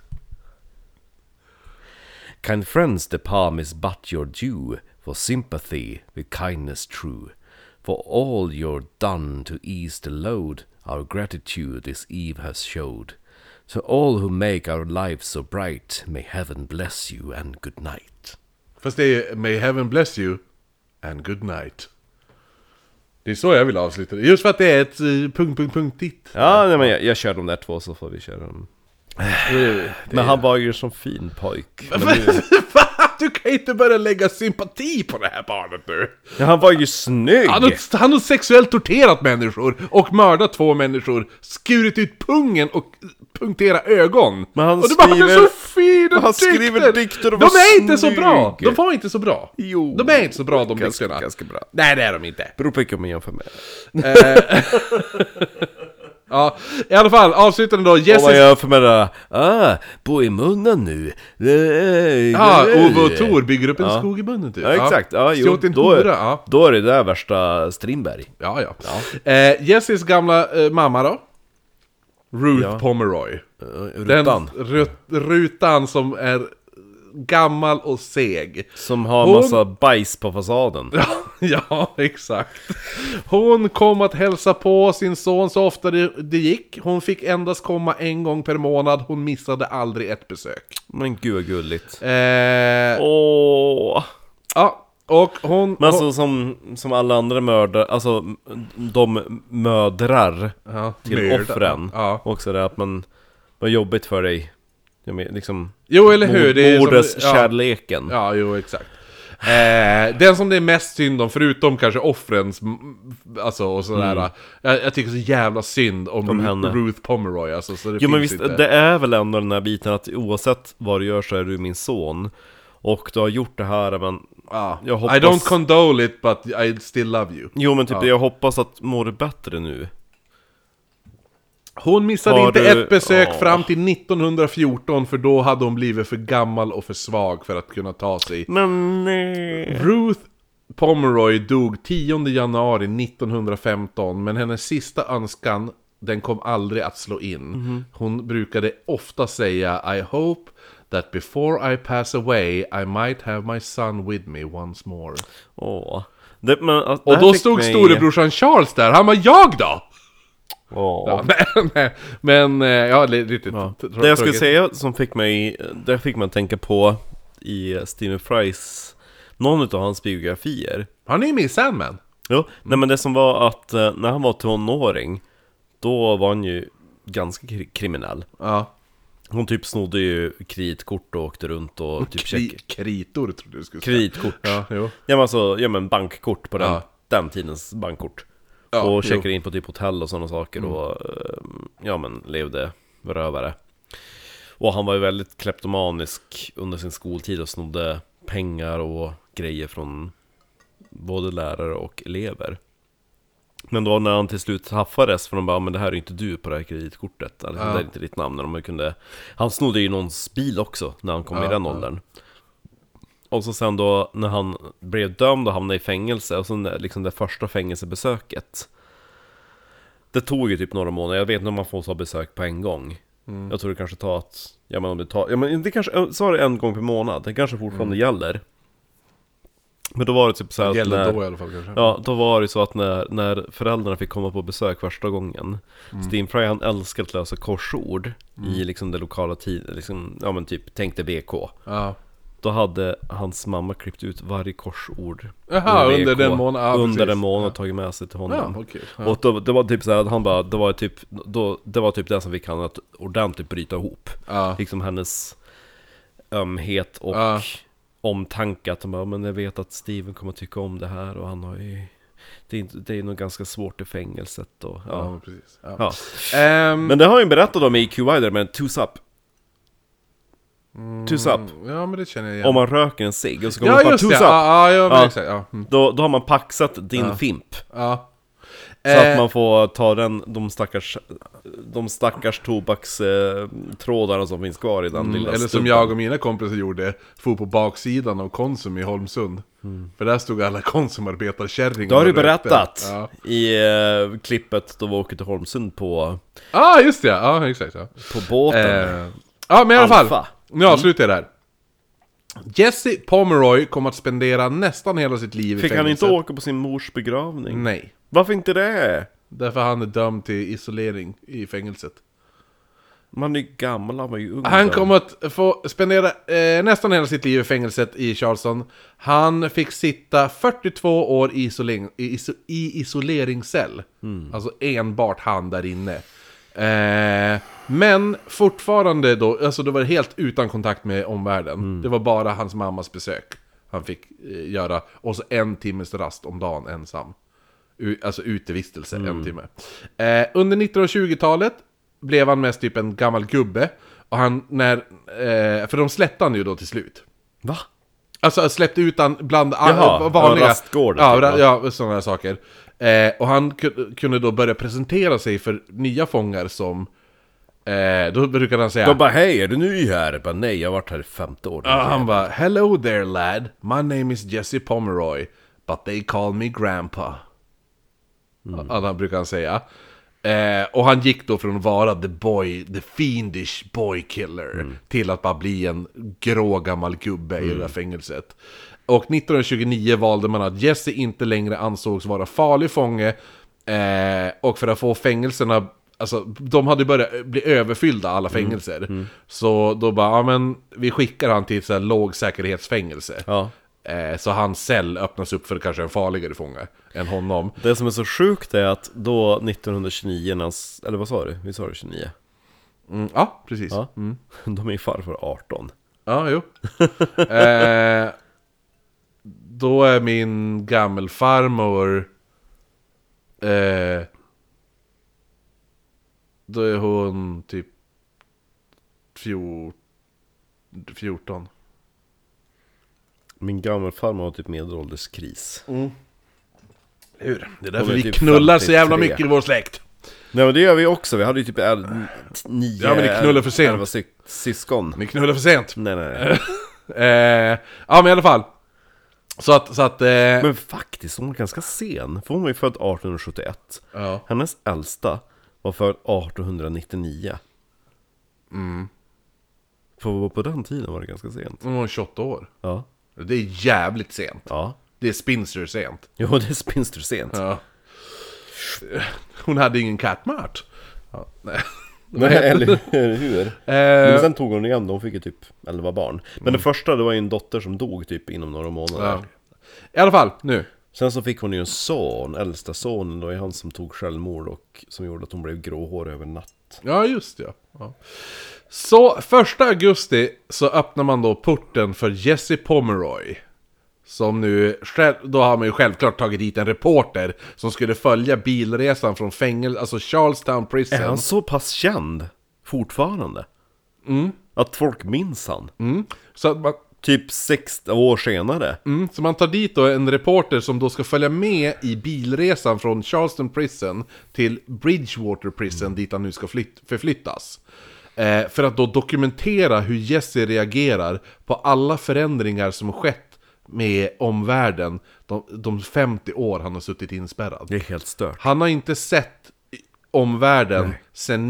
Kind friends, the palm is but your due, for sympathy with kindness true. For all you're done to ease the load, our gratitude this eve has showed. So all who make our lives so bright, may heaven bless you and good night. Fast det är may heaven bless you and good night. Det är så jag vill avsluta det. Just för att det är ett punkt. Ja, nej, men jag kör de där två så får vi köra dem. Men han var ju som fin pojk. Du kan inte börja lägga sympati på det här barnet nu. Ja, han var ju snygg. Han har sexuellt torterat människor och mördat 2 människor, skurit ut pungen och punktera ögon. Men han och han är så fin. Han skriver dikter och de är inte så bra. De var inte så bra. Jo, de är inte så bra, de dikterna. Ganska bra. Nej, det är de inte. Beror på vilka man jämför med. Ja, i alla fall, avslutande då. Och vad gör för med det? Bo i munnen nu. Ove och Tor bygger upp en skog i munnen typ. Ja, exakt. Ja, jo, då är det där värsta Strindberg. Ja. Jesses gamla mamma då? Ruth Pomeroy. Rutan. Rutan som är gammal och seg. Som har massa bajs på fasaden. Ja, exakt. Hon kom att hälsa på sin son så ofta det gick. Hon fick endast komma en gång per månad. Hon missade aldrig ett besök. Men gud vad gulligt. Ja, och hon... Men alltså som alla andra mördare, alltså de mödrar till offren. Ja. Också det att man var jobbigt för dig. Liksom, jo, eller hur? Det är mordets kärleken. Ja, jo, exakt. Den som det är mest synd om, förutom kanske offrens, alltså och sådär. Jag tycker så jävla synd om Ruth Pomeroy, alltså, så det men visst, inte. Det är väl ändå den här biten att oavsett vad du gör så är du min son. Och du har gjort det här, men jag hoppas... I don't condole it, but I still love you. Jo, men typ jag hoppas att mår du bättre nu. Hon missade inte ett besök fram till 1914, för då hade hon blivit för gammal och för svag för att kunna ta sig. Men nej. Ruth Pomeroy dog 10 januari 1915, men hennes sista önskan, den kom aldrig att slå in. Hon brukade ofta säga, I hope that before I pass away I might have my son with me once more. Och då stod storebrorsan Charles där. Han var jag då? Ja, men lite det jag skulle säga som fick mig att tänka på i Stephen Frys, någon av hans biografier. Han är ju med i Sandman. Jo, nej, men det som var att när han var tonåring, då var han ju ganska kriminell. Ja. Hon typ snodde ju kreditkort och åkte runt och typ kritor trodde du skulle säga. Kreditkort. Ja, jo. Ja, men alltså, bankkort på den tidens bankkort. och checkade in på typ hotell och sådana saker och ja men levde rövare. Och han var ju väldigt kleptomanisk under sin skoltid och snodde pengar och grejer från både lärare och elever. Men då när han till slut haffades, för de bara, men det här är inte du på det här kreditkortet, eller det är inte ditt namn. Han snodde ju någons bil också när han kom i den åldern. Och så sen då när han blev dömd och hamnade i fängelse, och så liksom det första fängelsebesöket, det tog ju typ några månader. Jag vet inte om man får ta besök på en gång. Jag tror det kanske tar att, det kanske, så var det en gång per månad. Det kanske fortfarande gäller. Men då var det typ så här att då i alla fall kanske. Ja, då var det så att när föräldrarna fick komma på besök första gången, Stephen Fry, han älskade att läsa korsord i liksom det lokala liksom, ja men typ, tänkte VK. Ja. Då hade hans mamma klippt ut varje korsord. Under den månaden. Ja, under en månad tagit med sig till honom. Ja, okay. Ja. Och då, det var typ så här att han bara, det var typ det som fick han att ordentligt bryta ihop. Ja. Liksom hennes ömhet och omtanke att han bara, men jag vet att Steven kommer att tycka om det här, och han har ju, det är nog ganska svårt i fängelset och, precis. Ja. Men det har han ju berättat om i EQ Wider, men Twos Up. Twos Up. Ja, men det känner jag igen. Om man röker en cigg och så kommer man bara Twos Up. Exakt. Ja. Då har man paxat din fimp. Ja. Så att man får ta de stackars tobakstrådarna som finns kvar i den lilla eller som jag och mina kompisar gjorde, for på baksidan av Konsum i Holmsund. För där stod alla konsumarbetarkärringar. Det har du berättat i klippet då vi åker till Holmsund på... just det, ja exakt. Ja. På båten. Ja, men i alla fall, nu avslutar jag det här. Jesse Pomeroy kommer att spendera nästan hela sitt liv i fängelse. Fick han inte åka på sin mors begravning? Nej. Varför inte det? Därför han är dömd till isolering i fängelset. Man är gammal, han var ju ung. Han kommer att få spendera nästan hela sitt liv i fängelset i Charleston. Han fick sitta 42 år i isoleringscell. Alltså enbart han där inne. Men fortfarande då, alltså då var det helt utan kontakt med omvärlden. Det var bara hans mammas besök han fick göra. Och så 1 timmes rast om dagen ensam. Alltså utevistelse, 1 timme. Under 1920-talet blev han mest typ en gammal gubbe. Och han, för de släppte han ju då till slut. Va? Alltså släppte ut han bland vanliga rastgård. Ja, sådana här saker. Och han kunde då börja presentera sig för nya fångar som... då brukade han säga... De bara, hej, är du ny här? Jag bara, nej, jag har varit här i 50 år. Han bara, hello there lad, my name is Jesse Pomeroy, but they call me grandpa. Han brukar han säga. Och han gick då från att vara the fiendish boy killer till att bara bli en grå gammal gubbe i det där fängelset. Och 1929 valde man att Jesse inte längre ansågs vara farlig fånge. Och för att få fängelserna, alltså de hade börjat bli överfyllda alla fängelser. Så då bara, men vi skickar han till ett så här lågsäkerhetsfängelse. Ja. Så hans cell öppnas upp för kanske en farligare fånge än honom. Det som är så sjukt är att då 1929, eller vad sa du? Vi sa det 29. Ja, precis. Ja. De är ju farfar 18. Ja, jo. Då är min gammelfarmor då är hon typ 14. Min gammelfarmor har typ medelålderskris. Hur? Det är därför är vi typ knullar 53. så jävla mycket i vår släkt. Nej, men det gör vi också. Vi hade ju typ 9 Ja, men ni knullar för sent. syskon. Ni knullar för sent. Nej. Ja, men i alla fall. Så att Men faktiskt, hon var ganska sen. För hon var ju född 1871. Ja. Hennes äldsta var född 1899. För på den tiden var det ganska sent. hon var 28 år. Ja. Det är jävligt sent. Ja. Det är spinster sent. Jo, det är spinster sent. Ja. Hon hade ingen kattmat. Ja, nej. Nej, eller hur? Men sen tog hon igen, de fick ju typ 11 barn. Men det första, det var ju en dotter som dog typ inom några månader. Ja. I alla fall, nu. Sen så fick hon ju en son, äldsta sonen då, är han som tog självmord och som gjorde att hon blev gråhårig över natt. Ja, just det. Ja. Så 1 augusti så öppnar man då porten för Jesse Pomeroy, Som nu, då har man ju självklart tagit dit en reporter som skulle följa bilresan från fängelse, alltså Charlestown Prison. Är han så pass känd fortfarande? Att folk minns han? Så att man, Typ 6 år senare. så man tar dit då en reporter som då ska följa med i bilresan från Charleston Prison till Bridgewater Prison, dit han nu ska förflyttas. För att då dokumentera hur Jesse reagerar på alla förändringar som skett med omvärlden de 50 år han har suttit inspärrad. Det är helt stört. Han har inte sett omvärlden sedan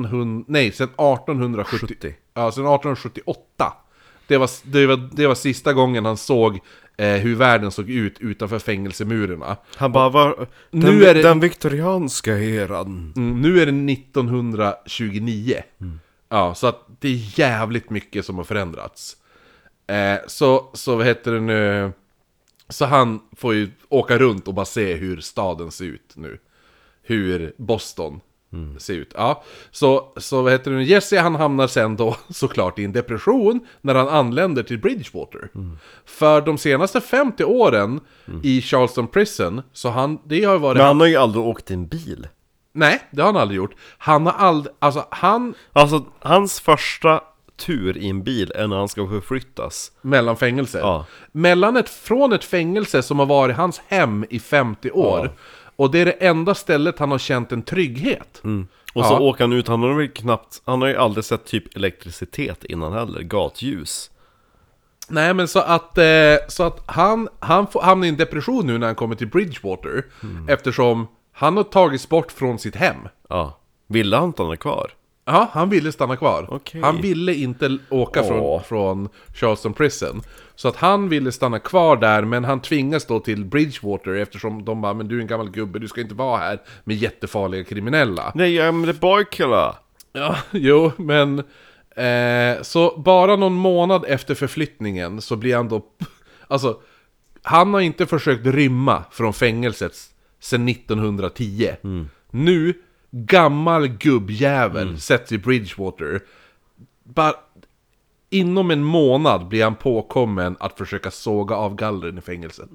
1870. Ja, sedan 1878. Det var sista gången han såg hur världen såg ut utanför fängelsemurerna. Han bara den viktorianska eran. Nu är det 1929. Ja, så att det är jävligt mycket som har förändrats. Så vad heter det nu? Så han får ju åka runt och bara se hur staden ser ut nu. Hur Boston ser ut. Ja, så vad heter det nu? Jesse, han hamnar sen då såklart i en depression när han anländer till Bridgewater. För de senaste 50 åren i Charleston Prison, så det har varit... Men han har ju aldrig åkt i en bil. Nej, det har han aldrig gjort. Han har aldrig... Alltså, hans första tur i en bil är när han ska förflyttas mellan fängelser. Ja. Från ett fängelse som har varit hans hem i 50 år. Ja. Och det är det enda stället han har känt en trygghet. Och så åker han ut, han har ju aldrig sett typ elektricitet innan heller, gatljus. Nej, men så att han hamnar i en depression nu när han kommer till Bridgewater. Eftersom han har tagits bort från sitt hem. Ja. Ville han stanna kvar? Ja, han ville stanna kvar. Okej. Han ville inte åka från Charleston Prison. Så att han ville stanna kvar där, men han tvingas då till Bridgewater eftersom de bara, men du är en gammal gubbe, du ska inte vara här med jättefarliga kriminella. Nej, jag är the boy killer. Ja, jo, men... så bara någon månad efter förflyttningen så blir han då... Alltså, han har inte försökt rymma från fängelset sedan 1910. Nu, gammal gubbjävel sätts i Bridgewater. Bara inom en månad blir han påkommen att försöka såga av gallren i fängelset.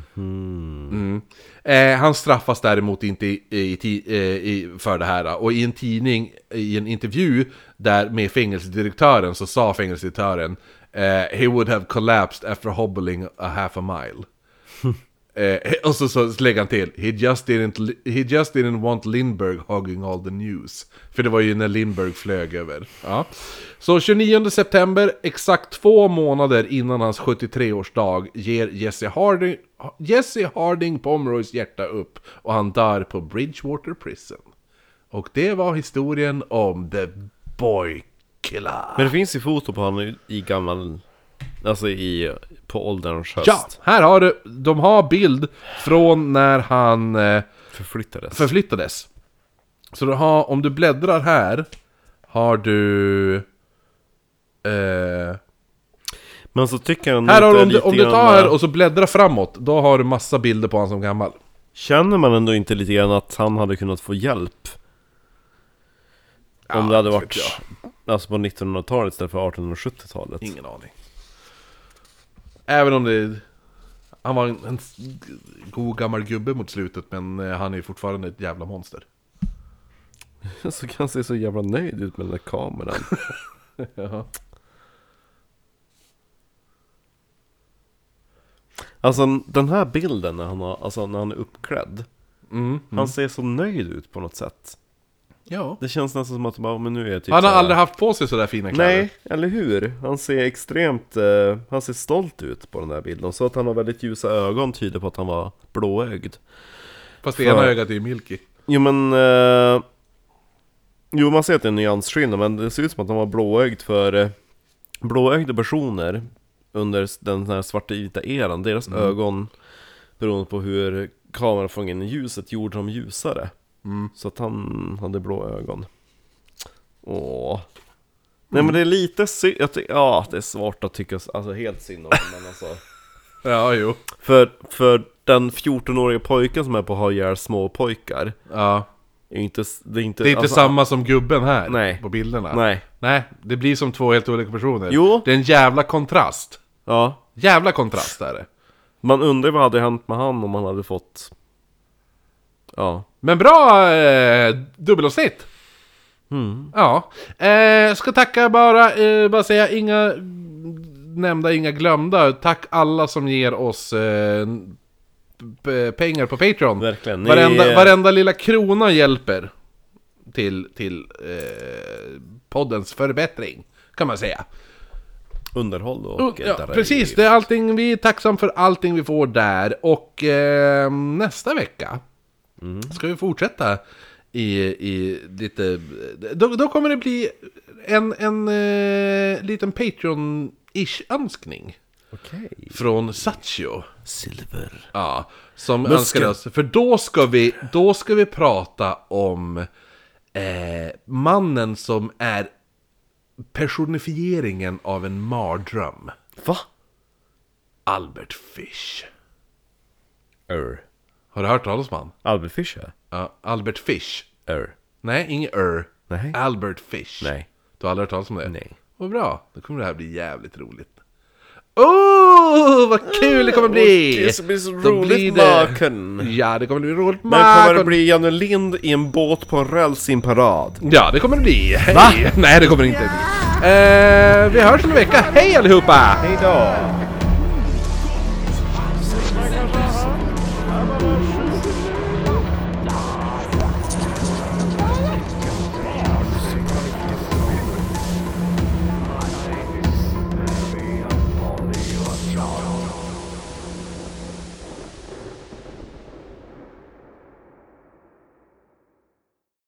Han straffas däremot inte för det här. Och i en tidning, i en intervju där med fängelsedirektören, så sa fängelsedirektören he would have collapsed after hobbling a half a mile. Och så lägger han till he just didn't want Lindbergh hogging all the news. För det var ju när Lindbergh flög över. Ja. Så 29 september, exakt 2 månader innan hans 73-årsdag, ger Jesse Harding Pomeroys hjärta upp och han dör på Bridgewater Prison. Och det var historien om The Boy Killer. Men det finns ju foto på honom i gammal... Alltså på ålderns höst. Ja, här har du... De har bild från när han förflyttades. Så du har, om du bläddrar här, har du... Men så tycker jag här har du, om du tar här och så bläddrar framåt, då har du massa bilder på han som gammal. Känner man ändå inte lite grann att han hade kunnat få hjälp? Om det hade varit alltså på 1900-talet istället för 1870-talet. Ingen aning. Även om han var en god gammal gubbe mot slutet, men han är fortfarande ett jävla monster. Så kan han se så jävla nöjd ut med den där kameran. Jaha. Alltså den här bilden när han är uppklädd. Han ser så nöjd ut på något sätt. Ja. Det känns nästan som att men nu är typ han har aldrig haft på sig så där fina kläder. Nej, eller hur? Han ser extremt han ser stolt ut på den där bilden. Så att han har väldigt ljusa ögon tyder på att han var blåögd. Fast det ena ögat är ju milky. Jo men man ser att det är en nyansskillnad, men det ser ut som att han var blåögd för blåögda personer under den här svartvita eran. Deras ögon, beroende på hur kameran fångade in ljuset, gjorde dem ljusare. Så att han hade blå ögon. Nej men det är lite det är svårt att tycka alltså helt synd om, men alltså. Ja, jo. För den 14-åriga pojken som är på har ihjäl små pojkar. Ja. Det är inte alltså, samma som gubben här. Nej. På bilderna. Nej, det blir som 2 helt olika personer. Jo. Det är en jävla kontrast. Ja. Jävla kontrast är det. Man undrar vad hade hänt med han om man hade fått... Ja. Men bra dubbelavsnitt! Ja. Ska tacka bara säga inga nämnda, inga glömda. Tack alla som ger oss pengar på Patreon. Verkligen. Varenda lilla krona hjälper till poddens förbättring, kan man säga. Underhåll och ja, precis, det är allting, vi är tacksam för allting vi får där. Och nästa vecka ska vi fortsätta i lite... Då kommer det bli en liten Patreon-ish önskning. Okej. Från Satchio Silver. Ja, som önskar oss. För då ska vi prata om mannen som är personifieringen av en mardröm. Va? Albert Fish. Har du hört talas om han? Albert Fischer? Ja, Albert Fish. Er. Nej, ingen Nej. Albert Fish. Nej. Du har aldrig hört talas om det? Nej. Vad bra, då kommer det här bli jävligt roligt. Vad kul det kommer bli! Det ska bli så Då roligt, blir det- Maken. Ja, det kommer bli roligt. Men kommer det bli Janne Lind i en båt på en räls i en parad? Ja, det kommer det bli. Hej. Nej, det kommer det inte bli. Vi hörs om en vecka. Hej allihopa! Hej då!